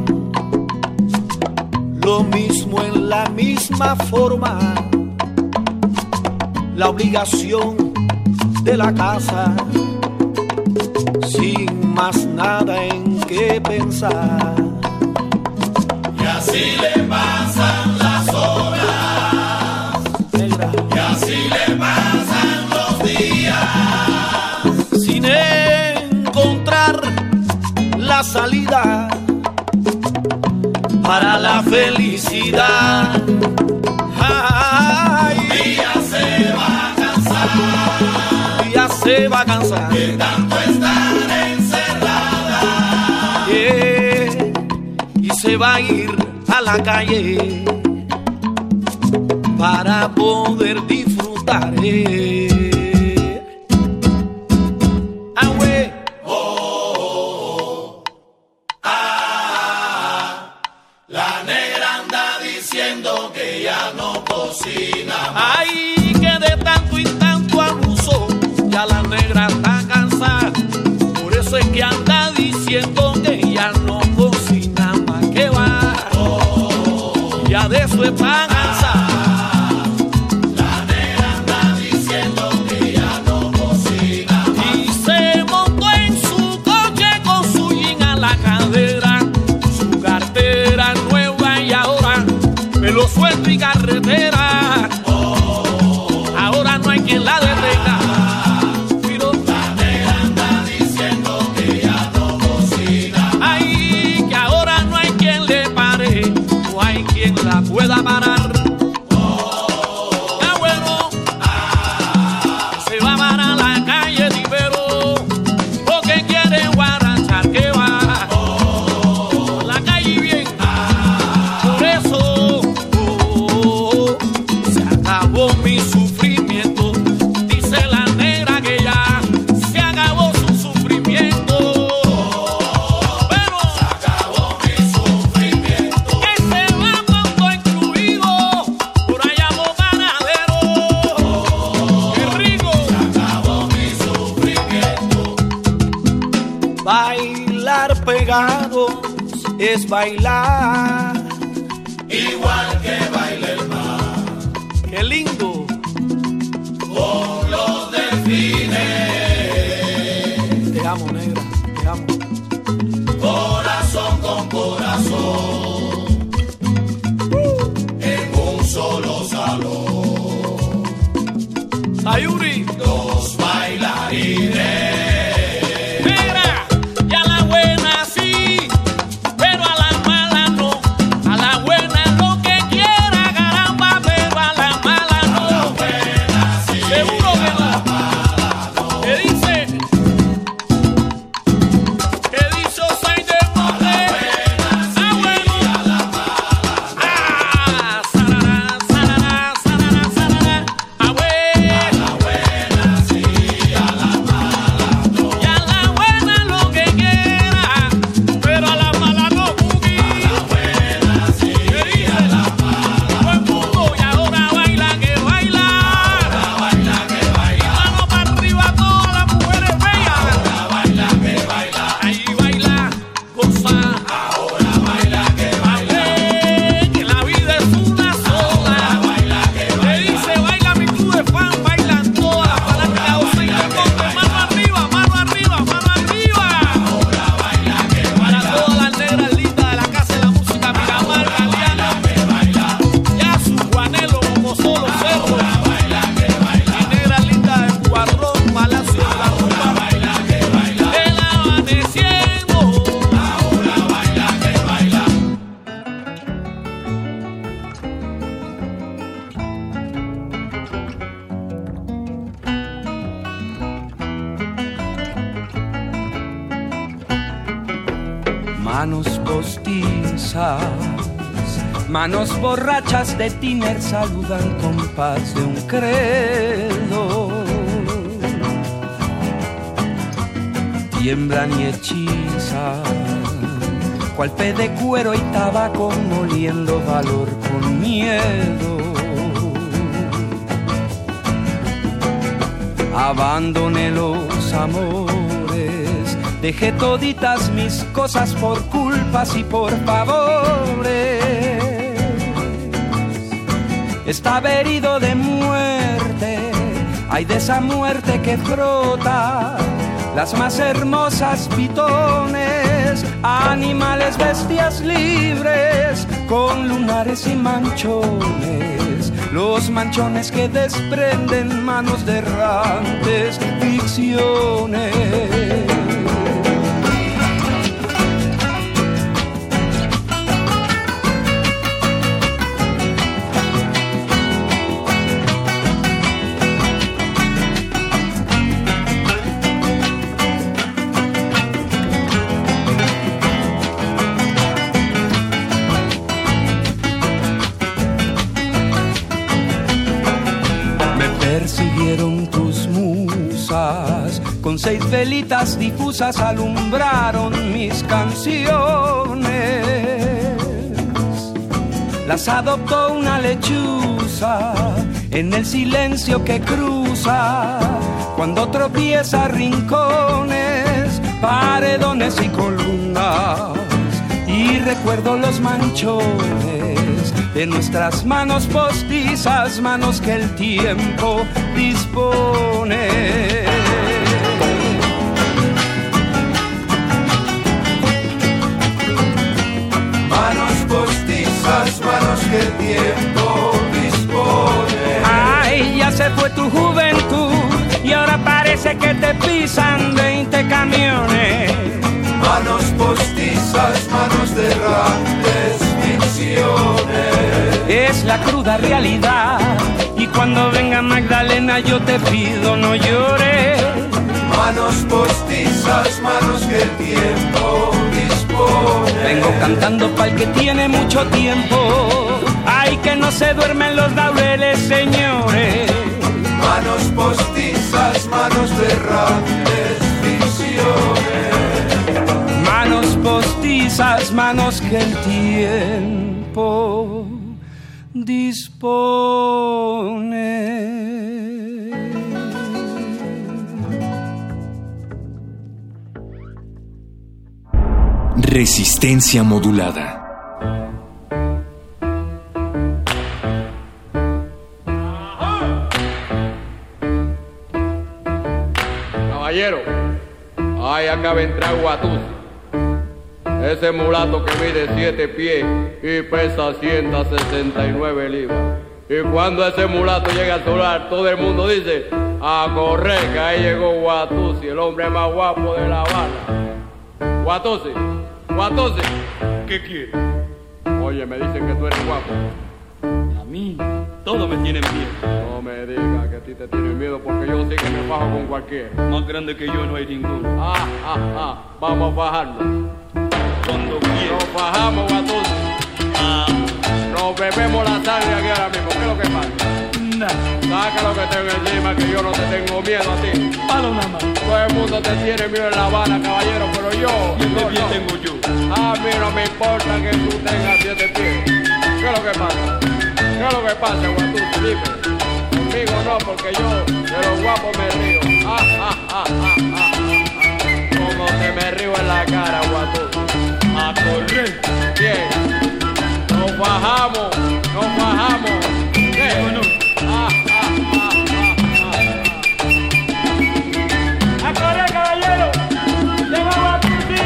lo mismo en la misma forma, la obligación de la casa, sin más nada en qué pensar. Y así le pasan las horas, negra. Y así le pasan los días, sin encontrar la salida para la felicidad. Ay, ella se va a cansar, ella se va a cansar de tanto estar encerrada, yeah, y se va a ir a la calle para poder disfrutar. Ah, güey. Oh, oh, ah, la negra anda diciendo que ya no cocina más. Ay, que de tanto y tanto abuso ya la negra está cansada. Por eso es que anda diciendo que ya no cocina más. Que va, oh, ya de eso está cansada. Lo suelto y carretera, oh, ahora no hay quien la detenga. Pero la negra anda diciendo que ya no cocina. Ay, que ahora no hay quien le pare, no hay quien la pueda parar. Oh, ah, bueno, ah, se va para la calle Tibero, porque quiere guarachar que va. Oh, la calle bien, ah, por eso acabó mi sufrimiento, dice la negra que ya se acabó su sufrimiento. Pero se acabó mi sufrimiento, que se va cuando incluido por allá los panaderos. ¡Qué rico! Se acabó mi sufrimiento. Bailar pegados es bailar igual que baila el mar. ¡Qué lindo! Con los delfines. Te amo, negra, te amo. Corazón con corazón, uh, en un solo salón. Sayuri, dos bailarines. Negra, ya la buena sí, pero a la mala no. A la buena lo que quiera, caramba, pero a la mala no. A la buena sí, seguro que no. A la mala no. ¿Qué dice? ¿Qué dice Osay de Monte? A la buena sí, Ah, bueno. a la mala no. Ah, sarará, sarará, sarará, sarará. Ah, bueno. A la buena sí, a la mala no. Y a la buena lo que quiera, pero a la mala no, Boogie. A la buena sí, ¿Qué dice? a la mala Todo el mundo, y ahora baila que baila. Ahora baila que Y baila. mano para arriba todas las mujeres bellas. Ahora baila que baila. Ahí baila, goza. Ahora baila que baila. Eh, que la vida es una sola. Baila que Le baila. dice, baila mi club de fan, bailan todas las fanáticas Osay de Monte. Mano arriba, mano arriba, mano arriba. Ahora baila que Para baila. todas las negras lindas de la casa de la música, Miramar, Galeana, Que baila. ya su Juanelo, como solo cerro. Baila que baila. Y negras lindas de Cuadrón, Palacio de la Rumba, Baila que baila. el amaneciendo. Ahora baila que baila. Manos postizas, manos borrachas de tiner saludan con paz de un credo. Tiemblan y hechizan, cual pe de cuero y tabaco moliendo valor con miedo. Abandoné los amores, dejé toditas mis cosas por culpas y por favores. Estaba herido de muerte, ay de esa muerte que frota las más hermosas pitones, animales, bestias libres, con lunares y manchones, los manchones que desprenden manos de errantes ficciones. con seis velitas difusas alumbraron mis canciones. Las adoptó una lechuza en el silencio que cruza cuando tropieza rincones, paredones y columnas. Y recuerdo los manchones de nuestras manos postizas, manos que el tiempo dispone. Manos postizas, manos que el tiempo dispone. Ay, ya se fue tu juventud y ahora parece que te pisan veinte camiones. Manos postizas, manos de grandes ficciones. Es la cruda realidad y cuando venga Magdalena yo te pido no llores. Manos postizas, manos que el tiempo dispone. Vengo cantando pa'l que tiene mucho tiempo. Ay, que no se duermen los laureles, señores. Manos postizas, manos de grandes ficciones. Manos postizas, manos que el tiempo dispone. Resistencia modulada. Caballero, ay, acá vendrá Guatusi, ese mulato que mide siete pies y pesa ciento sesenta y nueve libras. Y cuando ese mulato llega a solar, todo el mundo dice, a correr, que ahí llegó Guatusi, el hombre más guapo de La Habana. Guatusi, Guatusi, ¿qué quieres? Oye, me dicen que tú eres guapo. A mí, todos me tienen miedo. No me digas que a ti te tienen miedo porque yo sí que me bajo con cualquiera. Más grande que yo no hay ninguno. Ah, ah, ah, vamos a bajarnos. Cuando quieras. Nos bajamos, Guatusi. Ah. Nos bebemos la sangre aquí ahora mismo. ¿Qué es lo que pasa? Nada. Saca lo que tengo encima, que yo no te tengo miedo a ti. Palo nada más. Todo el mundo te tiene miedo en La Habana, caballero, pero yo... Siete yo pies no. tengo yo. A mí no me importa que tú tengas siete pies. ¿Qué es lo que pasa? ¿Qué es lo que pasa, Guatusi? Dime. Conmigo no, porque yo de los guapos me río. Ah, ah, ah, ah, ah, ah. Como te me río en la cara, Guatusi. A correr. Bien. Nos bajamos, nos bajamos. ¿Qué? No, no. Ah, ah, ah, ah, ah. A correr, caballero. Llegamos a Guatusi.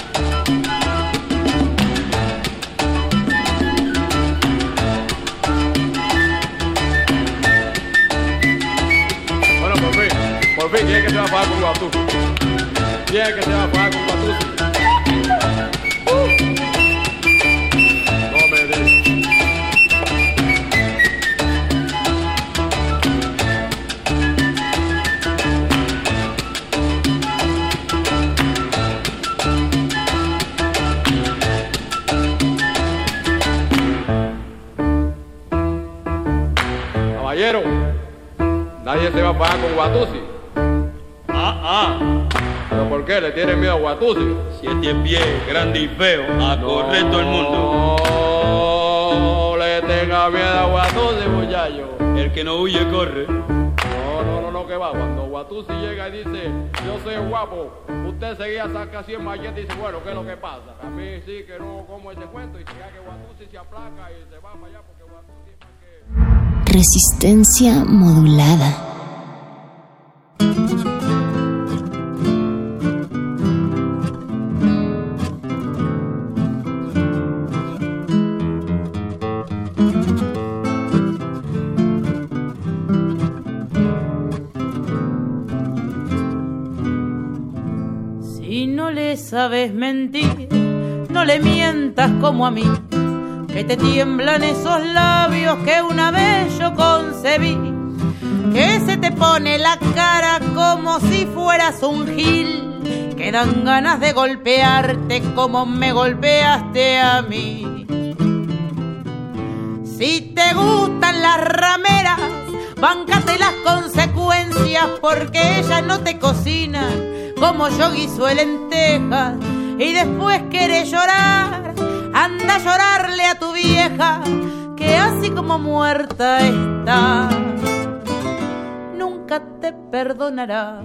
Bueno, por fin, por fin, ¿quién es que se va a pagar con Guatusi? ¿Quién es que se va a pagar con Guatusi? Uh. No me digas. Caballero, nadie se va a pagar con Guatusi. Ah, ah. ¿Pero por qué? ¿Le tienen miedo a Guatusi? Siete pies, grande y feo. A correr todo el mundo. No le tenga miedo a Guatusi, muchacho. El que no huye, corre. No, no, no, no, que va. Cuando Guatusi llega y dice, yo soy guapo, usted seguía saca cien malletes y dice, bueno, ¿qué es lo que pasa? A mí sí que no como ese cuento y si hay que Guatusi se aplaca y se va para allá porque Guatusi es más que... Resistencia modulada. Si no le sabes mentir, no le mientas como a mí, que te tiemblan esos labios que una vez yo concebí, que se te pone la cara como si fueras un gil, que dan ganas de golpearte como me golpeaste a mí. Si te gustan las rameras, Báncate las consecuencias porque ellas no te cocinan como yo guiso el lentejas. Y después querés llorar, anda a llorarle a tu vieja que así como muerta está, nunca te perdonará.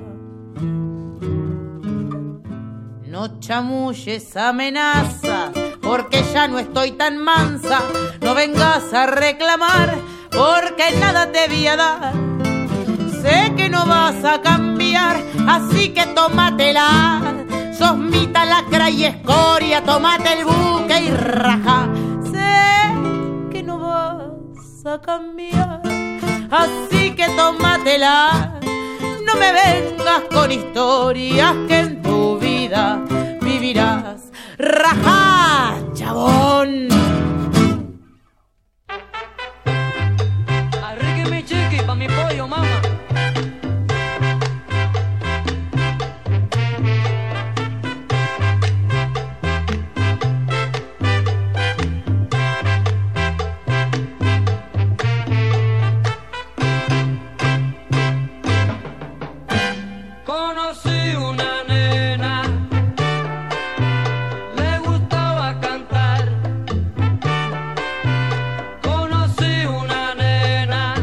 No chamulles amenazas, porque ya no estoy tan mansa. No vengas a reclamar, porque nada te voy a dar. Sé que no vas a cambiar, así que tómatela. Sos mita, lacra y escoria, tómate el buque y raja. Sé que no vas a cambiar, así que tómatela. No me vengas con historias que en tu vida vivirás. Rajá, chabón. Arrique mi chiqui pa' mi pollo, mamá. Conocí una nena, le gustaba cantar. Conocí una nena,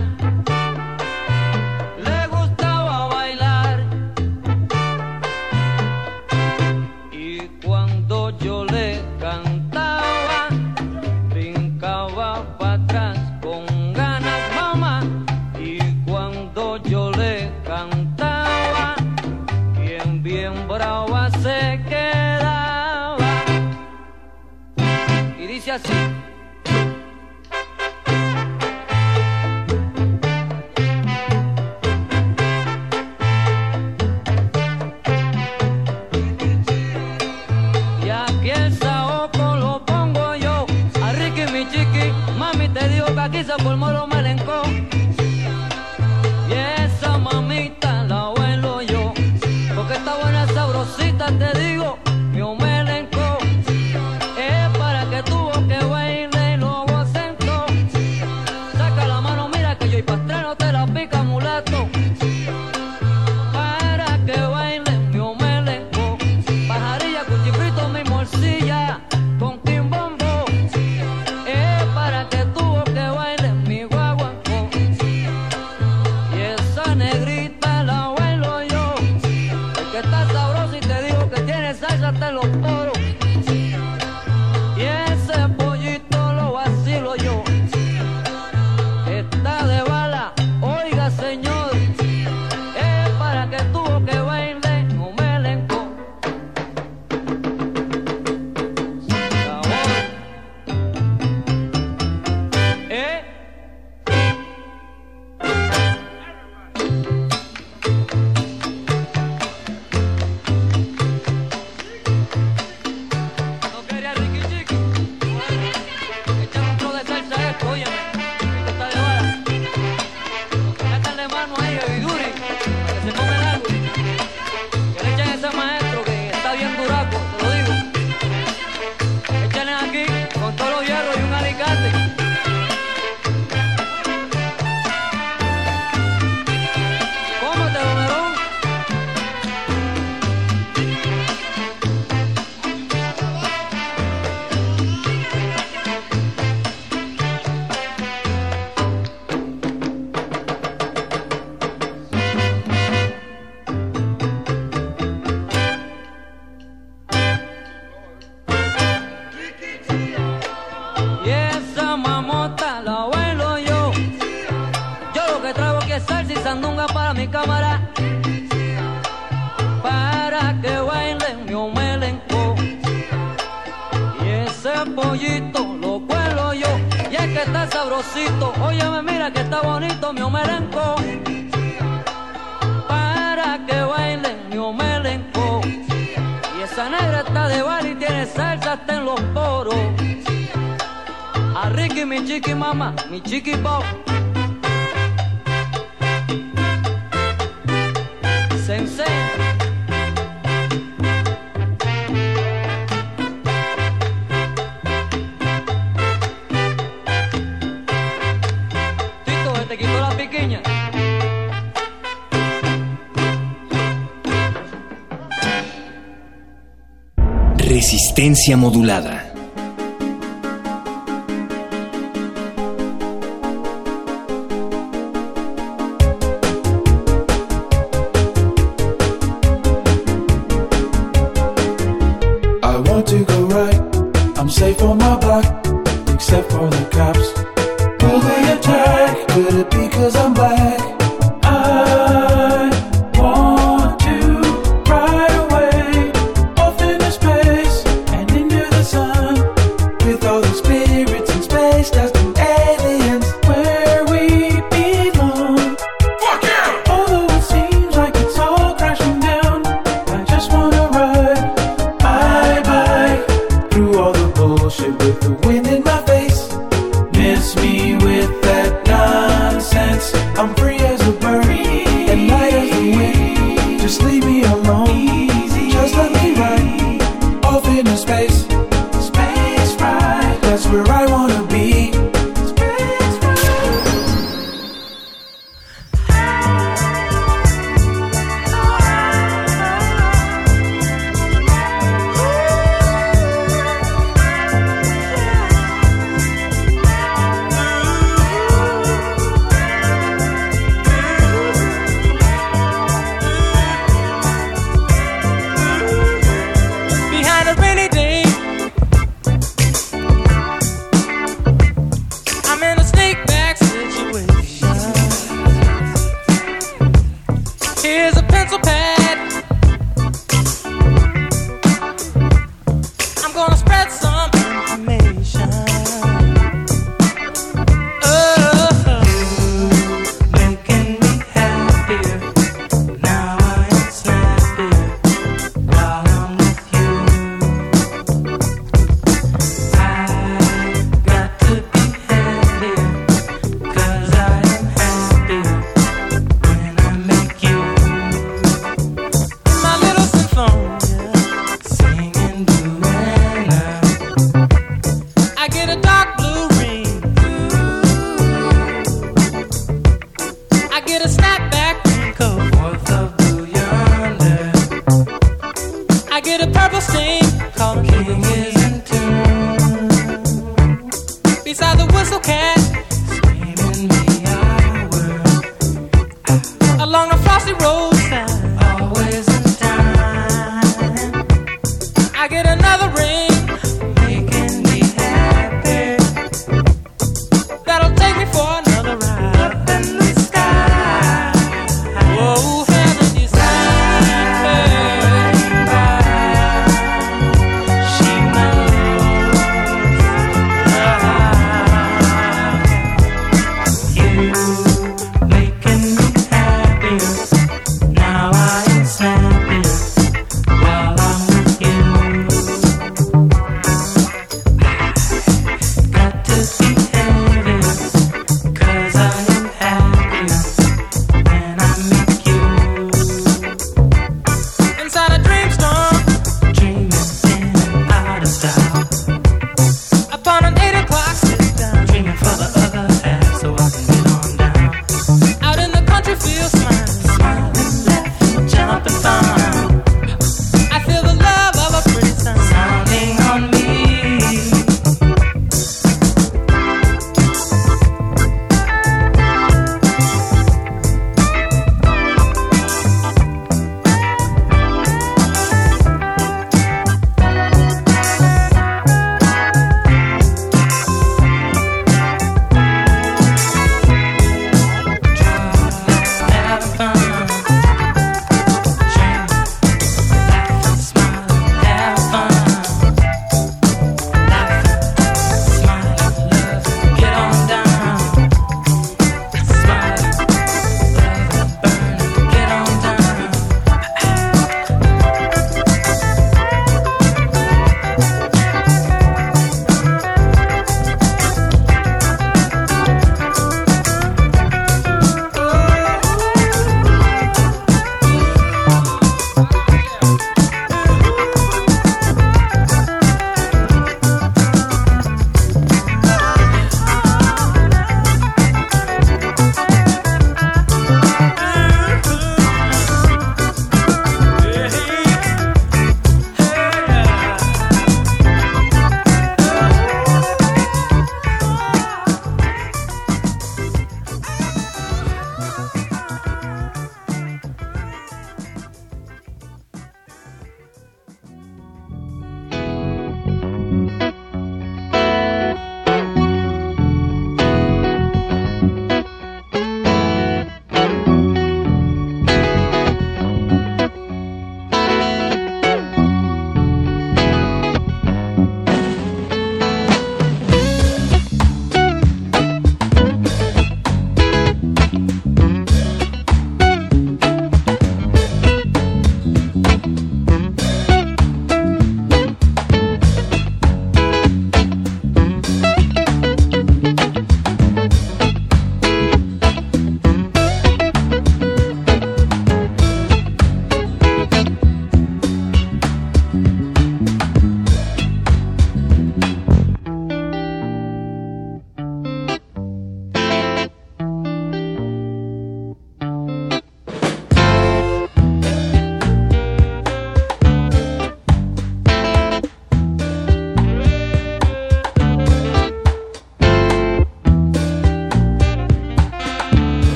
le gustaba bailar. Y cuando yo le cantaba, brincaba para atrás con ganas, mamá. Y cuando yo le cantaba, bien brava se quedaba. Y dice así. Y aquí el saoco lo pongo yo. A Ricky mi chiqui, mami te digo que aquí se formó lo melencón. Y esa mamita la abuelo yo, porque está buena sabrosita, te digo, mi omelenco. Es para que tu que baile y luego sentó. Saca la mano, mira que yo y pastreno te la pica mulato. Para que baile mi omelenco. Pajarilla, cuchifrito, mi morcilla, con quimbombo. Es para que tu que baile mi guaguancó. Y esa negrita la abuelo yo, que está sabroso y te digo que tiene salsa hasta en los poros. Y ese pollito lo vacilo yo. Está de bala, oiga señor. Es para que tuvo que baile un melenco. Sabor. Eh. No quería Ricky Chiqui. Echame un tro de salsa a esto, óyeme. Esto está de bala. Métanle mano a ellos y duri, para que se comen algo. Que le echen ese maestro que está bien duraco, te lo digo. Échenle aquí con todos los hierros y un alicate. Cómetelo, Nerón. Y esa mamota la bailo yo. Yo lo que traigo aquí es salsa y sandunga para mi cámara. Para que bailen mi omelenco. Y ese pollito lo cuelo yo. Y es que está sabrosito. Óyeme, mira que está bonito mi omelenco. Para que bailen mi omelenco. Y esa negra está de bala y tiene salsa hasta en los poros. A Ricky mi chiqui mamá, mi chiqui pop. Sensei. Tito, te quitó la piquiña. Resistencia modulada. Safe on my block, except for the cops. Will they attack? Could it be 'cause I'm black? I want to ride away off into space and into the sun with all the spirits in space, dust and aliens, where we belong. Fuck yeah! Although it seems like it's all crashing down, I just wanna ride my bike through all the bullshit with the wind in my face. Miss me with that nonsense. I'm free as a bird and light as the wind. Just leave me alone. Just let me ride off into space. Space ride. That's where I wanna be. Space ride. Behind a rainy day, I'm in a snake back situation. Here's a pencil pad. I'm gonna spread some information. Oh, making me happier. Now I am snappier while I'm with you. I got to be happier, 'cause I am happier when I make you my little symphonia, singing Duana. I get a dark blue ring. I get a snapback raincoat worth of blue yonder. I get a purple stain called King is in tune. Beside the whistle cat, screaming me hour. Along the frosty roadside, always in time. I get another ring, making me happy. That'll take me for another ride up in the sky. Whoa, heaven desire. She knows.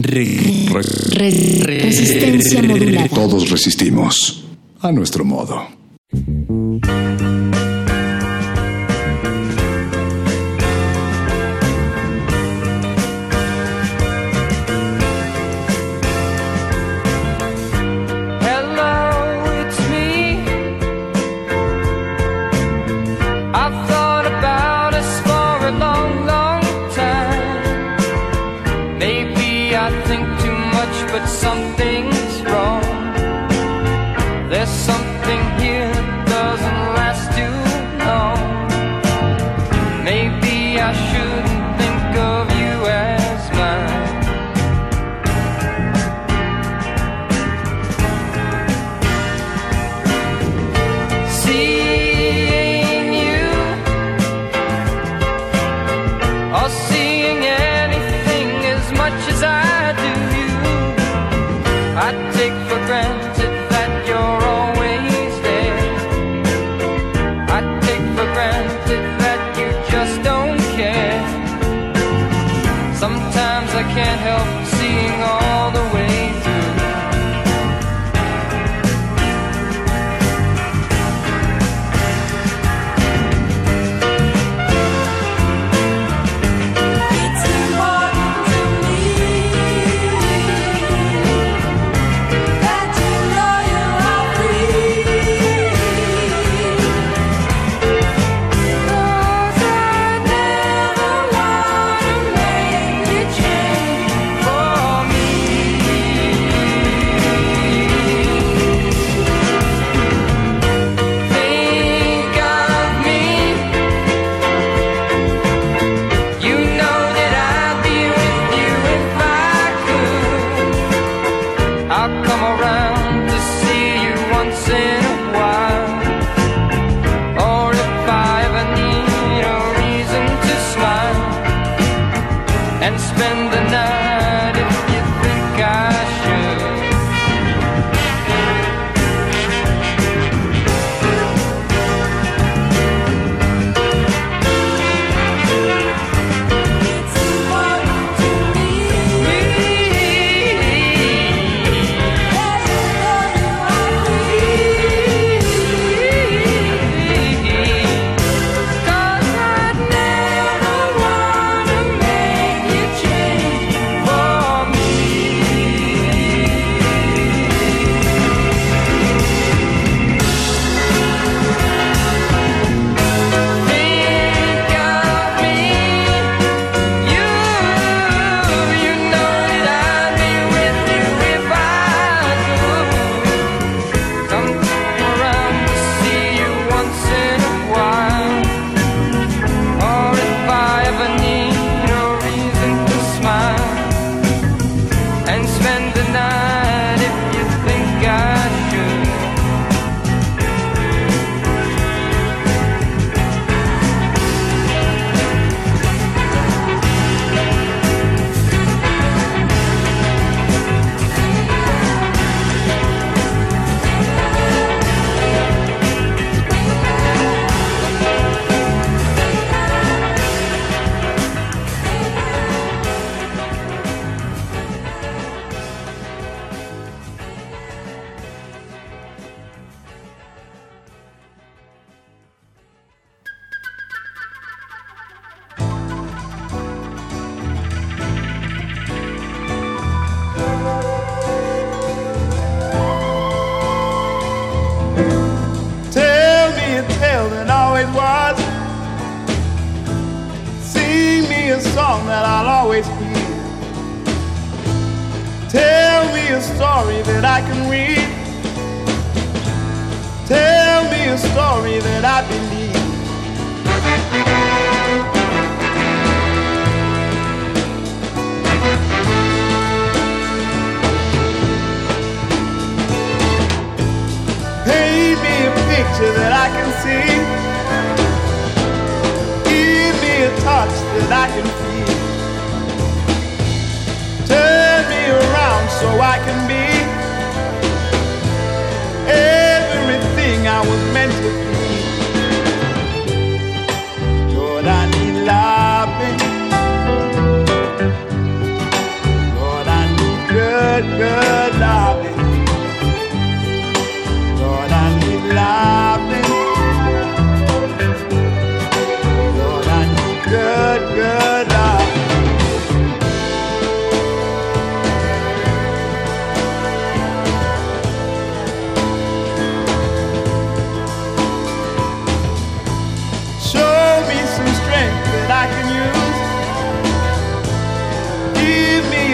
Resistencia modulada. Todos resistimos a nuestro modo. Something's wrong. There's something here that doesn't last too long. Maybe I shouldn't think of you as mine. Seeing you or seeing anything as much as I do, I take for granted that you're always there. I take for granted that you just don't care. Sometimes I can't help seeing all the way through. It's important to me that you know you are free. 'Cause I never wanna make you change for me. Think of me. You know that I'd be with you if I could. I'll come around to see you once in a while. Or if I ever need a reason to smile and spend the night if you think I should. It's important to me that you know you are free. 'Cause I'd never wanna make you change for me. Think of me. You, you know that I'd be with you if I could. Come around to see you once in a while. Or if I ever need a reason to smile and spend the night if you think I should. Tell me a tale that always was. Sing me a song that I'll always hear. Tell me a story that I can read. Tell me a story that I believe. Paint me a picture that I can see. Give me a touch that I can feel. Turn me around so I can be everything I was meant to be. Lord, I need loving. Lord, I need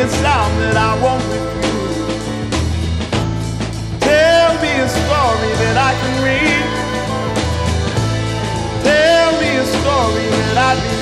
a sound that I won't refuse. Tell me a story that I can read. Tell me a story that I believe.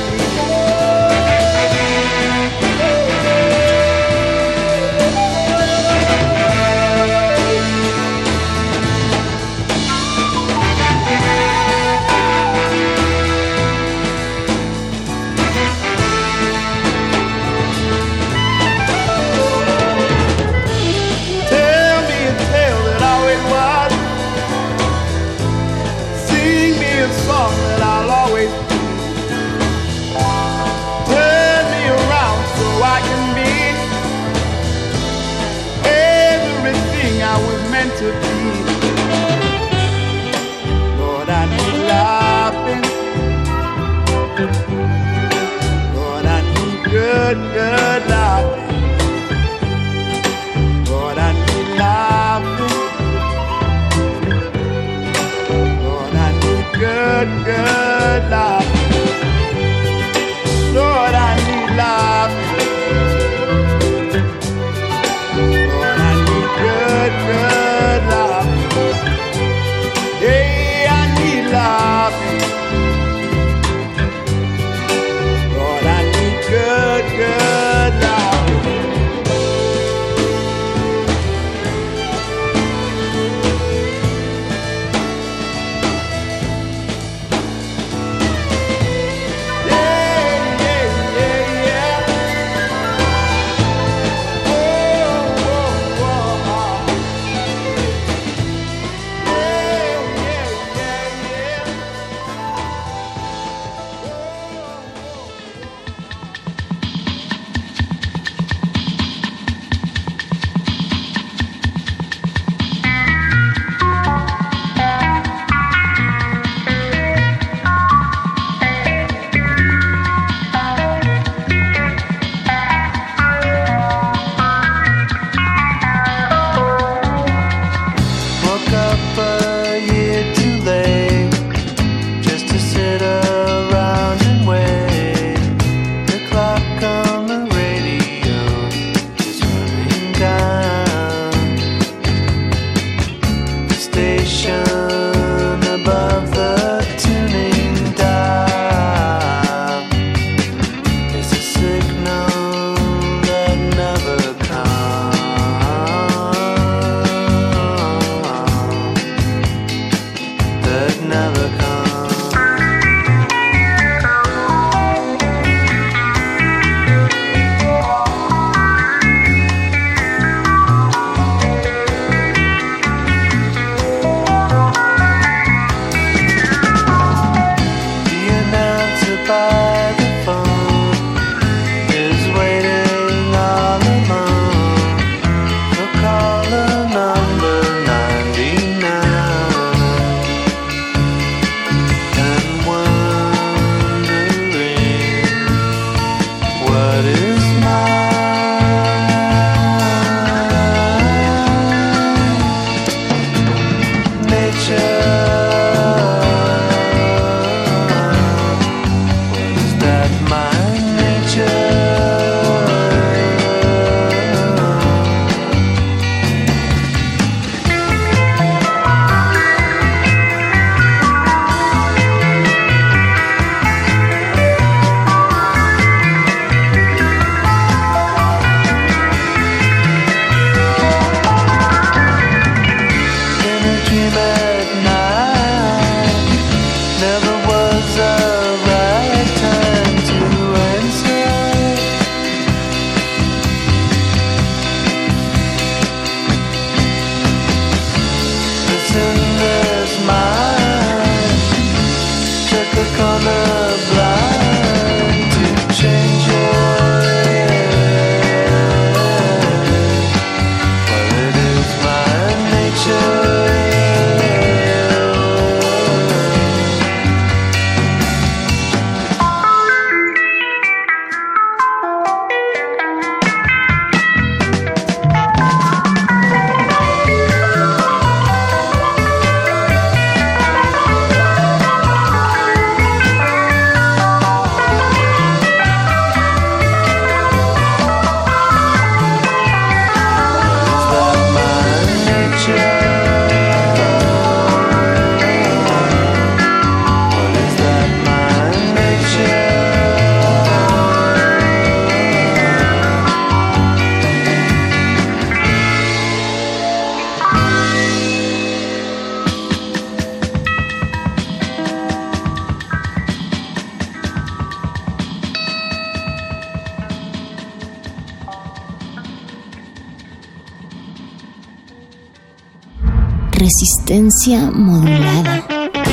Resistencia modulada.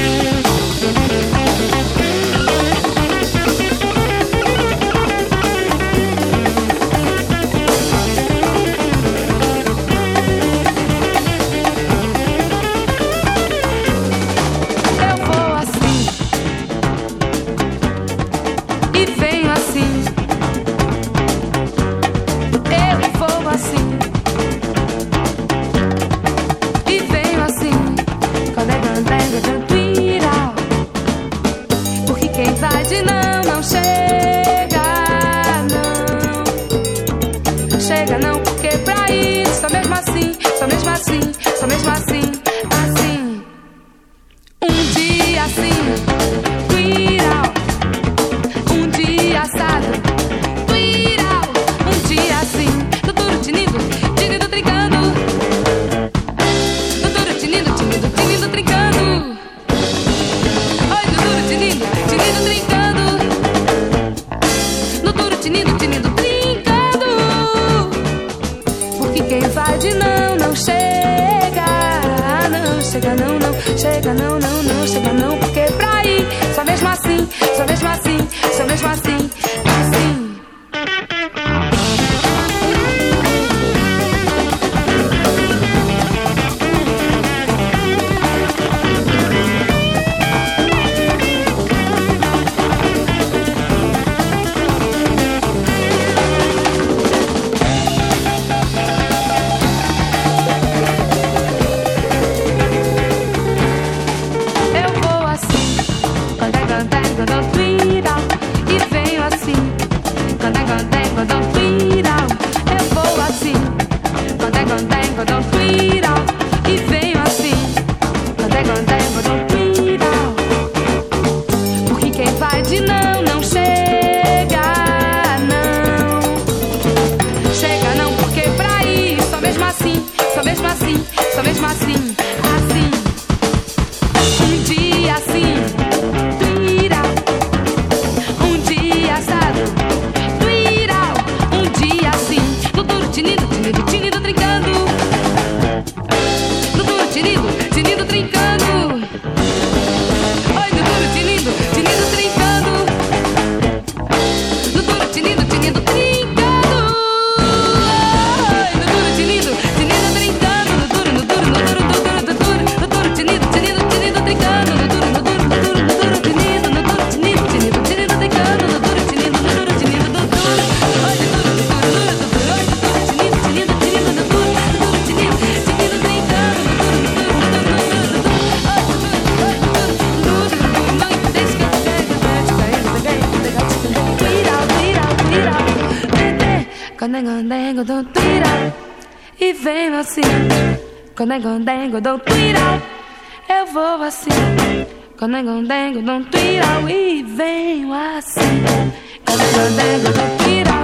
E venho assim, condengo, dou tira. Eu vou assim, condengo, dou tira. E venho assim, condengo, dou tira.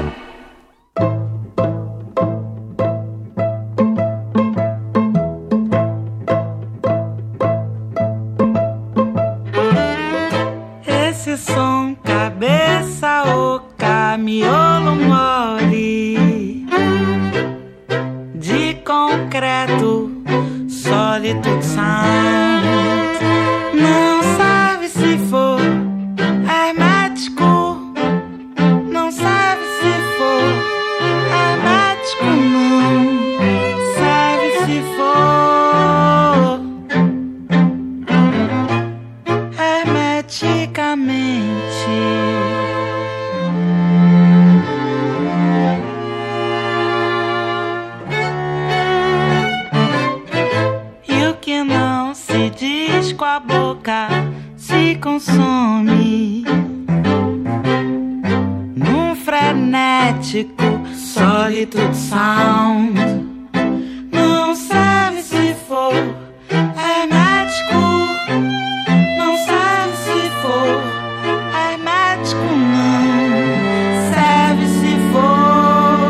Esse som, cabeça, oca, miolo mole, de concreto, solitude sound. Não sabe se for hermético, não sabe se for hermético, não sabe se for hermeticamente. Com a boca se consome num frenético solitude sound. Não sabe se for hermético, não sabe se for hermético, não sabe se for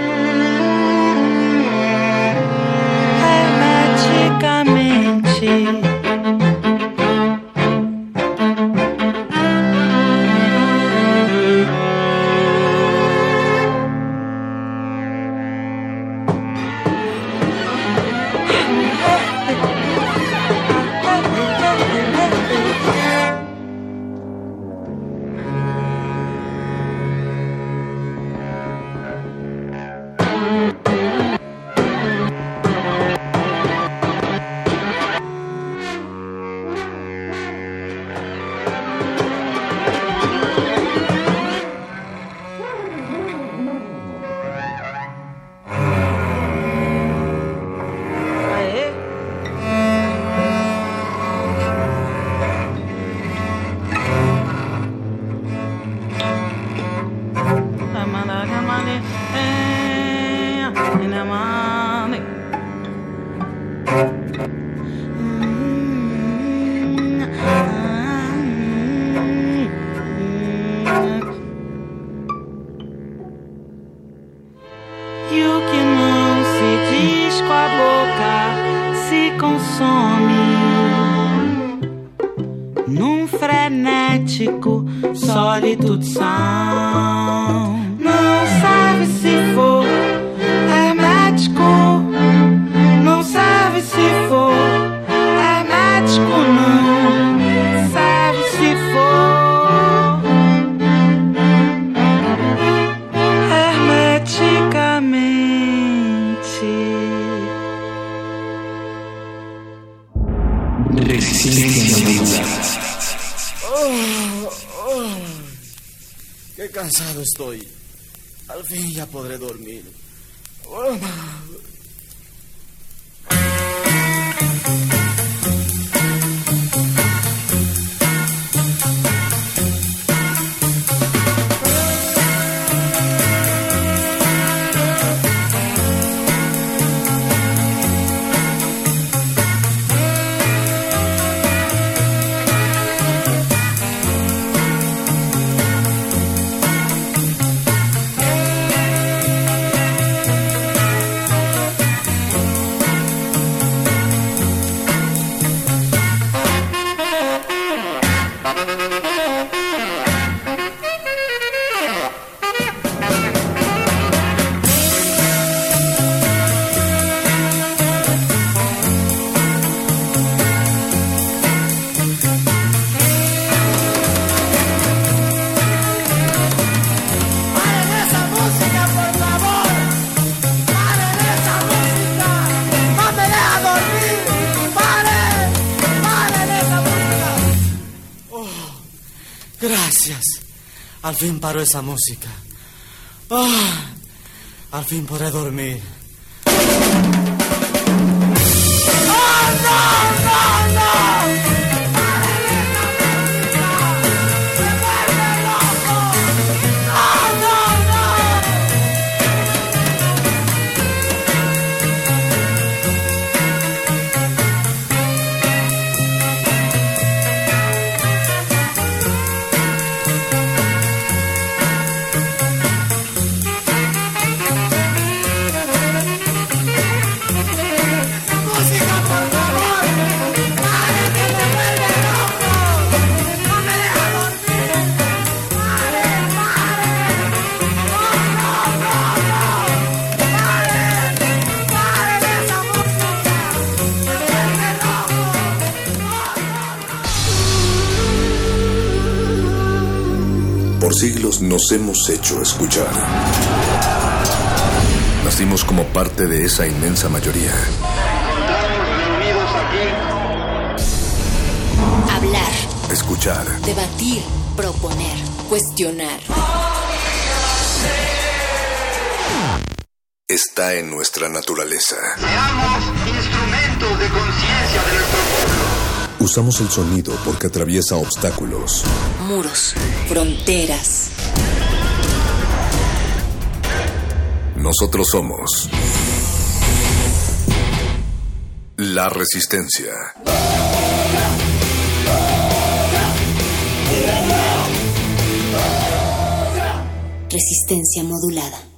hermeticamente. E o que não se diz com a boca se consome num frenético, sólido som. Não sabe se for hermético, não sabe se for hermético, não sabe se for hermeticamente. Resistencia. Oh, oh, qué cansado estoy. Al fin ya podré dormir. Oh. Gracias. Al fin paró esa música. Oh, al fin podré dormir. ¡Oh, no, no, no! Por siglos nos hemos hecho escuchar. Nacimos como parte de esa inmensa mayoría. Hablar. Escuchar. Debatir. Proponer. Cuestionar. Está en nuestra naturaleza. Seamos instrumentos de conciencia de nuestro pueblo. Usamos el sonido porque atraviesa obstáculos, muros, fronteras. Nosotros somos la Resistencia. Resistencia modulada.